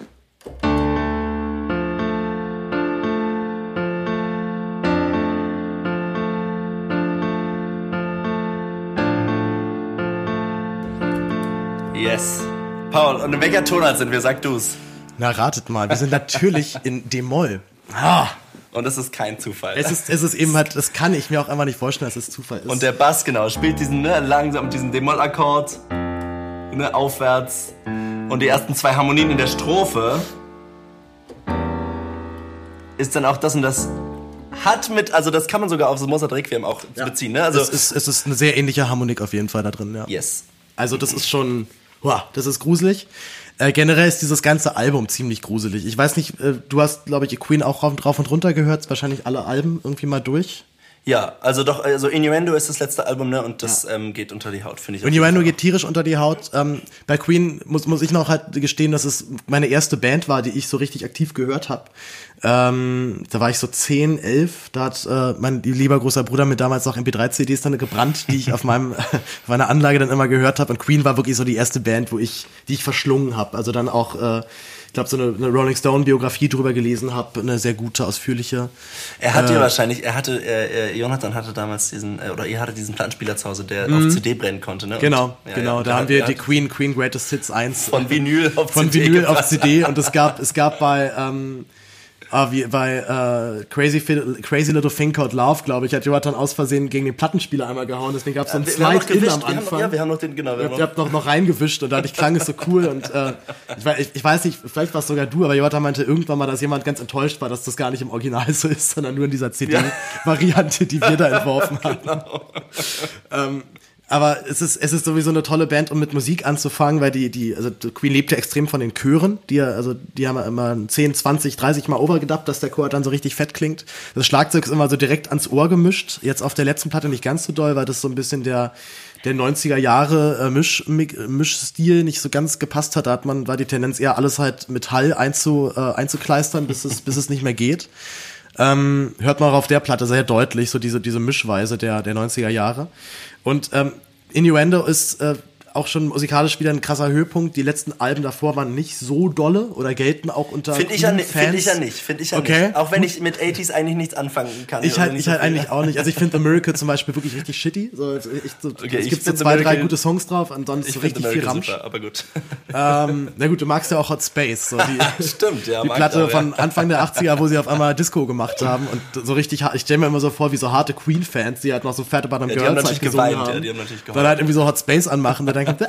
Yes. Paul, und in welcher Tonart sind wir? Sag du's.
Na, ratet mal, wir sind natürlich in D-Moll. Ah.
Und es ist kein Zufall.
Es ist eben halt, das kann ich mir auch einfach nicht vorstellen, dass es Zufall ist.
Und der Bass, genau, spielt diesen langsam diesen D-Moll-Akkord aufwärts. Und die ersten zwei Harmonien in der Strophe ist dann auch das und das hat mit, also das kann man sogar auf so Mozart Requiem auch beziehen, ne? Also
es ist eine sehr ähnliche Harmonik auf jeden Fall da drin, ja.
Yes.
Also das ist schon, das ist gruselig. Generell ist dieses ganze Album ziemlich gruselig. Ich weiß nicht, du hast, glaube ich, Queen auch rauf und runter gehört, wahrscheinlich alle Alben irgendwie mal durch.
Ja, also doch, also Innuendo ist das letzte Album, ne, und das geht unter die Haut, finde ich.
Innuendo geht tierisch unter die Haut. Bei Queen muss ich noch halt gestehen, dass es meine erste Band war, die ich so richtig aktiv gehört habe. Da war ich so 10, 11, da hat mein lieber großer Bruder mir damals noch MP3-CDs dann gebrannt, die ich auf meiner Anlage dann immer gehört habe. Und Queen war wirklich so die erste Band, die ich verschlungen habe. Also dann auch ich glaube, so eine Rolling Stone-Biografie drüber gelesen habe, eine sehr gute, ausführliche.
Jonathan hatte damals ihr hattet diesen Plattenspieler zu Hause, der auf CD brennen konnte, ne?
Genau, da haben wir die Queen Greatest Hits 1
von Vinyl auf
CD und es gab bei Crazy Little Thing Called Love, glaube ich, hat Jonathan aus Versehen gegen den Plattenspieler einmal gehauen, deswegen gab es so ein Slide-In am Anfang.
Wir haben noch den, genau.
Ihr habt noch reingewischt und dadurch klang es so cool und ich weiß nicht, vielleicht war es sogar du, aber Jonathan meinte irgendwann mal, dass jemand ganz enttäuscht war, dass das gar nicht im Original so ist, sondern nur in dieser CD-Variante, die wir da entworfen haben.
Genau.
Aber es ist sowieso eine tolle Band, um mit Musik anzufangen, weil also Queen lebt ja extrem von den Chören, die haben immer 10, 20, 30 Mal overgedubbt, dass der Chor dann so richtig fett klingt. Das Schlagzeug ist immer so direkt ans Ohr gemischt. Jetzt auf der letzten Platte nicht ganz so doll, weil das so ein bisschen der 90er Jahre Mischstil nicht so ganz gepasst hat. War die Tendenz eher alles halt mit Hall einzukleistern, bis es nicht mehr geht. Hört man auch auf der Platte sehr deutlich, so diese Mischweise der 90er Jahre. Und Innuendo ist auch schon musikalisch wieder ein krasser Höhepunkt. Die letzten Alben davor waren nicht so dolle oder gelten auch unter
Finde ich ja nicht. Auch wenn ich mit 80s eigentlich nichts anfangen kann.
Ich halt eigentlich auch nicht. Also ich finde The Miracle zum Beispiel wirklich richtig shitty. Es gibt so 2, 3 gute Songs drauf und sonst so richtig viel Ramsch. Super,
aber gut.
Na gut, du magst ja auch Hot Space. So
Stimmt, ja.
Die Platte von Anfang der 80er, wo sie auf einmal Disco gemacht haben und so richtig, ich stelle mir immer so vor, wie so harte Queen-Fans, die halt noch so Fat About Them Girls halt gesungen haben.
Die haben natürlich geweint.
Dann halt irgendwie so Hot Space anmachen und dann kommt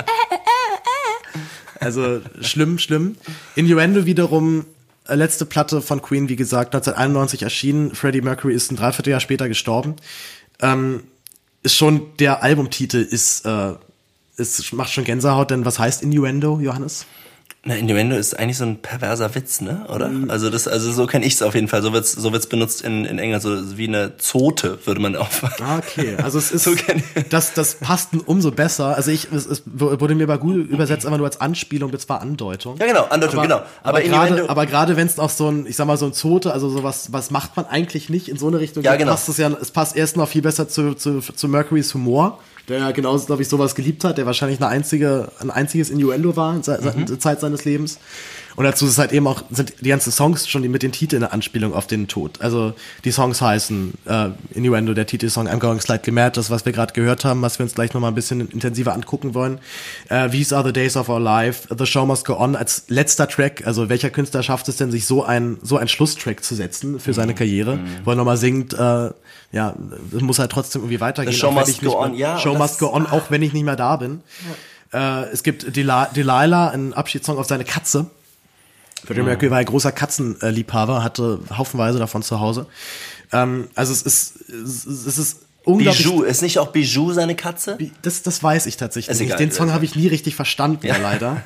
also schlimm. Innuendo wiederum, letzte Platte von Queen, wie gesagt, 1991 erschienen. Freddie Mercury ist ein Dreivierteljahr später gestorben. Ist schon, der Albumtitel macht schon Gänsehaut, denn was heißt Innuendo, Johannes?
Na, Innuendo ist eigentlich so ein perverser Witz, ne? Oder? Also so kenne ich es auf jeden Fall. So wird's benutzt in England, so wie eine Zote würde man auch.
Okay, also es ist so das passt umso besser. Also es wurde mir bei Google übersetzt einfach nur als Anspielung, das war Andeutung.
Ja, genau, Andeutung, genau.
Aber gerade wenn es auf so ein, ich sag mal so ein Zote, also sowas, was macht man eigentlich nicht in so eine Richtung?
Ja, genau.
Es passt erst noch viel besser zu Mercurys Humor, der ja genauso, glaube ich, sowas geliebt hat, der wahrscheinlich ein einziges Innuendo war in der Zeit seines Lebens. Und dazu ist halt eben auch, sind die ganzen Songs schon mit den Titeln eine Anspielung auf den Tod. Also die Songs heißen Innuendo, der Titelsong I'm Going Slightly Mad, das, was wir gerade gehört haben, was wir uns gleich nochmal ein bisschen intensiver angucken wollen. These Are the Days of Our Life, The Show Must Go On als letzter Track. Also welcher Künstler schafft es denn, sich so ein Schlusstrack zu setzen für seine Karriere, wo er nochmal singt, ja, es muss halt trotzdem irgendwie weitergehen.
The Show Must Go On, ja.
Show Must Go On, auch wenn ich nicht mehr da bin. Ja. Es gibt Delilah, einen Abschiedssong auf seine Katze. Freddie Mercury war ein großer Katzenliebhaber, hatte haufenweise davon zu Hause. Also es ist unglaublich.
Bijou, ist nicht auch Bijou seine Katze?
Das weiß ich tatsächlich nicht.
Egal,
Den Song habe ich nie richtig verstanden,
ja.
Leider.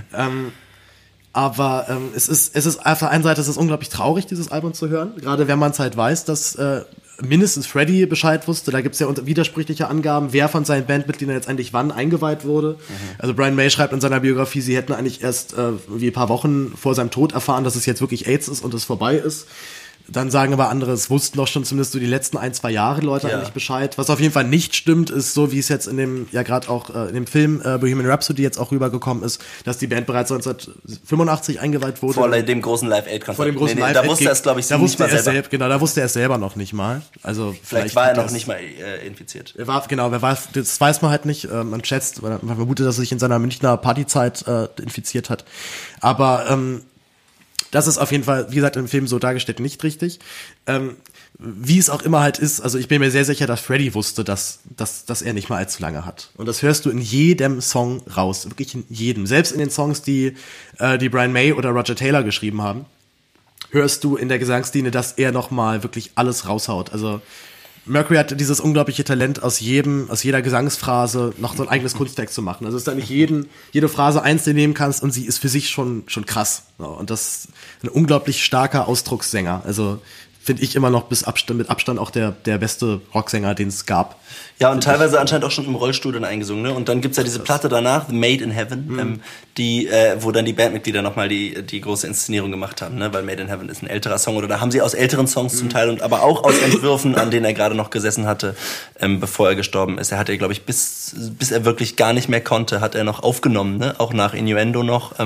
Aber es ist auf der einen Seite, es ist unglaublich traurig, dieses Album zu hören. Gerade wenn man es halt weiß, dass mindestens Freddie Bescheid wusste. Da gibt's ja widersprüchliche Angaben, wer von seinen Bandmitgliedern jetzt eigentlich wann eingeweiht wurde. Also Brian May schreibt in seiner Biografie, sie hätten eigentlich erst wie ein paar Wochen vor seinem Tod erfahren, dass es jetzt wirklich AIDS ist und es vorbei ist. Dann sagen aber andere, es wussten doch schon zumindest so die letzten 1-2 Jahre Leute eigentlich Bescheid. Was auf jeden Fall nicht stimmt, ist so, wie es jetzt in dem, ja gerade auch in dem Film Bohemian Rhapsody jetzt auch rübergekommen ist, dass die Band bereits 1985 eingeweiht wurde.
Vor dem großen Live-Aid-Konzert.
Vor dem großen Live-Aid.
Da wusste er es, glaube ich, nicht mal selber.
Genau, da wusste er es selber noch nicht mal. Also
vielleicht war er noch nicht mal infiziert.
Das weiß man halt nicht. Man schätzt, man vermutet, dass er sich in seiner Münchner Partyzeit infiziert hat. Aber das ist auf jeden Fall, wie gesagt, im Film so dargestellt nicht richtig. Wie es auch immer halt ist, also ich bin mir sehr sicher, dass Freddie wusste, dass er nicht mal allzu lange hat. Und das hörst du in jedem Song raus, wirklich in jedem. Selbst in den Songs, die Brian May oder Roger Taylor geschrieben haben, hörst du in der Gesangslinie, dass er nochmal wirklich alles raushaut. Also Mercury hat dieses unglaubliche Talent, aus jeder Gesangsphrase noch so ein eigenes Kunstwerk zu machen. Also, dass du eigentlich jede Phrase einzeln nehmen kannst und sie ist für sich schon krass. Und das ist ein unglaublich starker Ausdruckssänger. Also, finde ich immer noch mit Abstand auch der beste Rocksänger, den es gab.
Ja, und teilweise anscheinend auch schon im Rollstuhl dann eingesungen, ne? Und dann gibt's ja diese Platte danach, The Made in Heaven, wo dann die Bandmitglieder nochmal die große Inszenierung gemacht haben, ne? Weil Made in Heaven ist ein älterer Song, oder da haben sie aus älteren Songs zum Teil, aber auch aus Entwürfen, an denen er gerade noch gesessen hatte, bevor er gestorben ist. Er hat ja, glaube ich, bis er wirklich gar nicht mehr konnte, hat er noch aufgenommen, ne? Auch nach Innuendo noch.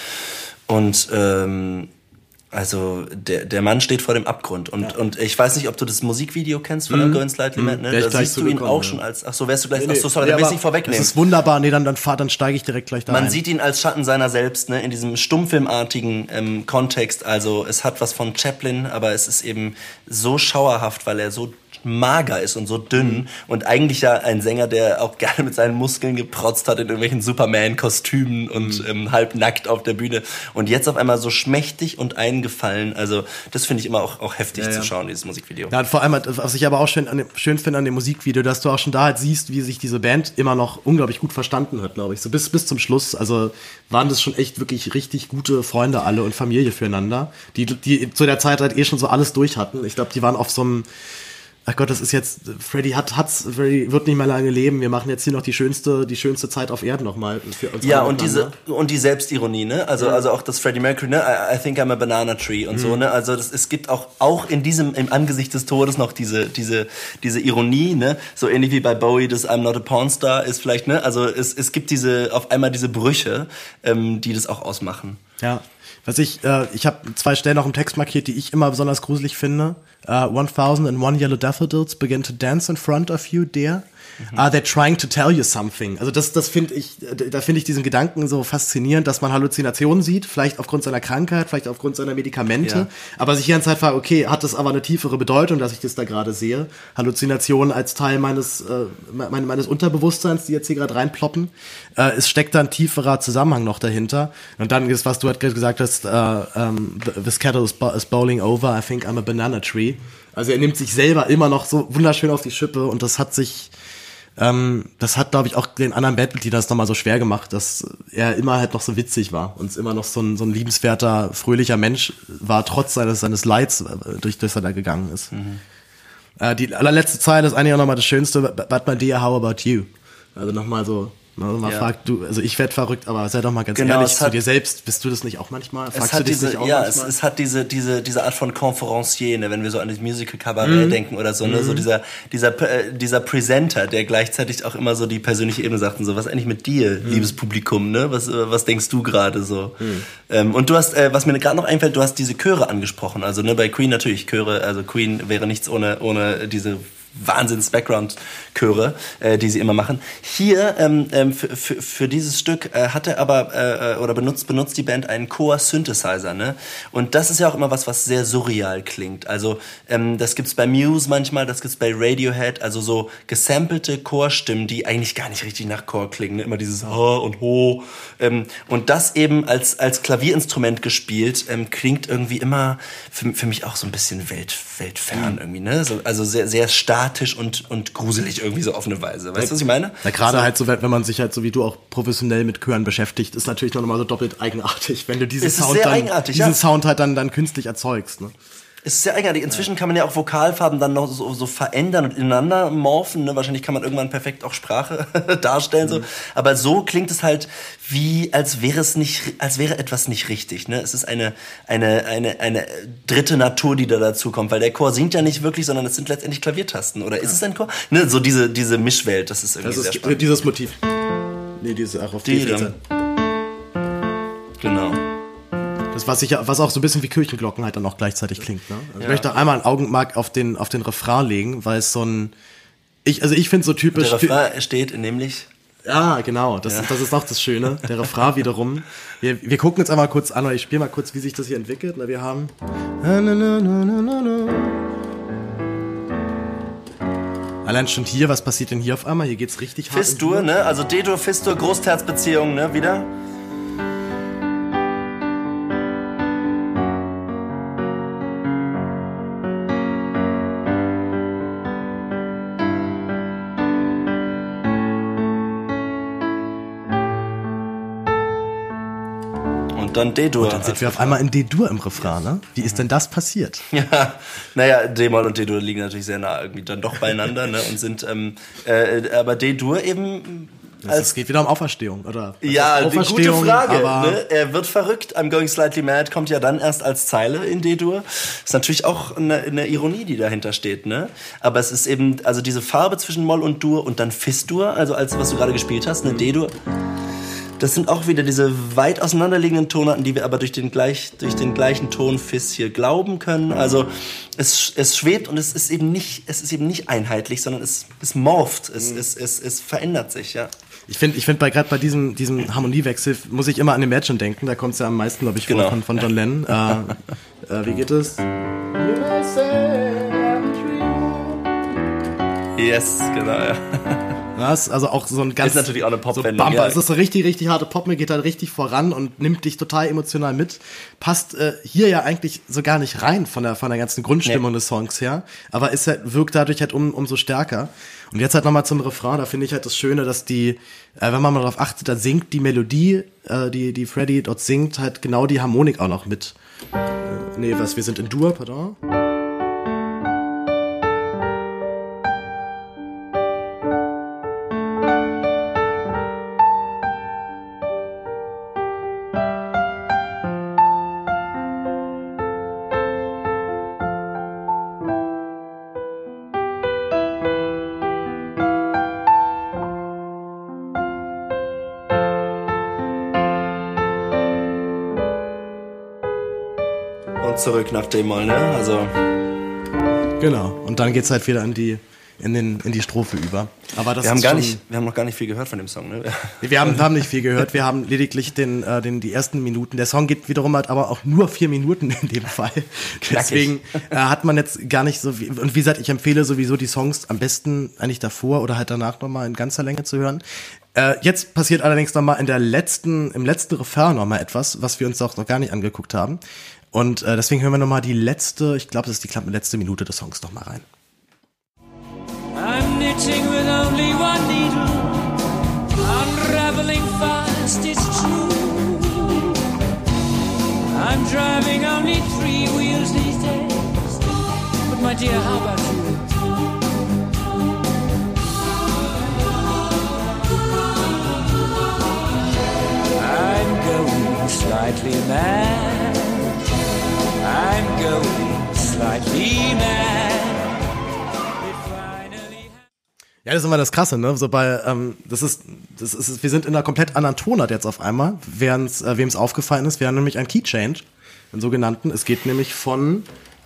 Also der Mann steht vor dem Abgrund und ich weiß nicht, ob du das Musikvideo kennst von I'm Going Slightly Mad, ne? Da siehst du ihn auch schon als, wärst du gleich, sorry, da will ich nicht vorwegnehmen.
Das ist wunderbar, dann steige ich direkt gleich da
Man
ein.
sieht ihn als Schatten seiner selbst, ne? In diesem stummfilmartigen Kontext, also es hat was von Chaplin, aber es ist eben so schauerhaft, weil er so mager ist und so dünn und eigentlich ja ein Sänger, der auch gerne mit seinen Muskeln geprotzt hat in irgendwelchen Superman-Kostümen und halbnackt auf der Bühne und jetzt auf einmal so schmächtig und eingefallen. Also das finde ich immer auch heftig zu schauen, dieses Musikvideo.
Ja, und vor allem, was ich aber auch schön finde an dem Musikvideo, dass du auch schon da halt siehst, wie sich diese Band immer noch unglaublich gut verstanden hat, glaube ich. So bis zum Schluss. Also waren das schon echt wirklich richtig gute Freunde alle und Familie füreinander, die zu der Zeit halt schon so alles durch hatten. Ich glaube, die waren auf so einem, ach Gott, das ist jetzt, Freddie wird nicht mehr lange leben, wir machen jetzt hier noch die schönste Zeit auf Erden nochmal für uns.
Ja, und die Selbstironie, ne? Also auch das Freddie Mercury, ne? I think I'm a banana tree und so, ne? Also es gibt auch im Angesicht des Todes noch diese Ironie, ne? So ähnlich wie bei Bowie, das I'm not a pornstar ist vielleicht, ne? Also es gibt auf einmal diese Brüche, die das auch ausmachen.
Ja. Ich habe 2 Stellen auch im Text markiert, die ich immer besonders gruselig finde. 1001 yellow daffodils begin to dance in front of you, dear. They're trying to tell you something. Also das finde ich, da finde ich diesen Gedanken so faszinierend, dass man Halluzinationen sieht, vielleicht aufgrund seiner Krankheit, vielleicht aufgrund seiner Medikamente, aber sich die ganze Zeit fragt, okay, hat das aber eine tiefere Bedeutung, dass ich das da gerade sehe? Halluzinationen als Teil meines Unterbewusstseins, die jetzt hier gerade reinploppen. Es steckt da ein tieferer Zusammenhang noch dahinter. Und dann ist, was du halt gesagt hast, this kettle is bowling over, I think I'm a banana tree. Also er nimmt sich selber immer noch so wunderschön auf die Schippe und das hat, glaube ich, auch den anderen Bandmitgliedern das nochmal so schwer gemacht, dass er immer halt noch so witzig war und immer noch so ein liebenswerter, fröhlicher Mensch war, trotz seines Leids, durch das er da gegangen ist. Die allerletzte Zeile ist eigentlich auch nochmal das Schönste, but my dear, how about you? Also nochmal so, fragt du, also ich werd verrückt, aber sei doch mal ganz ehrlich zu dir selbst, bist du das nicht auch manchmal? Fragst du dich nicht auch manchmal?
Es hat diese Art von Conferencier, ne, wenn wir so an das Musical Cabaret denken oder so, ne, so dieser Presenter, der gleichzeitig auch immer so die persönliche Ebene sagt und so, was eigentlich mit dir, liebes Publikum, ne, was denkst du gerade so? Und du hast, was mir gerade noch einfällt, du hast diese Chöre angesprochen, also ne, bei Queen natürlich Chöre, also Queen wäre nichts ohne diese Wahnsinns-Background-Chöre, die sie immer machen. Hier für dieses Stück hat er aber oder benutzt die Band einen Chor-Synthesizer, ne? Und das ist ja auch immer was sehr surreal klingt. Also das gibt's bei Muse manchmal, das gibt's bei Radiohead, also so gesampelte Chorstimmen, die eigentlich gar nicht richtig nach Chor klingen, ne? Immer dieses Ha und Ho. Und das eben als Klavierinstrument gespielt, klingt irgendwie immer für mich auch so ein bisschen weltfern irgendwie, ne? So, also sehr, sehr statisch und gruselig irgendwie so auf eine Weise. Weißt du, was ich meine?
Na, gerade halt so, wenn man sich halt so wie du auch professionell mit Chören beschäftigt, ist natürlich noch mal so doppelt eigenartig, wenn du diesen Sound halt dann künstlich erzeugst, ne?
Es ist sehr eigenartig. Inzwischen kann man ja auch Vokalfarben dann noch so verändern und ineinander morphen. Ne? Wahrscheinlich kann man irgendwann perfekt auch Sprache darstellen. So. Aber so klingt es halt wie, als wäre etwas nicht richtig. Ne? Es ist eine dritte Natur, die da dazu kommt. Weil der Chor singt ja nicht wirklich, sondern es sind letztendlich Klaviertasten. Oder ist es ein Chor? Ne? So diese Mischwelt, das ist irgendwie sehr spannend.
Dieses Motiv. Nee, diese auch auf die
Genau.
Das, was auch so ein bisschen wie Kirchenglocken halt dann auch gleichzeitig klingt, ne? Also ich möchte einmal ein Augenmerk auf den Refrain legen, weil es so ein, ich finde so typisch.
Der Refrain steht nämlich.
Ja, genau, das ist auch das Schöne. Der Refrain wiederum. Wir gucken jetzt einmal kurz an, oder ich spiele mal kurz, wie sich das hier entwickelt. Wir haben. Allein schon hier, was passiert denn hier auf einmal? Hier geht's richtig hart.
Fis-Dur, ne? Also D-Dur, Fis-Dur, Großterzbeziehung, ne? Wieder. Dann D-Dur.
Und dann sind wir auf einmal in D-Dur im Refrain, ne? Wie ist denn das passiert?
Ja, naja, D-Moll und D-Dur liegen natürlich sehr nah irgendwie dann doch beieinander, ne? Und sind, aber D-Dur eben.
Es geht wieder um Auferstehung, oder?
Ja, die gute Frage. Ne? Er wird verrückt. I'm going slightly mad kommt ja dann erst als Zeile in D-Dur. Ist natürlich auch eine Ironie, die dahinter steht, ne? Aber es ist eben, also diese Farbe zwischen Moll und Dur und dann Fis-Dur, also als was du gerade gespielt hast, ne? D-Dur. Das sind auch wieder diese weit auseinanderliegenden Tonarten, die wir aber durch den gleichen Ton Fis hier glauben können. Also es schwebt und es ist eben nicht einheitlich, sondern es morpht, es verändert sich, ja.
Ich finde gerade bei diesem Harmoniewechsel muss ich immer an Imagine denken, da kommt es ja am meisten, glaube ich, vor von John Lennon. Wie geht es?
Yes, genau, ja.
Das ist also auch so ein ganz...
Ist natürlich auch eine Pop-Wendung,
so Bumper.
ja.
Es ist so richtig, richtig harte Pop, geht halt richtig voran und nimmt dich total emotional mit. Passt hier ja eigentlich so gar nicht rein von der ganzen Grundstimmung des Songs her, aber ist halt, wirkt dadurch halt umso stärker. Und jetzt halt nochmal zum Refrain, da finde ich halt das Schöne, dass die, wenn man mal darauf achtet, da singt die Melodie, die Freddie dort singt, halt genau die Harmonik auch noch mit. Wir sind in Dur, pardon.
Zurück nach D-Moll, ne? Also.
Genau. Und dann geht's halt wieder in die Strophe über. Aber das
wir haben noch gar nicht viel gehört von dem Song, ne?
Wir haben nicht viel gehört. Wir haben lediglich die ersten Minuten. Der Song geht wiederum halt aber auch nur 4 Minuten in dem Fall. Deswegen hat man jetzt gar nicht so viel. Und wie gesagt, ich empfehle sowieso die Songs am besten eigentlich davor oder halt danach nochmal in ganzer Länge zu hören. Jetzt passiert allerdings nochmal im letzten Refrain nochmal etwas, was wir uns auch noch gar nicht angeguckt haben. Und deswegen hören wir nochmal die letzte Minute des Songs nochmal rein.
I'm knitting with only one needle, unraveling fast, it's true. I'm driving only 3 wheels these days, but my dear, how about you? I'm going slightly mad, I'm going slightly mad.
Ja, das ist immer das Krasse, ne? So bei, das ist, wir sind in einer komplett anderen Tonart jetzt auf einmal, wem es aufgefallen ist. Wir haben nämlich einen Key Change, einen sogenannten. Es geht nämlich von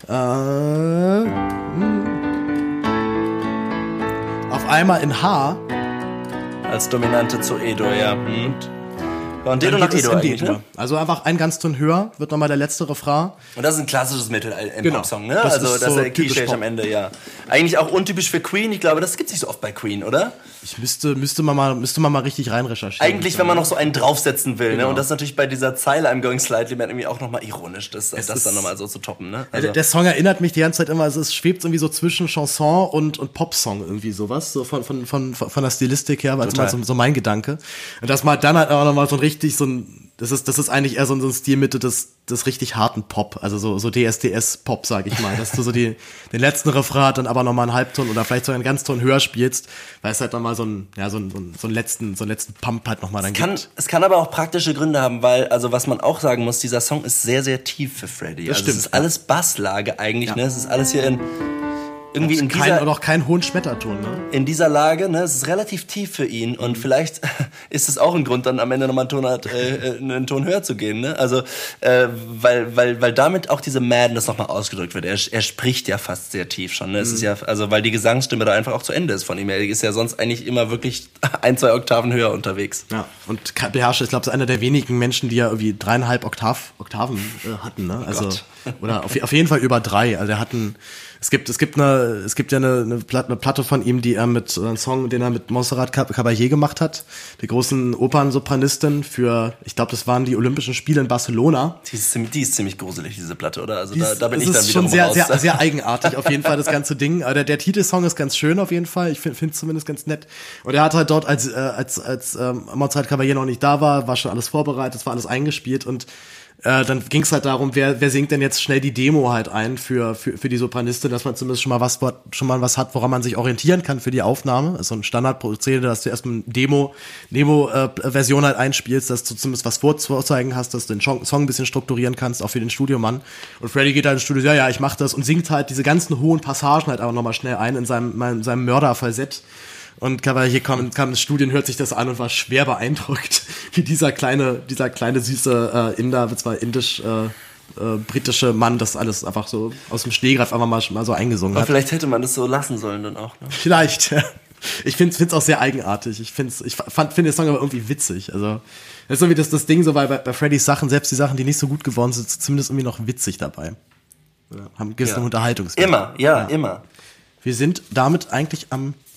auf einmal in H
als Dominante zu E-Dur, ja. Und D-Dur nach E-Dur eigentlich, ne?
Also einfach ein Ganzton höher, wird nochmal der letzte Refrain.
Und das ist ein klassisches Mittel im Pop-Song, ne?
Das
also
ist
das
so
ist der Key-Change am Ende, ja. Eigentlich auch untypisch für Queen. Ich glaube, das gibt's nicht so oft bei Queen, oder?
Ich müsste man mal richtig rein recherchieren.
Eigentlich, wenn man noch so einen draufsetzen will, ne? Und das ist natürlich bei dieser Zeile I'm going slightly man irgendwie auch nochmal ironisch, das dann nochmal so zu toppen, ne? Also
der Song erinnert mich die ganze Zeit immer, es schwebt irgendwie so zwischen Chanson und Popsong irgendwie sowas, so von der Stilistik her, war mal so mein Gedanke. Und dass man dann halt auch nochmal so ein richtig das ist eigentlich eher so ein Stilmitte des richtig harten Pop, also so DSDS-Pop, sag ich mal, dass du so den letzten Refrain dann aber nochmal einen Halbton oder vielleicht sogar einen Ganzton höher spielst, weil es halt nochmal so einen letzten Pump halt nochmal dann gibt.
Es kann aber auch praktische Gründe haben, weil, also was man auch sagen muss, dieser Song ist sehr, sehr tief für Freddie.
Das stimmt,
es ist alles Basslage eigentlich, ne? Es ist alles hier irgendwie
und auch kein hohen Schmetterton, ne?
In dieser Lage, ne, es ist relativ tief für ihn und vielleicht ist es auch ein Grund, dann am Ende nochmal einen Ton höher zu gehen, ne? Also, weil damit auch diese Madness nochmal ausgedrückt wird. Er spricht ja fast sehr tief schon, ne? Es ist ja, also, weil die Gesangsstimme da einfach auch zu Ende ist von ihm. Er ist ja sonst eigentlich immer wirklich 1-2 Oktaven höher unterwegs.
Ja, und beherrscht, ich glaube, ist einer der wenigen Menschen, die ja irgendwie 3,5 Oktaven hatten, ne? Also, oder auf jeden Fall über 3. Also, es gibt ja eine Platte von ihm, die er einen Song, den er mit Montserrat Caballé gemacht hat, der großen Opernsopranistin für, ich glaube, das waren die Olympischen Spiele in Barcelona.
Die ist ziemlich gruselig, diese Platte, oder? Also da bin ich dann wieder raus.
Das ist schon sehr, sehr eigenartig, auf jeden Fall, das ganze Ding. Aber der Titelsong ist ganz schön, auf jeden Fall. Ich finde es zumindest ganz nett. Und er hat halt dort, als Montserrat Caballé noch nicht da war schon alles vorbereitet, es war alles eingespielt und dann ging es halt darum, wer singt denn jetzt schnell die Demo halt ein für die Sopranistin, dass man zumindest schon mal was hat, woran man sich orientieren kann für die Aufnahme. Also ein Standardprozedere, dass du erstmal eine Demo-Version halt einspielst, dass du zumindest was vorzeigen hast, dass du den Song ein bisschen strukturieren kannst, auch für den Studiomann. Und Freddie geht halt ins Studio, ja, ich mach das und singt halt diese ganzen hohen Passagen halt auch nochmal schnell ein in seinem Mörderfalsett. Und Caballé kam ins Studio und hört sich das an und war schwer beeindruckt, wie dieser kleine süße Inder, zwar indisch-britische Mann das alles einfach so aus dem Stegreif einfach mal so eingesungen hat.
Aber vielleicht hätte man das so lassen sollen dann auch, ne?
Vielleicht, ja. Ich find's auch sehr eigenartig. Ich finde den Song aber irgendwie witzig. Also, das ist so wie das Ding so, weil bei Freddys Sachen, selbst die Sachen, die nicht so gut geworden sind, zumindest irgendwie noch witzig dabei. Oder haben gewissen Unterhaltungswert.
Immer.
Wir sind damit eigentlich am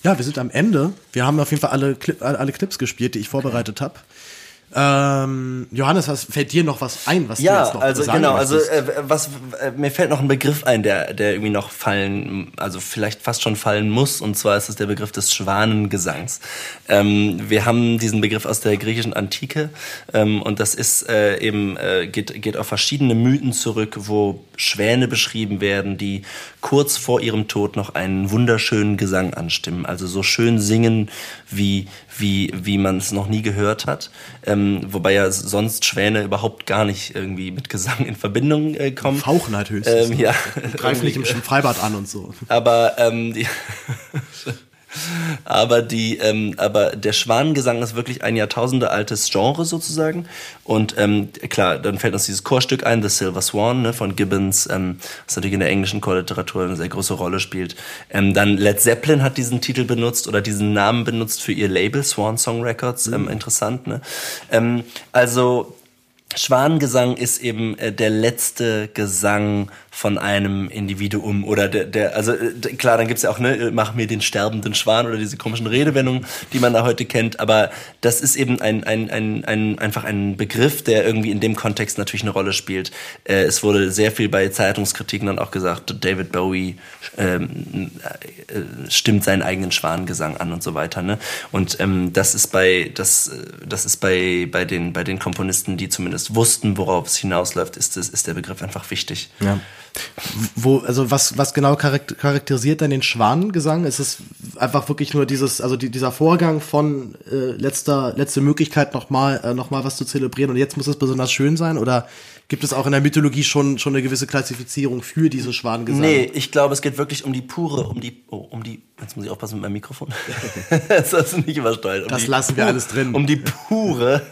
Ja, wir sind am Ende. Wir haben auf jeden Fall alle Clips gespielt, die ich vorbereitet habe. Johannes, fällt dir noch was ein, was du jetzt noch sagen möchtest?
Mir fällt noch ein Begriff ein, der irgendwie noch vielleicht fast schon fallen muss, und zwar ist es der Begriff des Schwanengesangs. Wir haben diesen Begriff aus der griechischen Antike, und das ist geht auf verschiedene Mythen zurück, wo Schwäne beschrieben werden, die kurz vor ihrem Tod noch einen wunderschönen Gesang anstimmen, also so schön singen, wie man es noch nie gehört hat. Wobei ja sonst Schwäne überhaupt gar nicht irgendwie mit Gesang in Verbindung kommen.
Fauchen halt höchstens.
Ja.
Greifen nicht im Freibad an und so.
Aber der Schwanengesang ist wirklich ein jahrtausendealtes Genre sozusagen. Und klar, dann fällt uns dieses Chorstück ein, The Silver Swan, ne, von Gibbons, was natürlich in der englischen Chorliteratur eine sehr große Rolle spielt. Dann Led Zeppelin hat diesen Titel benutzt oder diesen Namen benutzt für ihr Label, Swan Song Records. Interessant, ne? Also Schwanengesang ist eben der letzte Gesang von einem Individuum oder klar, dann gibt's ja auch, ne, mach mir den sterbenden Schwan oder diese komischen Redewendungen, die man da heute kennt, aber das ist eben einfach ein Begriff, der irgendwie in dem Kontext natürlich eine Rolle spielt. Es wurde sehr viel bei Zeitungskritiken dann auch gesagt, David Bowie stimmt seinen eigenen Schwanengesang an und so weiter, ne? Und das ist bei den Komponisten, die zumindest wussten, worauf es hinausläuft, ist der Begriff einfach wichtig.
Ja. Was genau charakterisiert denn den Schwanengesang? Ist es einfach wirklich nur dieser Vorgang von letzte Möglichkeit noch mal was zu zelebrieren und jetzt muss es besonders schön sein, oder gibt es auch in der Mythologie schon eine gewisse Klassifizierung für diese Schwanengesang?
Nee, ich glaube, es geht wirklich um die pure, jetzt muss ich aufpassen mit meinem Mikrofon. Das hast du nicht übersteuert.
Das lassen wir alles drin.
Um die pure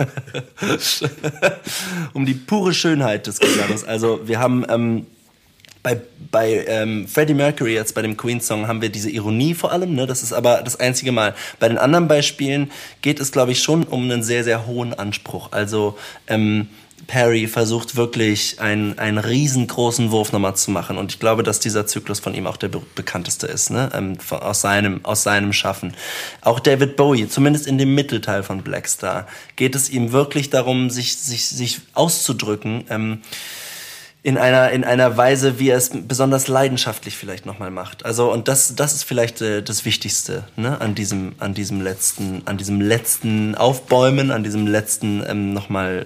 Schönheit des Gesangs. Also wir haben bei Freddie Mercury, jetzt bei dem Queen-Song, haben wir diese Ironie vor allem, ne? Das ist aber das einzige Mal. Bei den anderen Beispielen geht es, glaube ich, schon um einen sehr, sehr hohen Anspruch. Also Perry versucht wirklich einen riesengroßen Wurf nochmal zu machen, und ich glaube, dass dieser Zyklus von ihm auch der bekannteste ist, ne? Aus seinem Schaffen. Auch David Bowie, zumindest in dem Mittelteil von Black Star, geht es ihm wirklich darum, sich auszudrücken, in einer Weise, wie er es besonders leidenschaftlich vielleicht nochmal macht. Also, und das ist vielleicht das Wichtigste, ne, an diesem letzten Aufbäumen, an diesem letzten nochmal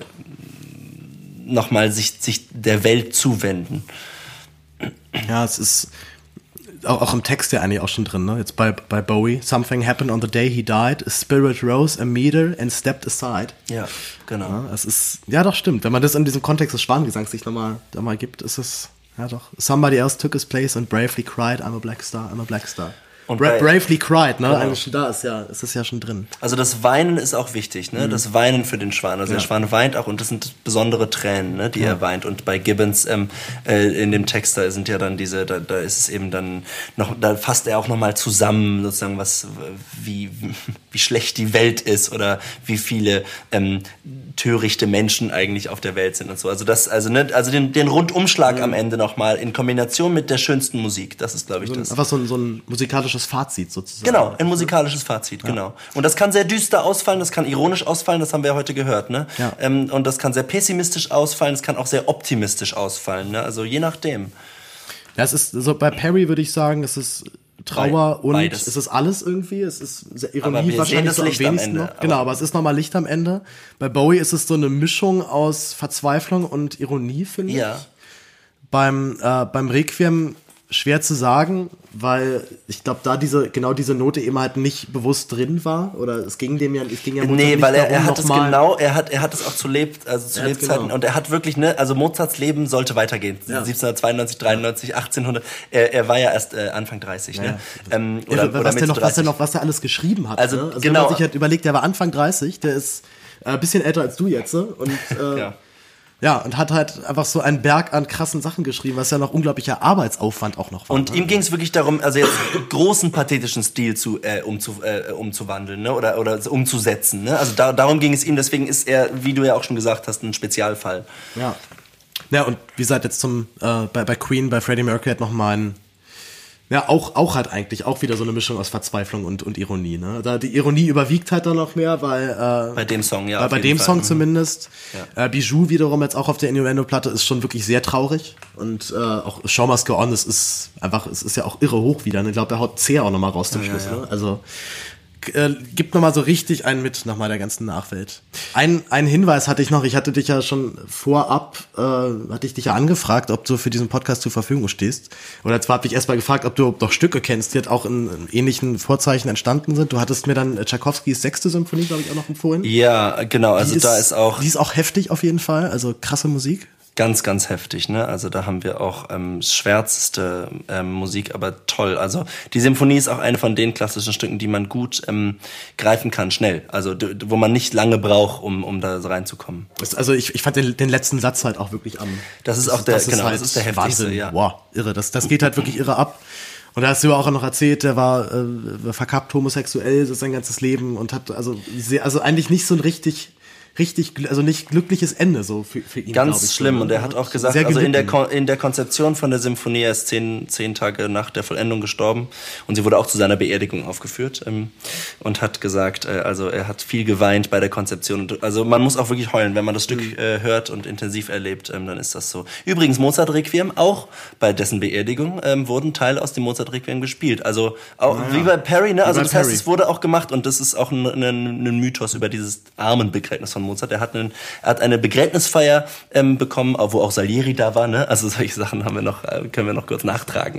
sich der Welt zuwenden.
Ja, es ist auch im Text ja eigentlich auch schon drin, ne? Jetzt bei Bowie. Something happened on the day he died. A spirit rose a meter and stepped aside.
Ja, genau.
Ja, es ist, ja doch, stimmt. Wenn man das in diesem Kontext des Schwanengesangs sich nochmal gibt, ist es, ja doch. Somebody else took his place and bravely cried, I'm a black star, I'm a black star. Und bravely cried, ne? Genau. Eigentlich da ist es ja schon drin.
Also das Weinen ist auch wichtig, ne? Das Weinen für den Schwan. Also der Schwan weint auch, und das sind besondere Tränen, ne, die er weint. Und bei Gibbons in dem Text, da sind ja dann da ist es eben dann noch, da fasst er auch nochmal zusammen, sozusagen, wie schlecht die Welt ist oder wie viele törichte Menschen eigentlich auf der Welt sind und so. Also den Rundumschlag am Ende nochmal in Kombination mit der schönsten Musik. Das ist, glaube ich, das.
Einfach so ein musikalisches Fazit sozusagen.
Genau, ein musikalisches Fazit, genau. Und das kann sehr düster ausfallen, das kann ironisch ausfallen, das haben wir ja heute gehört, ne? Ja. Und das kann sehr pessimistisch ausfallen, es kann auch sehr optimistisch ausfallen, ne? Also je nachdem.
Ja, es ist so, bei Perry würde ich sagen, es ist Trauer und
beides.
Es ist alles irgendwie, es ist Ironie
aber wir
wahrscheinlich
sehen das
so
Licht
am wenigsten
am Ende,
noch. Genau, aber es ist nochmal Licht am Ende. Bei Bowie ist es so eine Mischung aus Verzweiflung und Ironie, finde ich. Beim Requiem schwer zu sagen, weil ich glaube, da diese Note eben halt nicht bewusst drin war, oder es ging Mozart
nee, weil
nicht
er hat es er hat es auch zu Lebzeiten, genau. Und er hat wirklich, ne, also Mozarts Leben sollte weitergehen. 1792, 93, 1800, er war ja erst Anfang 30, ne?
Was er alles geschrieben hat. Also genau. Wenn man sich halt überlegt, der war Anfang 30, der ist ein bisschen älter als du jetzt, und ja, und hat halt einfach so einen Berg an krassen Sachen geschrieben, was ja noch unglaublicher Arbeitsaufwand auch noch war.
Und ihm ging es wirklich darum, also jetzt großen pathetischen Stil umzuwandeln, ne? oder umzusetzen. Ne? Also darum ging es ihm, deswegen ist er, wie du ja auch schon gesagt hast, ein Spezialfall.
Ja, und wie gesagt, jetzt bei Queen, bei Freddie Mercury hat noch mal Ja, auch halt eigentlich, auch wieder so eine Mischung aus Verzweiflung und Ironie, ne? Da die Ironie überwiegt halt dann noch mehr, weil
bei dem Song, ja.
bei dem Song zumindest.
Ja.
Bijou wiederum jetzt auch auf der Innuendo-Platte ist schon wirklich sehr traurig. Und auch Show Must Go On, es ist ja auch irre hoch wieder. Ne? Ich glaube, der haut C auch nochmal raus zum Schluss. Ja. Ne? Also gibt nochmal so richtig einen mit nochmal der ganzen Nachwelt. Ein Hinweis hatte ich noch, ich hatte dich ja schon vorab, hatte ich dich ja angefragt, ob du für diesen Podcast zur Verfügung stehst. Oder zwar habe ich erst mal gefragt, ob du noch Stücke kennst, die jetzt auch in ähnlichen Vorzeichen entstanden sind. Du hattest mir dann Tchaikovskys 6. Symphonie, glaube ich, auch noch empfohlen.
Ja, genau, also da ist auch...
Die ist auch heftig auf jeden Fall, also krasse Musik.
Ganz, ganz heftig, ne? Also da haben wir auch schwärzeste Musik, aber toll. Also die Symphonie ist auch eine von den klassischen Stücken, die man gut greifen kann, schnell. Also wo man nicht lange braucht, um da reinzukommen.
Also ich fand den letzten Satz halt auch wirklich
das ist der heftigste,
Wahnsinn.
ja.
Wow, irre. Das geht halt wirklich irre ab. Und da hast du auch noch erzählt, der war verkappt homosexuell sein ganzes Leben und hat also eigentlich nicht so ein richtig, also nicht glückliches Ende so für ihn.
Ganz schlimm. Und er hat auch gesagt, also in der Konzeption von der Symphonie, er ist 10 Tage nach der Vollendung gestorben und sie wurde auch zu seiner Beerdigung aufgeführt und hat gesagt, also er hat viel geweint bei der Konzeption. Also man muss auch wirklich heulen, wenn man das Stück hört und intensiv erlebt, dann ist das so. Übrigens Mozart-Requiem, auch bei dessen Beerdigung wurden Teile aus dem Mozart-Requiem gespielt. Also auch wie bei Perry, ne? Also das heißt, es wurde auch gemacht und das ist auch ein Mythos über dieses Armenbegräbnis von Mozart. Er hat eine Begräbnisfeier bekommen, wo auch Salieri da war, ne? Also solche Sachen können wir noch kurz nachtragen.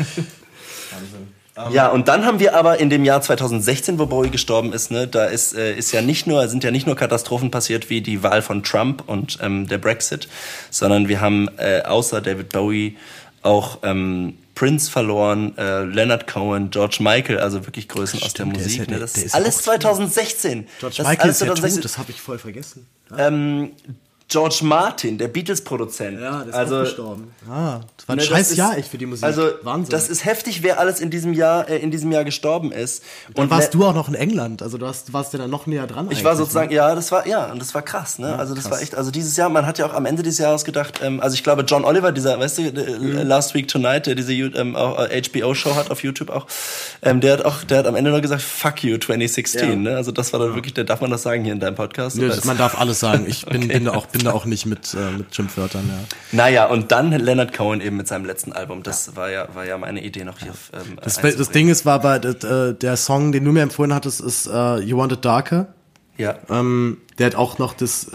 Wahnsinn. Ja, und dann haben wir aber in dem Jahr 2016, wo Bowie gestorben ist, ne, da sind ja nicht nur Katastrophen passiert wie die Wahl von Trump und der Brexit, sondern wir haben außer David Bowie auch Prince verloren, Leonard Cohen, George Michael, also wirklich Größen aus der Musik. Das ist alles 2016.
George Michael ist ja tot, das habe ich voll vergessen.
George Martin, der Beatles-Produzent.
Ja, der ist auch gestorben. Das war ein scheiß Jahr echt für die Musik.
Also,
Wahnsinn.
Das ist heftig, wer alles in diesem Jahr gestorben ist.
Und warst du auch noch in England, also warst ja dann noch näher dran.
Ich war sozusagen, und das war krass, ne? Ja, also das
krass.
War echt, also dieses Jahr, man hat ja auch am Ende des Jahres gedacht, also ich glaube John Oliver, dieser, weißt du, Last Week Tonight, der diese HBO-Show hat auf YouTube auch, der hat am Ende nur gesagt, fuck you 2016, ne? Also das war dann wirklich, darf man das sagen hier in deinem Podcast?
Nö, man darf alles sagen, ich bin da auch nicht mit Schimpfwörtern, ja.
Naja, und dann Leonard Cohen eben mit seinem letzten Album. Das war ja meine Idee noch hier.
Das Ding ist, war bei der Song, den du mir empfohlen hattest, ist You Want It Darker.
Ja.
Der hat auch noch das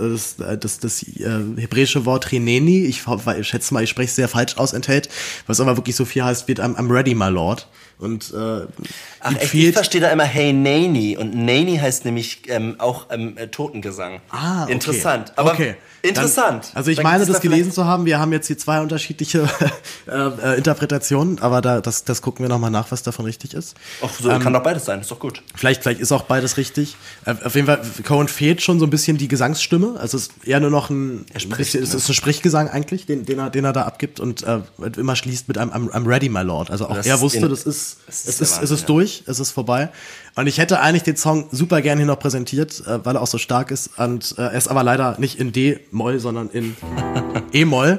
hebräische Wort Hineni, ich schätze mal, ich spreche es sehr falsch aus, enthält, was aber wirklich so viel heißt wie I'm ready, my lord. Und
ich verstehe da immer Hey Nani und Nani heißt nämlich auch Totengesang.
Okay.
Interessant. Aber interessant.
Dann, also ich meine, das gelesen zu haben, wir haben jetzt hier 2 unterschiedliche Interpretationen, aber das gucken wir nochmal nach, was davon richtig ist.
Ach, so, kann doch beides sein, ist doch gut.
Vielleicht ist auch beides richtig. Auf jeden Fall, Cohen fehlt schon so ein bisschen die Gesangsstimme, also es ist eher nur noch es ist ein Sprechgesang eigentlich, den er da abgibt und immer schließt mit einem I'm ready, my lord. Also auch er wusste, es ist durch, es ist vorbei. Und ich hätte eigentlich den Song super gerne hier noch präsentiert, weil er auch so stark ist. Und er ist aber leider nicht in D-Moll, sondern in E-Moll.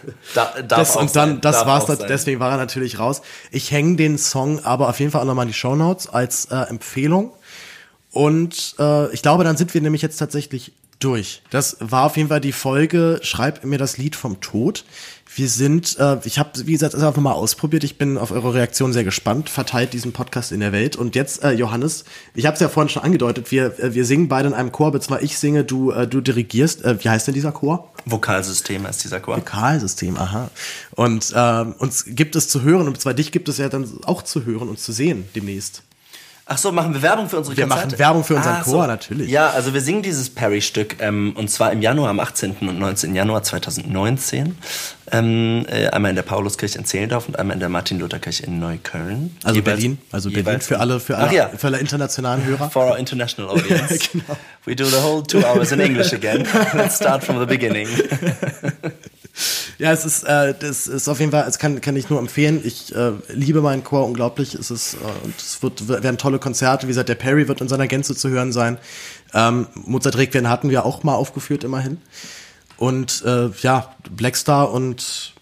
Deswegen war er natürlich raus. Ich hänge den Song aber auf jeden Fall auch nochmal in die Shownotes als Empfehlung. Und ich glaube, dann sind wir nämlich jetzt tatsächlich durch. Das war auf jeden Fall die Folge Schreib mir das Lied vom Tod. Wir sind, ich habe, wie gesagt, das einfach mal ausprobiert. Ich bin auf eure Reaktion sehr gespannt. Verteilt diesen Podcast in der Welt. Und jetzt, Johannes, ich habe es ja vorhin schon angedeutet, wir singen beide in einem Chor, beziehungsweise ich singe, du dirigierst. Wie heißt denn dieser Chor?
Vokalsystem heißt dieser Chor.
Vokalsystem, aha. Und uns gibt es zu hören, und zwar dich gibt es ja dann auch zu hören und zu sehen demnächst.
Ach so, machen wir Werbung für unsere Konzerte?
Wir machen Werbung für unseren Chor, natürlich.
Ja, also wir singen dieses Perry-Stück und zwar im Januar, am 18. und 19. Januar 2019. Einmal in der Pauluskirche in Zehlendorf und einmal in der Martin-Luther-Kirche in Neukölln.
Also Berlin, für alle internationalen Hörer.
For our international audience.
Genau.
We do the whole 2 hours in English again. Let's start from the beginning.
Ja, das ist auf jeden Fall, es kann ich nur empfehlen. Ich liebe meinen Chor unglaublich. Und es werden tolle Konzerte. Wie gesagt, der Perry wird in seiner Gänze zu hören sein. Mozart Requiem hatten wir auch mal aufgeführt, immerhin. Und Blackstar und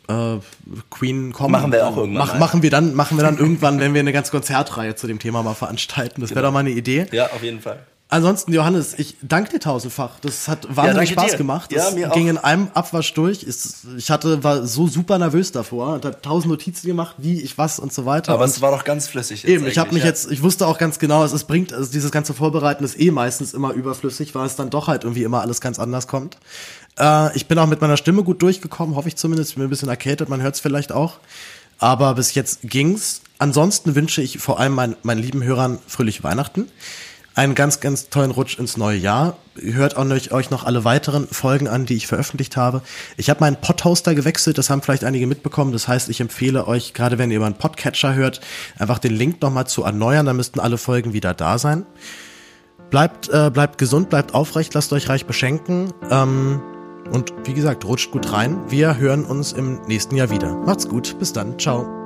Queen kommen.
Machen wir auch irgendwann.
Machen wir dann irgendwann, wenn wir eine ganze Konzertreihe zu dem Thema mal veranstalten. Das wäre doch mal eine Idee.
Ja, auf jeden Fall.
Ansonsten, Johannes, ich danke dir tausendfach. Das hat wahnsinnig Spaß gemacht. Das ging in einem Abwasch durch. Ich war so super nervös davor und habe 1000 Notizen gemacht, wie, ich was und so weiter.
Aber es war doch ganz flüssig.
Eben, ich wusste auch ganz genau, dieses ganze Vorbereiten ist meistens immer überflüssig, weil es dann doch halt irgendwie immer alles ganz anders kommt. Ich bin auch mit meiner Stimme gut durchgekommen, hoffe ich zumindest. Ich bin ein bisschen erkältet, man hört es vielleicht auch. Aber bis jetzt ging's. Ansonsten wünsche ich vor allem meinen lieben Hörern fröhliche Weihnachten. Einen ganz, ganz tollen Rutsch ins neue Jahr. Hört euch noch alle weiteren Folgen an, die ich veröffentlicht habe. Ich habe meinen Podhoster gewechselt, das haben vielleicht einige mitbekommen. Das heißt, ich empfehle euch, gerade wenn ihr über einen Podcatcher hört, einfach den Link nochmal zu erneuern. Da müssten alle Folgen wieder da sein. Bleibt gesund, bleibt aufrecht, lasst euch reich beschenken. Und wie gesagt, rutscht gut rein. Wir hören uns im nächsten Jahr wieder. Macht's gut, bis dann, ciao.